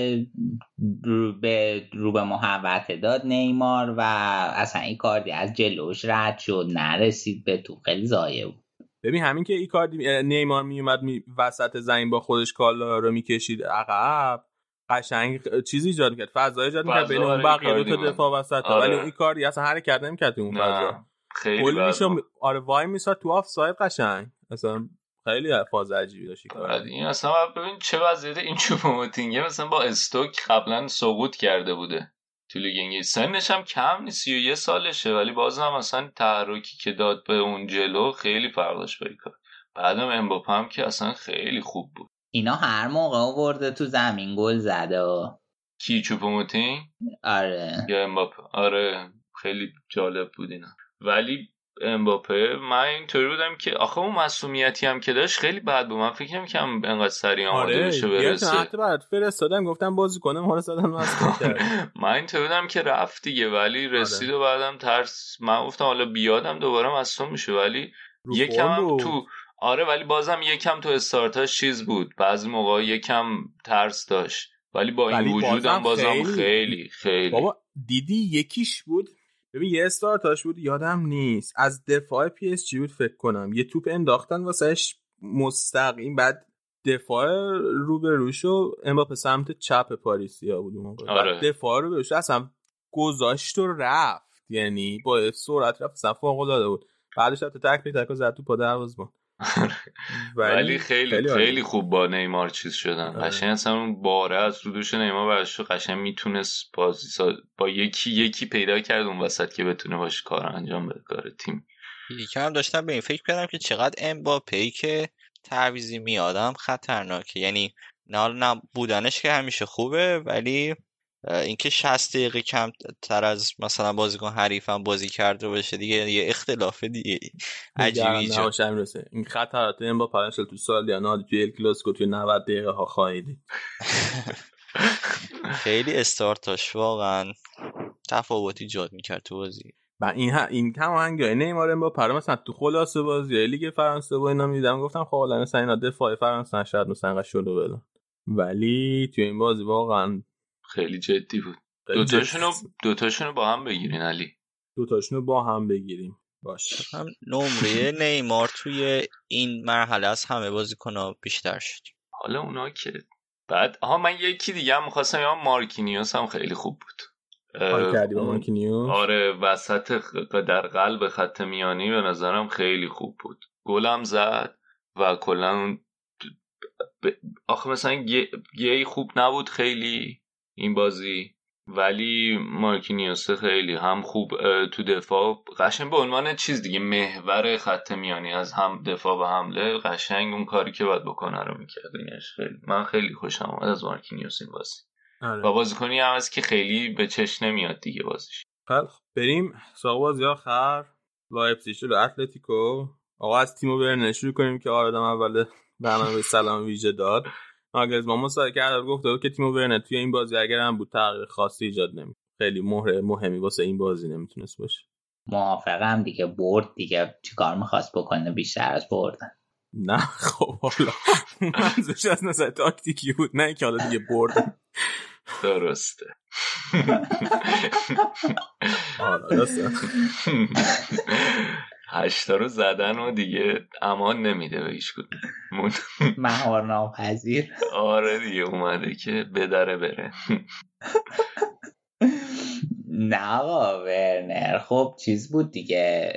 رو به محوطه داد نیمار و اصلا ایکاردی از جلوش رد شد نرسید به تو، خیلی ضایع بود. ببین همین که ایکاردی نیمار میومد وسط زمین با خودش کالا رو میکشید عقب، قشنگ چیزی ایجاد می‌کرد، فضا ایجاد می‌کرد بین اون بقیه دو تا دفاع وسط. ولی ایکاردی اصلا حرکت نمی‌کرد اون فضا. خیلی آره وای میساد تو آفساید قشنگ. اصلا خیلی فاز عجیبی داشت کار. این اصلا ببین چه وضعیت این چوپوموتینگ مثلا با استوک قبلا سقوط کرده بوده تو لیگ انگلیس. سنش هم کم نیست، 31 سالشه، ولی بازم مثلا تحرکی که داد به اون جلو خیلی فرق داشت با این کار. بعدم امباپه هم که اصلا خیلی خوب بود. اینا هر موقع آورده تو زمین گل زده. کی چوپوموتینگ؟ آره یا امباپه؟ آره خیلی جالب بود اینا. ولی امباپه من اینطوری بودم که آخه اون معصومیتی هم که داشت خیلی بد بود. من فکر نمی‌کردم انقدر سریع آماده بشه برسه. آره حتی بعد فرستادم گفتم بازیکنم ما رو زدن معصوم کرد. من اینطوری بودم که رفت دیگه ولی رسید. و بعدم ترس من گفتم حالا بیادم دوباره معصوم میشه، ولی یکم تو ولی بازم یکم تو استارتاش چیز بود، بعضی موقع یکم ترس داشت، ولی با این وجودم بازم خیلی بابا دیدی یکیش بود ببین یه استارتاش بود یادم نیست، از دفاع پی اس جی بود فکر کنم، یه توپ انداختن واسهش مستقیم، بعد دفاع رو به روشو امباپه سمت چپ پاریسیا بود اون موقع. آره. بعد دفاع رو به روش اصلا گذاشت و رفت، یعنی با سرعت رفت، صف فوق العاده بود. بعدش حتی تک زد تو پا دروازه‌بان. ولی خیلی خوب با نیمار چیز شدن. قشنگ اصلا اون باره از رو دوش نیمار برش قشنگ میتونست بازی با یکی پیدا کرد اون وسط که بتونه باشه کار انجام بده کار تیم. یکم داشتم به این فکر کردم که چقدر امباپه‌ای که تعویضی میادم خطرناکه، یعنی نه بودنش که همیشه خوبه، ولی اینکه 60 دقیقه کم تر از مثلا بازیکن حریفم بازی کرده باشه دیگه یه اختلاف دیگه عجیبی جا. این خطرات امباپه پرنسل تو سال یا نه توی ال کلاسیکو توی 90 دقیقه ها خواهیدی. خیلی استارتاش واقعا تفاوتی ایجاد میکرد تو بازی. و این هماهنگی نیمار امباپه مثلا تو خلاصه بازی لیگ فرانسه و اینا میدیدم گفتم خب الان مثلا اینا دفاع فرانسه شاید مثلا شلو بدن، ولی تو این بازی واقعا خیلی جدی بود. دوتاشونو با هم بگیرین علی. دوتاشونو با هم بگیریم باشه. هم نمره نیمار توی این مرحله از همه بازیکن‌ها بیشتر شد. حالا اونا که بعد من یکی دیگه هم می‌خواستم، یا مارکینیوس هم خیلی خوب بود. حال کردی با مارکینیوس؟ آره وسط در قلب خط میانی به نظرم خیلی خوب بود. گلم زد و کلا آخه مثلا یه خوب نبود خیلی این بازی، ولی مارکینیوس خیلی هم خوب تو دفاع قشنگ به عنوان چیز دیگه محور خط میانی از هم دفاع و حمله قشنگ اون کاری که باید بکنه رو میکرد. من خیلی خوشم اومد از مارکینیوس این بازی. آره. و بازیکنی هم هست که خیلی به چشم نمیاد دیگه بازیش. بریم سراغ بازی آخر، لایپزیگ و اتلتیکو. آقا از تیمو ورنر شروع کنیم که آرادم اول برنامه سلام ویژه داد. ناگلزمان مصاحبه کرد گفته بود که تیمو ورنر توی این بازی اگر هم بود تغییر خاصی ایجاد نمی‌کنه، خیلی مهره مهمی واسه این بازی نمیتونست باشه. موافقم دیگه، برد دیگه چیکار می‌خواست بکنه بیشتر از بردن؟ نه خب حالا منظورش از نظر تاکتیکی بود، نه که حالا دیگه برد. درسته. درسته. 8 رو زدن و دیگه امان نمیده به هیچ کدوم. مهار ناپذیر. آره دیگه اومده که بدره بره. نه آقا ورنر خب چیز بود دیگه،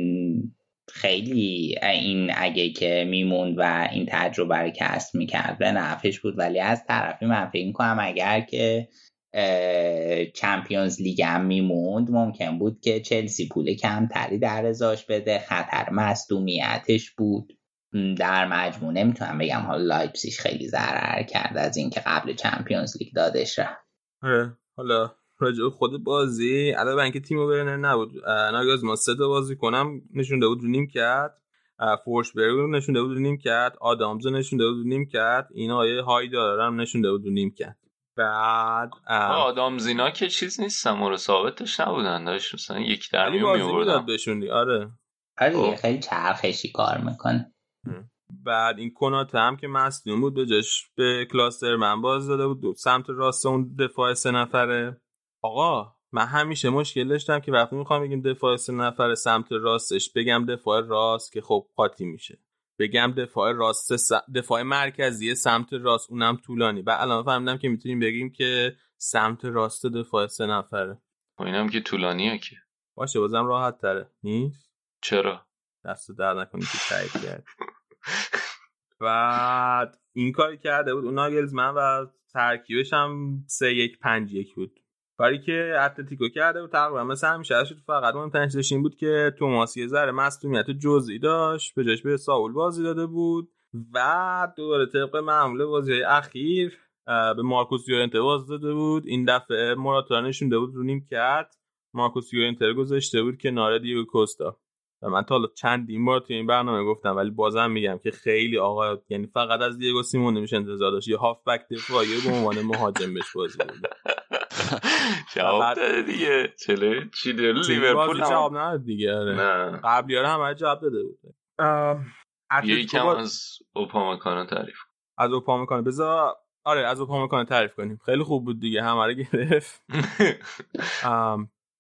خیلی این اگه که میموند و این تجربه رو کسب میکرد به نفعش بود، ولی از طرفی من فکر میکنم اگر که چمپیونز لیگ هم میموند ممکن بود که چلسی پول کمتری در ازاش بده، خطر مصدومیتش بود. در مجموع نمیتونم بگم حالا لایپزیگ خیلی ضرر کرد از این که قبل چمپیونز لیگ دادش رفت. حالا راجع خود بازی علاوه اینکه تیمو ورنر نبود، ناگلزمان 3 تا بازیکنم نشونده بود رو نیم کرد، فورشبرگ رو نشونده بود رو نیم کرد، آدامز رو نشونده بود رو نیم کرد، این آیه هایدار هم نشونده بود رو نیم کرد. بعد آدامزینا که چیز نیستن، مورد ثابتش نبودن، داشت مثلا یک در میون میوردن بهشون. آره خیلی چرخشی کار میکنه. بعد این کنات هم که مصدوم بود به جاش به کلاسترمن باز داده بود سمت راست اون دفاع 3 نفره. آقا من همیشه مشکل داشتم که وقتی میخوام بگیم دفاع 3 نفره سمت راستش بگم دفاع راست که خب قاطی میشه، بگم دفاع راست دفاع مرکزی سمت راست اونم طولانی، و الان فهمیدم که میتونیم بگیم که سمت راست دفاع 3 نفره. اینم که طولانیه که باشه بازم راحت تره نیست؟ چرا؟ دست در نکنی که تایید کرد. بعد این کاری کرده بود اون ناگلزمن و ترکیبش هم 3-1-5-1 بود. کاری که اتلتیکو کرده بود تقریبا مثل همیشه شد، فقط مهم‌ترینش این بود که توماس یه ذره مصدومیت جزئی داشت، به جاش به ساول بازی داده بود و دوباره طبق معمول بازی‌های اخیر به مارکوس یورنته باز داده بود. این دفعه موراتا نشونده بود رو نیم کرد، مارکوس یورنته گذاشته بود کنار دیگو کوستا. و من تا حالا چندین بار تو این برنامه گفتم ولی بازم میگم که خیلی آقا، یعنی فقط از دیگو سیمون نمیشه انتظار داشت یه هافبک دفاعی به عنوان مهاجم بهش بازی بده. جواب داده دیگه. چی لیورپول جواب نداد دیگه. قبلی‌ها همه جواب داده بود. یکم از اوپامکانو تعریف کن. از اوپامکانو بذار از اوپامکانو تعریف کنیم. خیلی خوب بود دیگه، همه رو گرفت.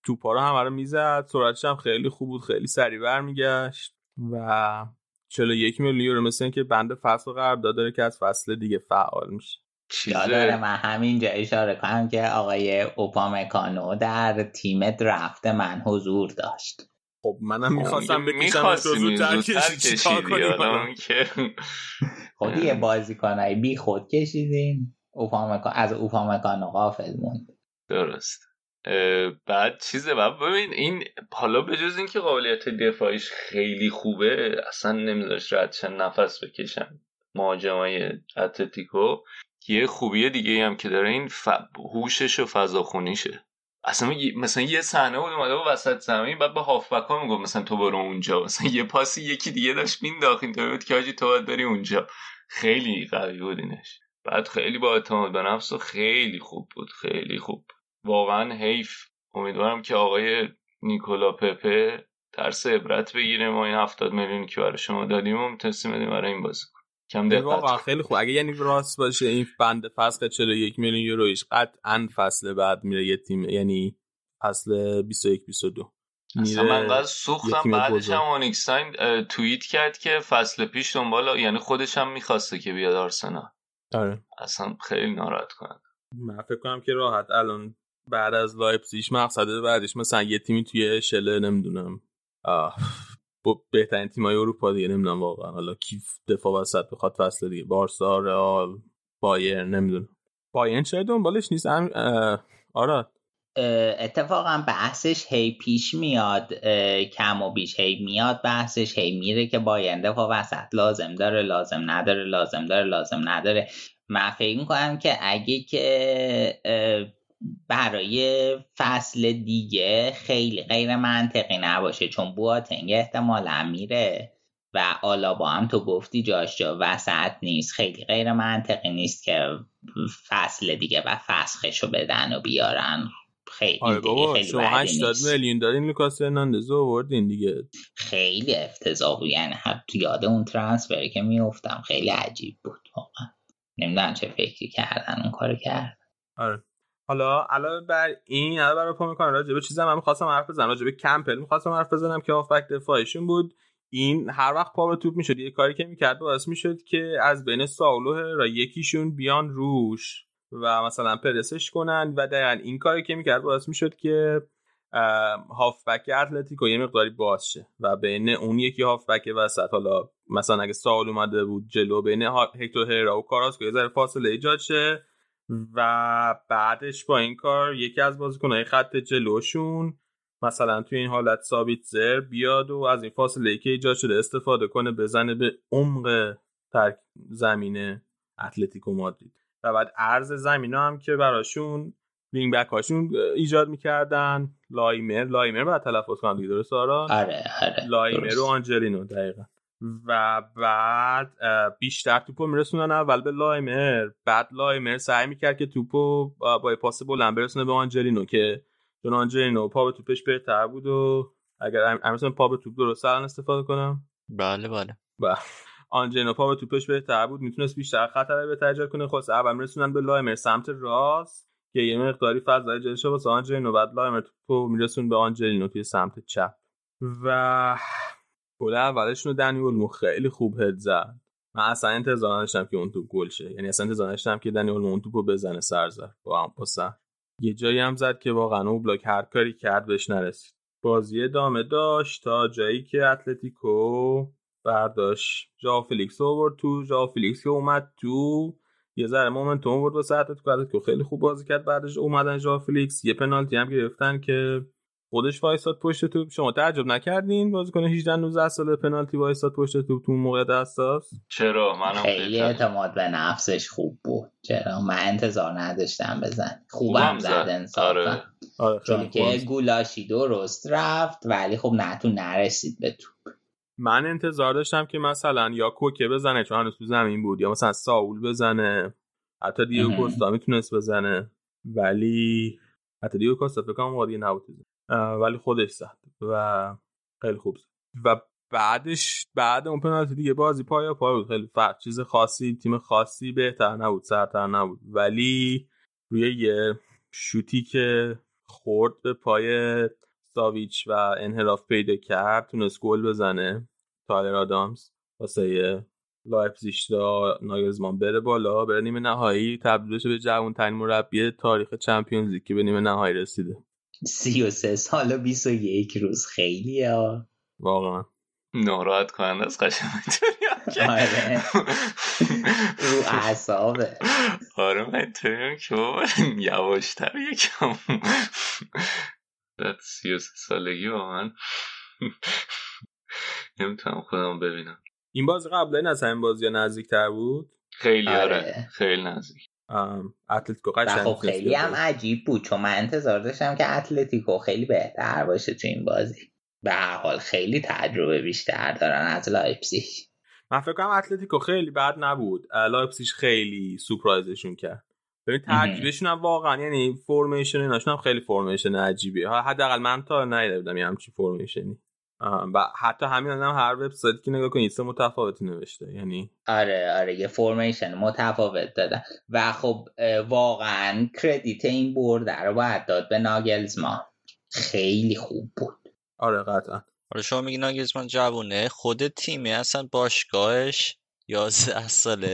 توپا رو همه رو میزد، سرعتش هم خیلی خوب بود، خیلی سریع برمیگشت و 41 میلیون یورو مثل این که بند فصل قرارداد داره که از فصل دیگه فعال میشه. داره من همینجا اشاره کنم که آقای اوپامکانو در تیم درفت من حضور داشت. خب منم میخواستم بکشمش رو زودتر کشید که خب دیگه بازیکنای بی خود کشیدین، از اوپامکانو غافل موند. درست. بعد ببین این حالا به جز این که قابلیت دفاعیش خیلی خوبه اصلا نمیذاش ردشن نفس بکشن مهاجمای اتلتیکو، یه خوبیه دیگه هم که داره این هوشش و فضاخونیشه. اصلا مثلا یه صحنه بود اومده بود وسط زمین بعد به هافبک‌ها میگفت مثلا تو برو اونجا، مثلا یه پاسی یکی دیگه داشت مینداخت اینطوری بود که آجی تو باید بری اونجا. خیلی قوی بود اینش. بعد خیلی با اعتماد به نفس و خیلی خوب بود، خیلی خوب. واقعا حیف. امیدوارم که آقای نیکولا پپه درس عبرت بگیره. ما این 70 میلیون که برای شما دادیم و میتونستیم بدیم برای این بازیکن. کم دقت. واقعا خیلی خوب. اگه یعنی راست باشه این بند فصل 41 میلیون یورویش قطعاً فصل بعد میره یه تیم، یعنی فصل 21 22 اصلا من قضا سوختم. بعدش هم اونیکستاین توییت کرد که فصل پیش دنبال، یعنی خودش هم میخواسته که بیاد آرسنال. آره اصلا خیلی ناراحت کننده. من فکر کنم که راحت الان بعد از لایپزیگ مقصد بعدش مثلا یه تیمی توی شله نمیدونم بهترین تیمای اروپا دیگه نمیدونم واقعا حالا کیف دفاع وسط بخواد فصل دیگه، بارسا، رئال، بایرن، نمیدونم. بایرن چرا دنبالش نیست؟ آره اتفاقا بحثش هی پیش میاد، کم و بیش هی میاد بحثش، هی میره که بایرن دفاع وسط لازم داره، لازم نداره. من فکر میکنم که اگه که برای فصل دیگه خیلی غیر منطقی نباشه، چون بواتنگ احتمالاً میره و آلابا هم تو گفتی جاش وسط نیست، خیلی غیر منطقی نیست که فصل دیگه و فسخشو بدن و بیارن. خیلی بابا خیلی شما 80 میلیون دارین لوکاس هرناندز آوردین دیگه، خیلی افتضاح بود. یعنی تو یاد اون ترانسفری که میافتم خیلی عجیب بود واقعا. نمیدونم چه فکری کردن اون کارو کرد. آره حالا علاوه بر این برای پا میکنم راجع به چیزا من می‌خواستم حرف بزنم، راجع به کمپل می‌خواستم حرف بزنم که هافبک دفاعیشون بود. این هر وقت پا به توپ میشد یه کاری که میکرد باعث میشد که از بین ساولو را یکیشون بیان روش و مثلا پرسش کنن و دقیقاً این کاری که میکرد باعث میشد که هافبک اتلتیکو یه مقداری باز شه و بین اون یکی هافبک وسط، حالا مثلا اگه ساول اومده بود جلو، بین هکتور هررا و کاراسکو یه ذره فاصله ایجاد شه و بعدش با این کار یکی از بازیکن‌های خط جلوشون مثلا توی این حالت سابیتزر بیاد و از این فاصله‌ای که ایجاد شده استفاده کنه، بزنه به عمق ترک زمین اتلتیکو مادرید و بعد عرض زمین هم که براشون وینگ بک هاشون ایجاد می‌کردن، لایمر بعد تلفظ کنم دیگه، درست آران؟ آره لایمر و آنجلینو دقیقاً. و بعد بیشتر توپو میرسونن اول به لایمر، بعد لایمر سعی میکرد که توپو با پاس بلند برسونه به آنجلینو که چون آنجلینو پا به توپش بهتر بود و اگر مثلا پا به توپ درست الان استفاده کنم بله آنجلینو پا به توپش بهتر بود، میتونست بیشتر خطر به ایجاد کنه. خلاص اول میرسونن به لایمر سمت راست که یه مقداری فضای جلوشه واسه آنجلینو، بعد لایمر توپو میرسون به آنجلینو توی سمت چپ و گل اولشون رو دنیول خیلی خوب هد زد. من اصلا انتظار نداشتم که اون توپ گل شه، یعنی اصلا انتظار نداشتم که دنیول اون توپو بزنه سر زد با هم پاسا. یه جایی هم زد که واقعا اون بلاک هر کاری کرد بهش نرسید. بازی ادامه داشت تا جایی که اتلتیکو برداشت ژائو فلیکس آورد تو. ژائو فلیکس که اومد تو یه ذره مومنتوم آورد واسه اتلتیکو خیلی خوب بازی کرد. بعدش اومدن ژائو فلیکس یه پنالتی هم گرفتن که خودش وایساد پشت توپ. شما تعجب نکردین بازیکن 18 19 ساله پنالتی وایساد پشت توپ تو موقع حساس؟ چرا؟ منم خیلی اعتماد به نفسش خوب بود. چرا من انتظار نداشتم بزن. خوبم زد انصافا. آره چون که گولاشی درست رفت ولی خب نرسید به توپ. من انتظار داشتم که مثلا یا کوکه بزنه چون هنوز تو زمین بود، یا مثلا ساول بزنه، حتی دیگو کوستا میتونست بزنه ولی حتی دیگو کوستا فکر کنم واقعی نبود، ولی خودش زد و خیلی خوب زد. و بعد اون پنالتی دیگه بازی پای بود. خیلی چیز خاصی، تیم خاصی بهتر نبود، سرتر نبود، ولی روی یه شوتی که خورد به پای ساویچ و انحراف پیدا کرد، تونست گل بزنه. تایلر آدامز واسه لایپزیگ دا ناگلزمان بره بالا، بره نیمه نهایی، تبدیل بشه به جوان‌ترین مربی تاریخ چمپیونز لیگ که به نیمه نهایی رسیده. 33 سال و 21 روز خیلیه واقعا ناراحت کننده از قشنگ. آره رو اعصابه. آره من اینطوریم که بابا یواشتر یکم. 33 سالگی واقعا نمیتونم خودم ببینم. این بازی قبل این از همین بازی نزدیکتر بود. خیلی آره خیلی نزدیک. اتلتیکو قشنگ خب خیلی هم عجیب بود چون من انتظار داشتم که اتلتیکو خیلی بهتر باشه تو این بازی. به هر حال خیلی تجربه بیشتر دارن از لایپزیگ. من فکر کنم اتلتیکو خیلی بد نبود، لایپزیگ خیلی سورپرایزشون کرد. ببین ترکیبشون هم واقعا یعنی فرمیشن ایناشون هم خیلی فرمیشن عجیبیه. حداقل من تا ندیده بودم یه همچین فرمیشنی. و حتی همین هم هر وبسایتی که نگاه کنید سه متفاوتی نوشته. یعنی آره یه فرمیشن متفاوت دادن و خب واقعا کردیت این برده رو باید داد به ناگلزمان. خیلی خوب بود. آره قطعا. آره شما میگی ناگلزمان جوونه، خود تیمی اصلا باشگاهش 11 ساله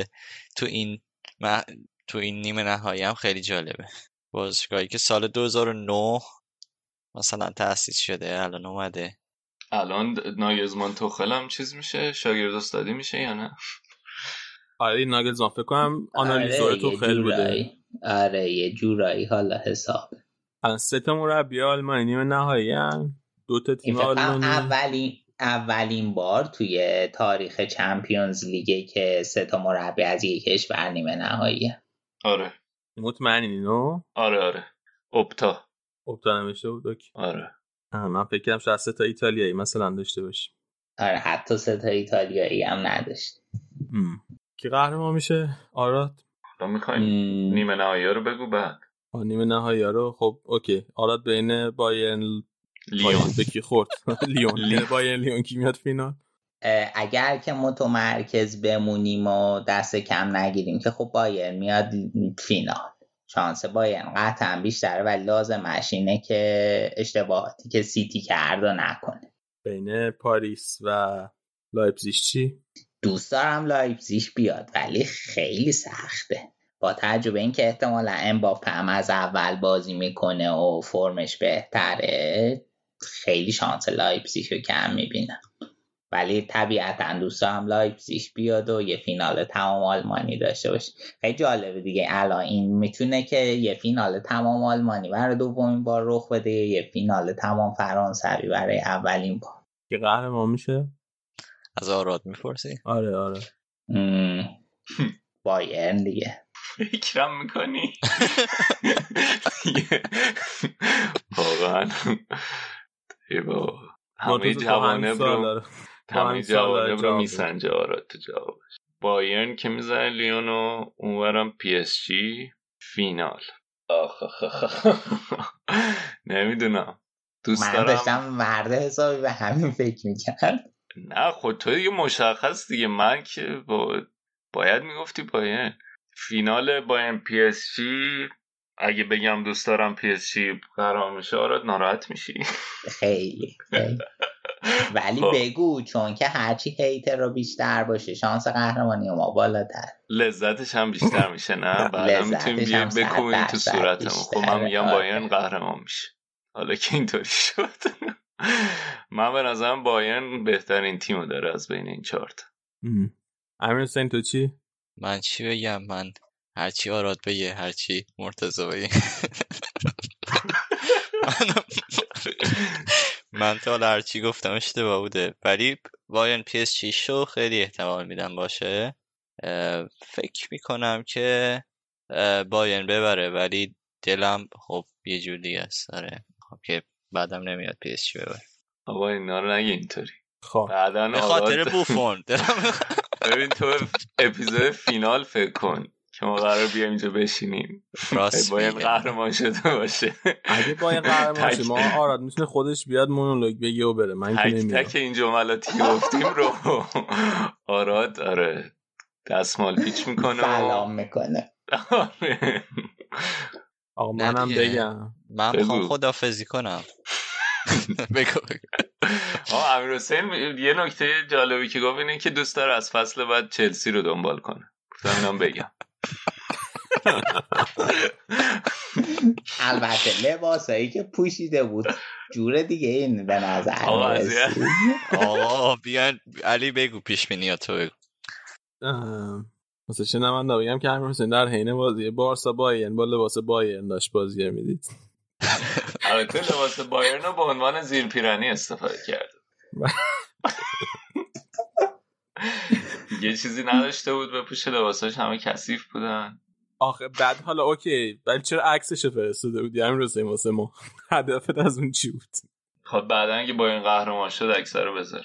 تو این نیمه نهایی هم خیلی جالبه. باشگاهی که سال 2009 مثلا تأسیس شده الان اومده. الان ناگلزمان توخل هم چیز میشه، شاگرد استادی میشه یا نه؟ آره ناگلزمان فکر کنم آنالیزور توخل بوده. آره یه جورایی حالا حساب. الان 3 تا مربی آلمانی نیمه نهایی ان، 2 تا تیم آلمانی. اولین بار توی تاریخ چمپیونز لیگه که 3 تا مربی از یک کشور نیمه نهاییه. آره مطمئنی اینو؟ آره اپتا نمیشه بود. آره من فکر کردم شاید 3 تا ایتالیایی مثلا داشته باشیم. آره حتی 3 تا ایتالیایی هم نداشت. کی قهرمان میشه؟ آراد تو میخواین نیمه نهایی رو بگو بعد. نیمه نهایی رو خب اوکی. آراد بین بایرن لیون به کی خورد؟ لیون. بایرن لیون کی میاد فینال؟ اگر که متمرکز بمونیم و دست کم نگیریم که خب بایرن میاد فینال. شانس بایرن قطعا بیشتره ولی لازمش اینه که اشتباهاتی که سیتی کرده نکنه. بین پاریس و لایپزیگ چی؟ دوست دارم لایپزیگ بیاد ولی خیلی سخته. با تجربه این که احتمالا امباپه هم از اول بازی میکنه و فرمش بهتره خیلی شانس لایپزیگ رو کم میبینم. ولی طبیعتا دوست دارم لایپزیگ بیاد و یه فینال تمام آلمانی داشته باشه. خیلی جالبه دیگه الان این میتونه که یه فینال تمام آلمانی برای دومین بار رخ بده، یه فینال تمام فرانسوی برای اولین بار. که قهرمان میشه؟ از آراد میپرسی؟ آره بایرن دیگه. فکرم میکنی؟ واقعا همه جوانب رو میسنجه آراد تو جوابش. بایرن که میزنه لیونو، اونورم پی اس جی فینال. نمیدونم دوست دارم. من داشتم مرد حسابی به همین فکر میکرد. نه خود تو دیگه مشخص دیگه. من که باید میگفتی بایرن. فینال بایرن پی اس جی اگه بگم دوست دارم پی اس جی قرار میشه آراد ناراحت میشی؟ خیلی ولی بگو چون که هرچی هیتر رو بیشتر باشه شانس قهرمانی ما بالاتر، لذتش هم بیشتر میشه. نه بعدا میتونیم بیایم بکنیم تو صورتمون. خب من میگم بایرن قهرمان میشه. حالا که اینطوری شد من به نظرم بایرن بهترین تیمو داره از بین این 4 تا. امیر حسین تو چی؟ من چی بگم؟ من هرچی آراد بگه، هرچی مرتضی بگه. من تا هرچی گفتم اشتباه بوده. ولی بایرن پی اس جی شو خیلی احتمال میدم باشه. فکر میکنم که بایرن ببره ولی دلم خب یه جور دیگه است. آره خب که بعدم نمیاد پی اس جی ببره. آقا اینا رو نگه اینطوری. خب بعدن به خاطر بوفون ببین تو اپیزود فینال فکر کن که ما قرار بیایم اینجا بشینیم باید قهرمان شده باشه. اگه باید قهرمان شه ما آراد میتونه خودش بیاد مونولوگ بگه و بره. من که نمیام. تک این جملاتی گفتیم رو آراد آره دستمال پیچ میکنه سلام میکنه. آقا منم بگم من میخوام خداحافظی کنم. بگو. امیرحسین یه نکته جالبی که گفت اینه که دوست داره از فصل بعد چلسی رو دنبال کنه. گفتم اینم بگم. البته لباسایی که پوشیده بود جور دیگه این به نظر آقا بیان علی بگو پیش بینیاتو بگو. مثلا چه من بگم که امیرحسین در حین بازی بارسا بایرن با لباس بایرن داشت بازی میدید. البته لباس بایرن رو به عنوان زیرپیرنی استفاده کرده. یه چیزی نداشته بود به پوش لباساش، همه کثیف بودن. آخه بعد حالا اوکی ولی چرا عکسش فرستاده بودی امیرحسین واسه ما؟ هدفت از اون چی بود؟ خب بعدا اگه با این قهرمان شد عکس رو بذاره.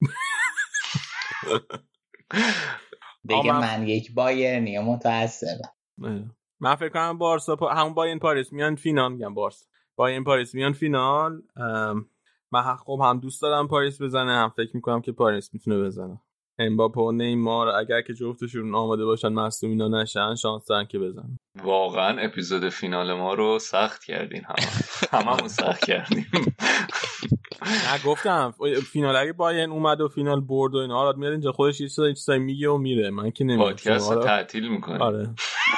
بگه من یک بایرنی متأسفم. من فکر کنم بارسا همون بایرن پاریس میان فینال. میگم بارسا بایرن پاریس میان فینال. من خب هم دوست دارم پاریس بزنه، هم فکر میکنم که پاریس میتونه بزنه. امباپه و نیمار اگر که جفتشون آماده باشن مصدوم اینا نشن شانس دارن که بزنن. واقعا اپیزود فینال ما رو سخت کردین. هممون سخت کردیم. نه گفتم فینال اگه بایرن اومد و فینال برد و اینا میاد اینجا خودش یه چیزایی میگه و میره. من که نمیگم پادکست رو تعطیل میکنه. آره.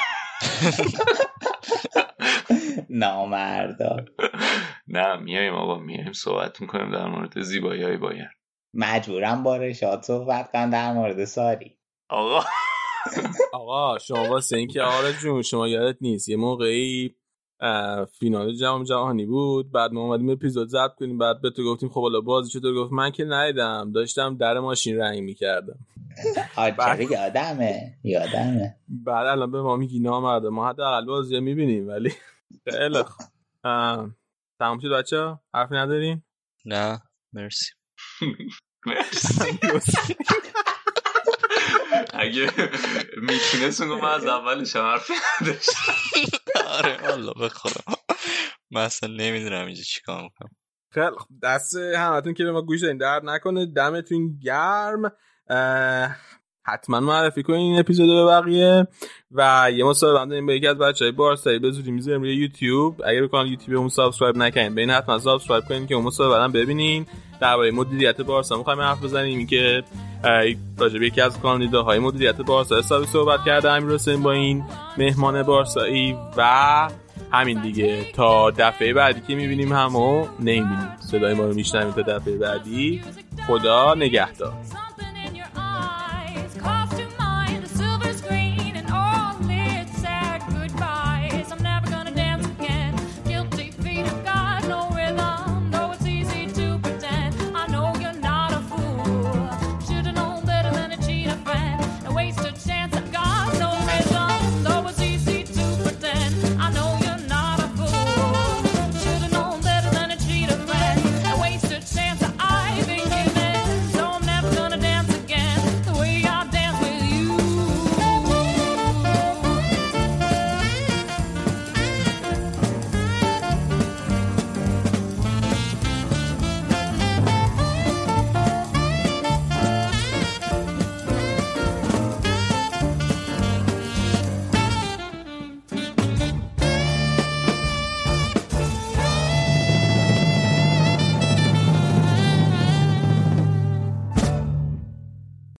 نامردا. نه میایم آقا، میایم صحبت میکنیم در مورد زیبایی‌های بایرن. مجبورم با رشاد صحبت کنم در مورد ساری. آقا شما واسه اینکه آره جون شما یادت نیست یه موقعی فینال جام جهانی بود، بعد ما اومدیم اپیزود ضبط کنیم، بعد به تو گفتیم خب حالا بازی چطور؟ گفت من که ندیدم، داشتم در ماشین رنگ میکردم. آره یادمه. بعد الان به ما میگی نامرده، ما حداقل بازی میبینیم. ولی خیلی خوب تمام شد بچه‌ها، حرفی ندارین؟ نه مرسی. اگه میتونست اونگو من از اولش حرفی نداشتم. آره والله بخورم من اصلا نمیدونم اینجا چیکار میکنم. خیلی دست همتون که به ما گوش دادین درد نکنه، دمتون گرم. حتما معرفی کنین این اپیزودو به بقیه و یه مصاحبه داریم با یکی از بچهای بارسایی به زودی میذاریم روی یوتیوب. اگه کانال یوتیوبمون سابسکرایب نکنین ببین حتما سابسکرایب کنین که اون مصاحبه رو ببینین. درباره مدیریت بارسا می‌خوایم حرف بزنیم که راجع به یکی از کاندیداهای مدیریت بارسا حسابی صحبت کرده امیرحسین با این مهمان بارسایی و همین دیگه. تا دفعه بعدی که می‌بینیم همو نمی‌بینیم، صدای ما رو میشنوید. تا دفعه بعدی خدا نگهدار.